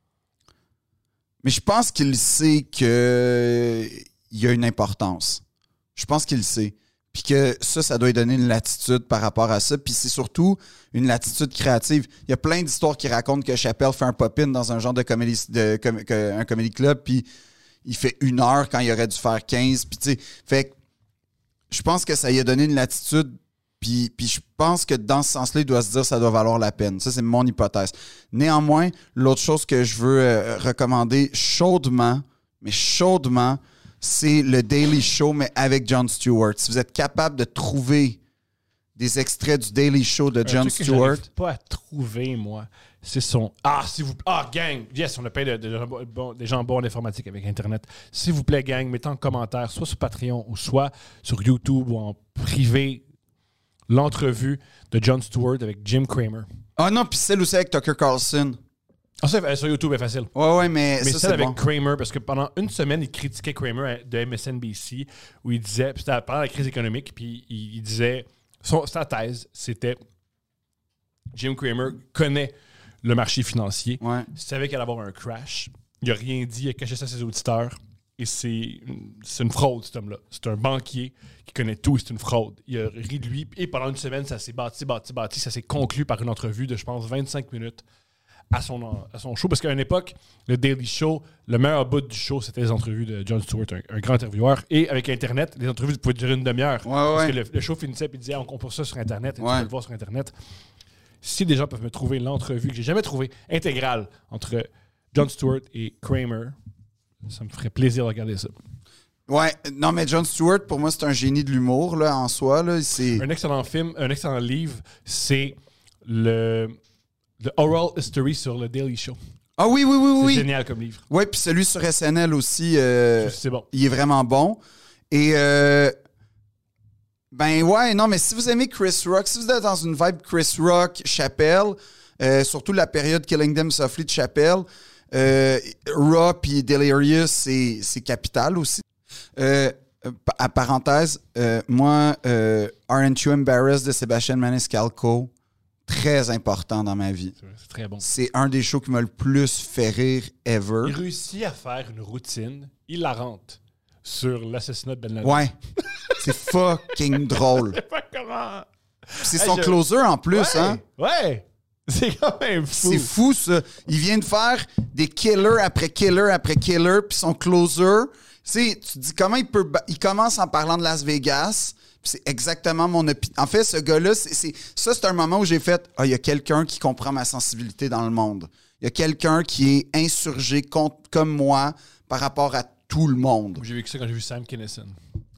mais je pense qu'il sait que il y a une importance. Je pense qu'il le sait. Puis que ça, ça doit lui donner une latitude par rapport à ça. Puis c'est surtout une latitude créative. Il y a plein d'histoires qui racontent que Chappelle fait un pop-in dans un genre de comédie, de, com- que- un comedy club, puis il fait une heure quand il aurait dû faire quinze. Puis tu sais, fait que je pense que ça lui a donné une latitude. Puis, puis je pense que dans ce sens-là, il doit se dire que ça doit valoir la peine. Ça, c'est mon hypothèse. Néanmoins, l'autre chose que je veux euh, recommander chaudement, mais chaudement, c'est le Daily Show, mais avec Jon Stewart. Si vous êtes capable de trouver des extraits du Daily Show de Un Jon truc que Stewart, j'arrive pas à trouver, moi, c'est son... Ah, s'il vous plaît. Ah, gang! Yes, on a plein de, de, de- bon- des gens bons en informatique avec Internet. S'il vous plaît, gang, mettez en commentaire, soit sur Patreon ou soit sur YouTube ou en privé, l'entrevue de Jon Stewart avec Jim Cramer. ah non, puis celle aussi avec Tucker Carlson. Ah, ça, euh, sur YouTube, est facile. Ouais, ouais, mais, Mais ça, celle c'est avec bon. Kramer, parce que pendant une semaine, il critiquait Kramer de M S N B C, où il disait, puis c'était pendant la crise économique, puis il, il disait, son, sa thèse, c'était Jim Cramer connaît le marché financier, Ouais. savait qu'il allait avoir un crash, il n'a rien dit, il a caché ça à ses auditeurs, et c'est, c'est une fraude, cet homme-là. C'est un banquier qui connaît tout, et c'est une fraude. Il a ri de lui, et pendant une semaine, ça s'est bâti, bâti, bâti, ça s'est conclu par une entrevue de, je pense, vingt-cinq minutes à son, à son show. Parce qu'à une époque, le Daily Show, le meilleur bout du show, c'était les entrevues de Jon Stewart, un, un grand intervieweur. Et avec Internet, les entrevues pouvaient durer une demi-heure. Ouais, Parce ouais. que le, le show finissait et il disait, on compose ça sur Internet, et Ouais. tu peux le voir sur Internet. Si des gens peuvent me trouver l'entrevue que j'ai jamais trouvée, intégrale, entre Jon Stewart et Kramer, ça me ferait plaisir de regarder ça. Ouais, non, mais Jon Stewart, pour moi, c'est un génie de l'humour, là, en soi, là. C'est... Un excellent film, un excellent livre, c'est le, le Oral History sur le Daily Show. Ah oui, oui, oui, C'est oui. génial comme livre. Ouais, puis celui sur S N L aussi, euh, C'est bon. il est vraiment bon. Et, euh, ben ouais, non, mais si vous aimez Chris Rock, si vous êtes dans une vibe Chris Rock, Chappelle, euh, surtout la période Killing Them Softly de Chappelle, euh, Raw puis Delirious, c'est, c'est capital aussi. Euh, à parenthèse, euh, moi, euh, Aren't You Embarrassed de Sébastien Maniscalco, très important dans ma vie. C'est vrai, c'est très bon. C'est un des shows qui m'a le plus fait rire ever. Il réussit à faire une routine hilarante sur l'assassinat de Ben Laden. Ouais. C'est fucking drôle. Pas comment. C'est Hey, son je- closer en plus, ouais, hein? Ouais. C'est quand même fou. C'est fou, ça. Il vient de faire des killers après killers après killers, puis son closer, tu sais, tu te dis comment il peut... ba- Il commence en parlant de Las Vegas, puis c'est exactement mon opinion. En fait, ce gars-là, c'est, c'est- ça, c'est un moment où j'ai fait « Ah, il y a quelqu'un qui comprend ma sensibilité dans le monde. Il y a quelqu'un qui est insurgé contre, comme moi par rapport à tout le monde. J'ai vécu ça quand j'ai vu Sam Kinison.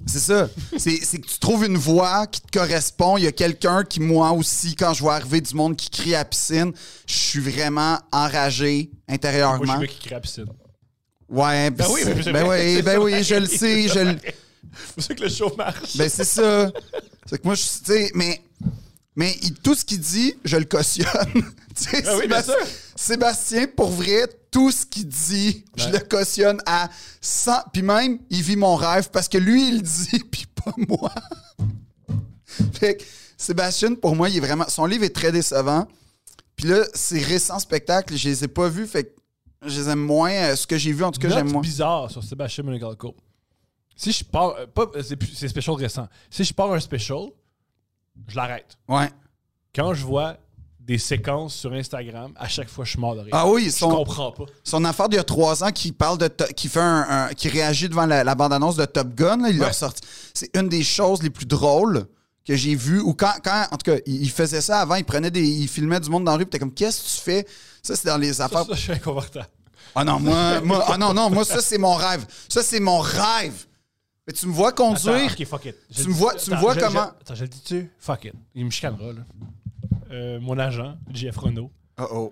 C'est ça. C'est, c'est que tu trouves une voix qui te correspond. Il y a quelqu'un qui, moi aussi, quand je vois arriver du monde qui crie à la piscine, je suis vraiment enragé intérieurement. Moi, je suis le gars qui crie à la piscine. Ouais, Ben oui, mais c'est ben vrai, oui, c'est ben ça. oui, je le sais. Je le... C'est pour ça que le show marche. Ben c'est ça. C'est que moi, je tu sais, mais, mais il- tout ce qu'il dit, je le cautionne. Tu sais, Ah oui, bien Sébastien, sûr. Sébastien, pour vrai, tout ce qu'il dit, je Ouais. le cautionne à cent. Puis même, il vit mon rêve parce que lui, il le dit, puis pas moi. Fait que Sébastien, pour moi, il est vraiment. Son livre est très décevant. Puis là, ses récents spectacles, je les ai pas vus, fait que je les aime moins. Euh, Ce que j'ai vu, en tout cas, Note j'aime moins. bizarre sur Sébastien Monagalco. Si je pars. euh, Pas, c'est, plus- c'est special récent. Si je pars un special, je l'arrête. Ouais. Quand je vois des séquences sur Instagram, à chaque fois, je suis mort de rire. Ah oui, je son, comprends pas. son affaire d'il y a trois ans qui parle de to- qui fait un, un- qui réagit devant la, la bande-annonce de Top Gun, là, il l'a Ouais. ressorti. C'est une des choses les plus drôles que j'ai vues. Ou quand, quand, en tout cas, il, il faisait ça avant, il prenait des. Il filmait du monde dans la rue, puis t'es comme, qu'est-ce que tu fais? Ça, c'est dans les Ça, affaires. ça, je suis inconfortable. Ah non, moi, moi, ah non, non, moi, ça, c'est mon rêve. Ça, c'est mon rêve. Mais tu me vois conduire. Attends, ok, fuck it. Je Tu le me dis- vois- tu me attends, vois je- comment- je- Attends, je le dis-tu? Fuck it. Il me chicanera, là. Euh, mon agent, J F Renault, Oh oh.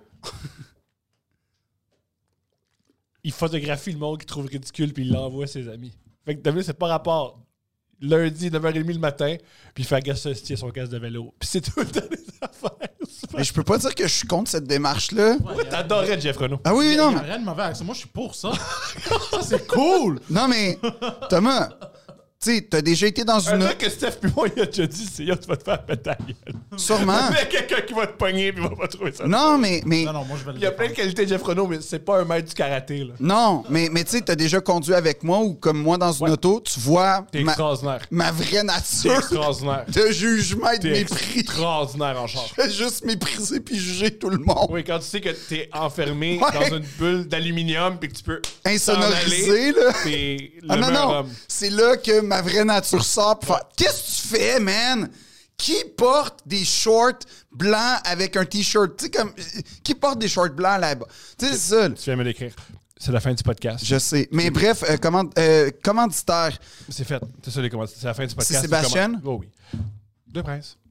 il photographie le monde qu'il trouve ridicule puis il l'envoie à ses amis. Fait que t'as vu, c'est pas rapport. Lundi, neuf heures trente le matin, puis il fait agacer son casque de vélo. Puis c'est tout le temps des affaires. Mais je peux pas dire que je suis contre cette démarche-là. Ouais, t'adorais Jeff Renault. Ah oui, Il y non. a rien de mauvais avec ça. Moi, je suis pour ça. Ça, c'est cool. Non, mais Thomas, tu sais, t'as déjà été dans Un une. truc que Steph puis moi, il a déjà dit, c'est yo, tu vas te faire péter la gueule. Sûrement. Il y a quelqu'un qui va te pogner puis il va pas trouver ça. Non, mais. mais Non, non, moi, je vais le Il y a plein de défendre. qualités de Jeff Renault, mais c'est pas un maître du karaté, là. Non, mais, mais tu sais, t'as déjà conduit avec moi ou comme moi dans une Ouais. auto, tu vois T'es ma, extraordinaire. ma vraie T'es nature extraordinaire. de jugement et de T'es mépris. extraordinaire en charge. Je vais juste mépriser puis juger tout le monde. Oui, quand tu sais que t'es enfermé Ouais. dans une bulle d'aluminium puis que tu peux Insonorisé, t'en aller, là. t'es le Ah non, meilleur non. homme. C'est là que ma vraie nature sort pour faire qu'est-ce que tu fais, man? Qui porte des shorts blancs avec un t-shirt? Tu sais, comme. Qui porte des shorts blancs là-bas? Tu sais, c'est ça. là. Tu viens me l'écrire. C'est la fin du podcast. Je sais. Mais bref, euh, comment, euh, commanditaire. C'est fait. C'est ça les commentaires. C'est la fin du podcast. C'est Sébastien? Oh oui. Deux princes.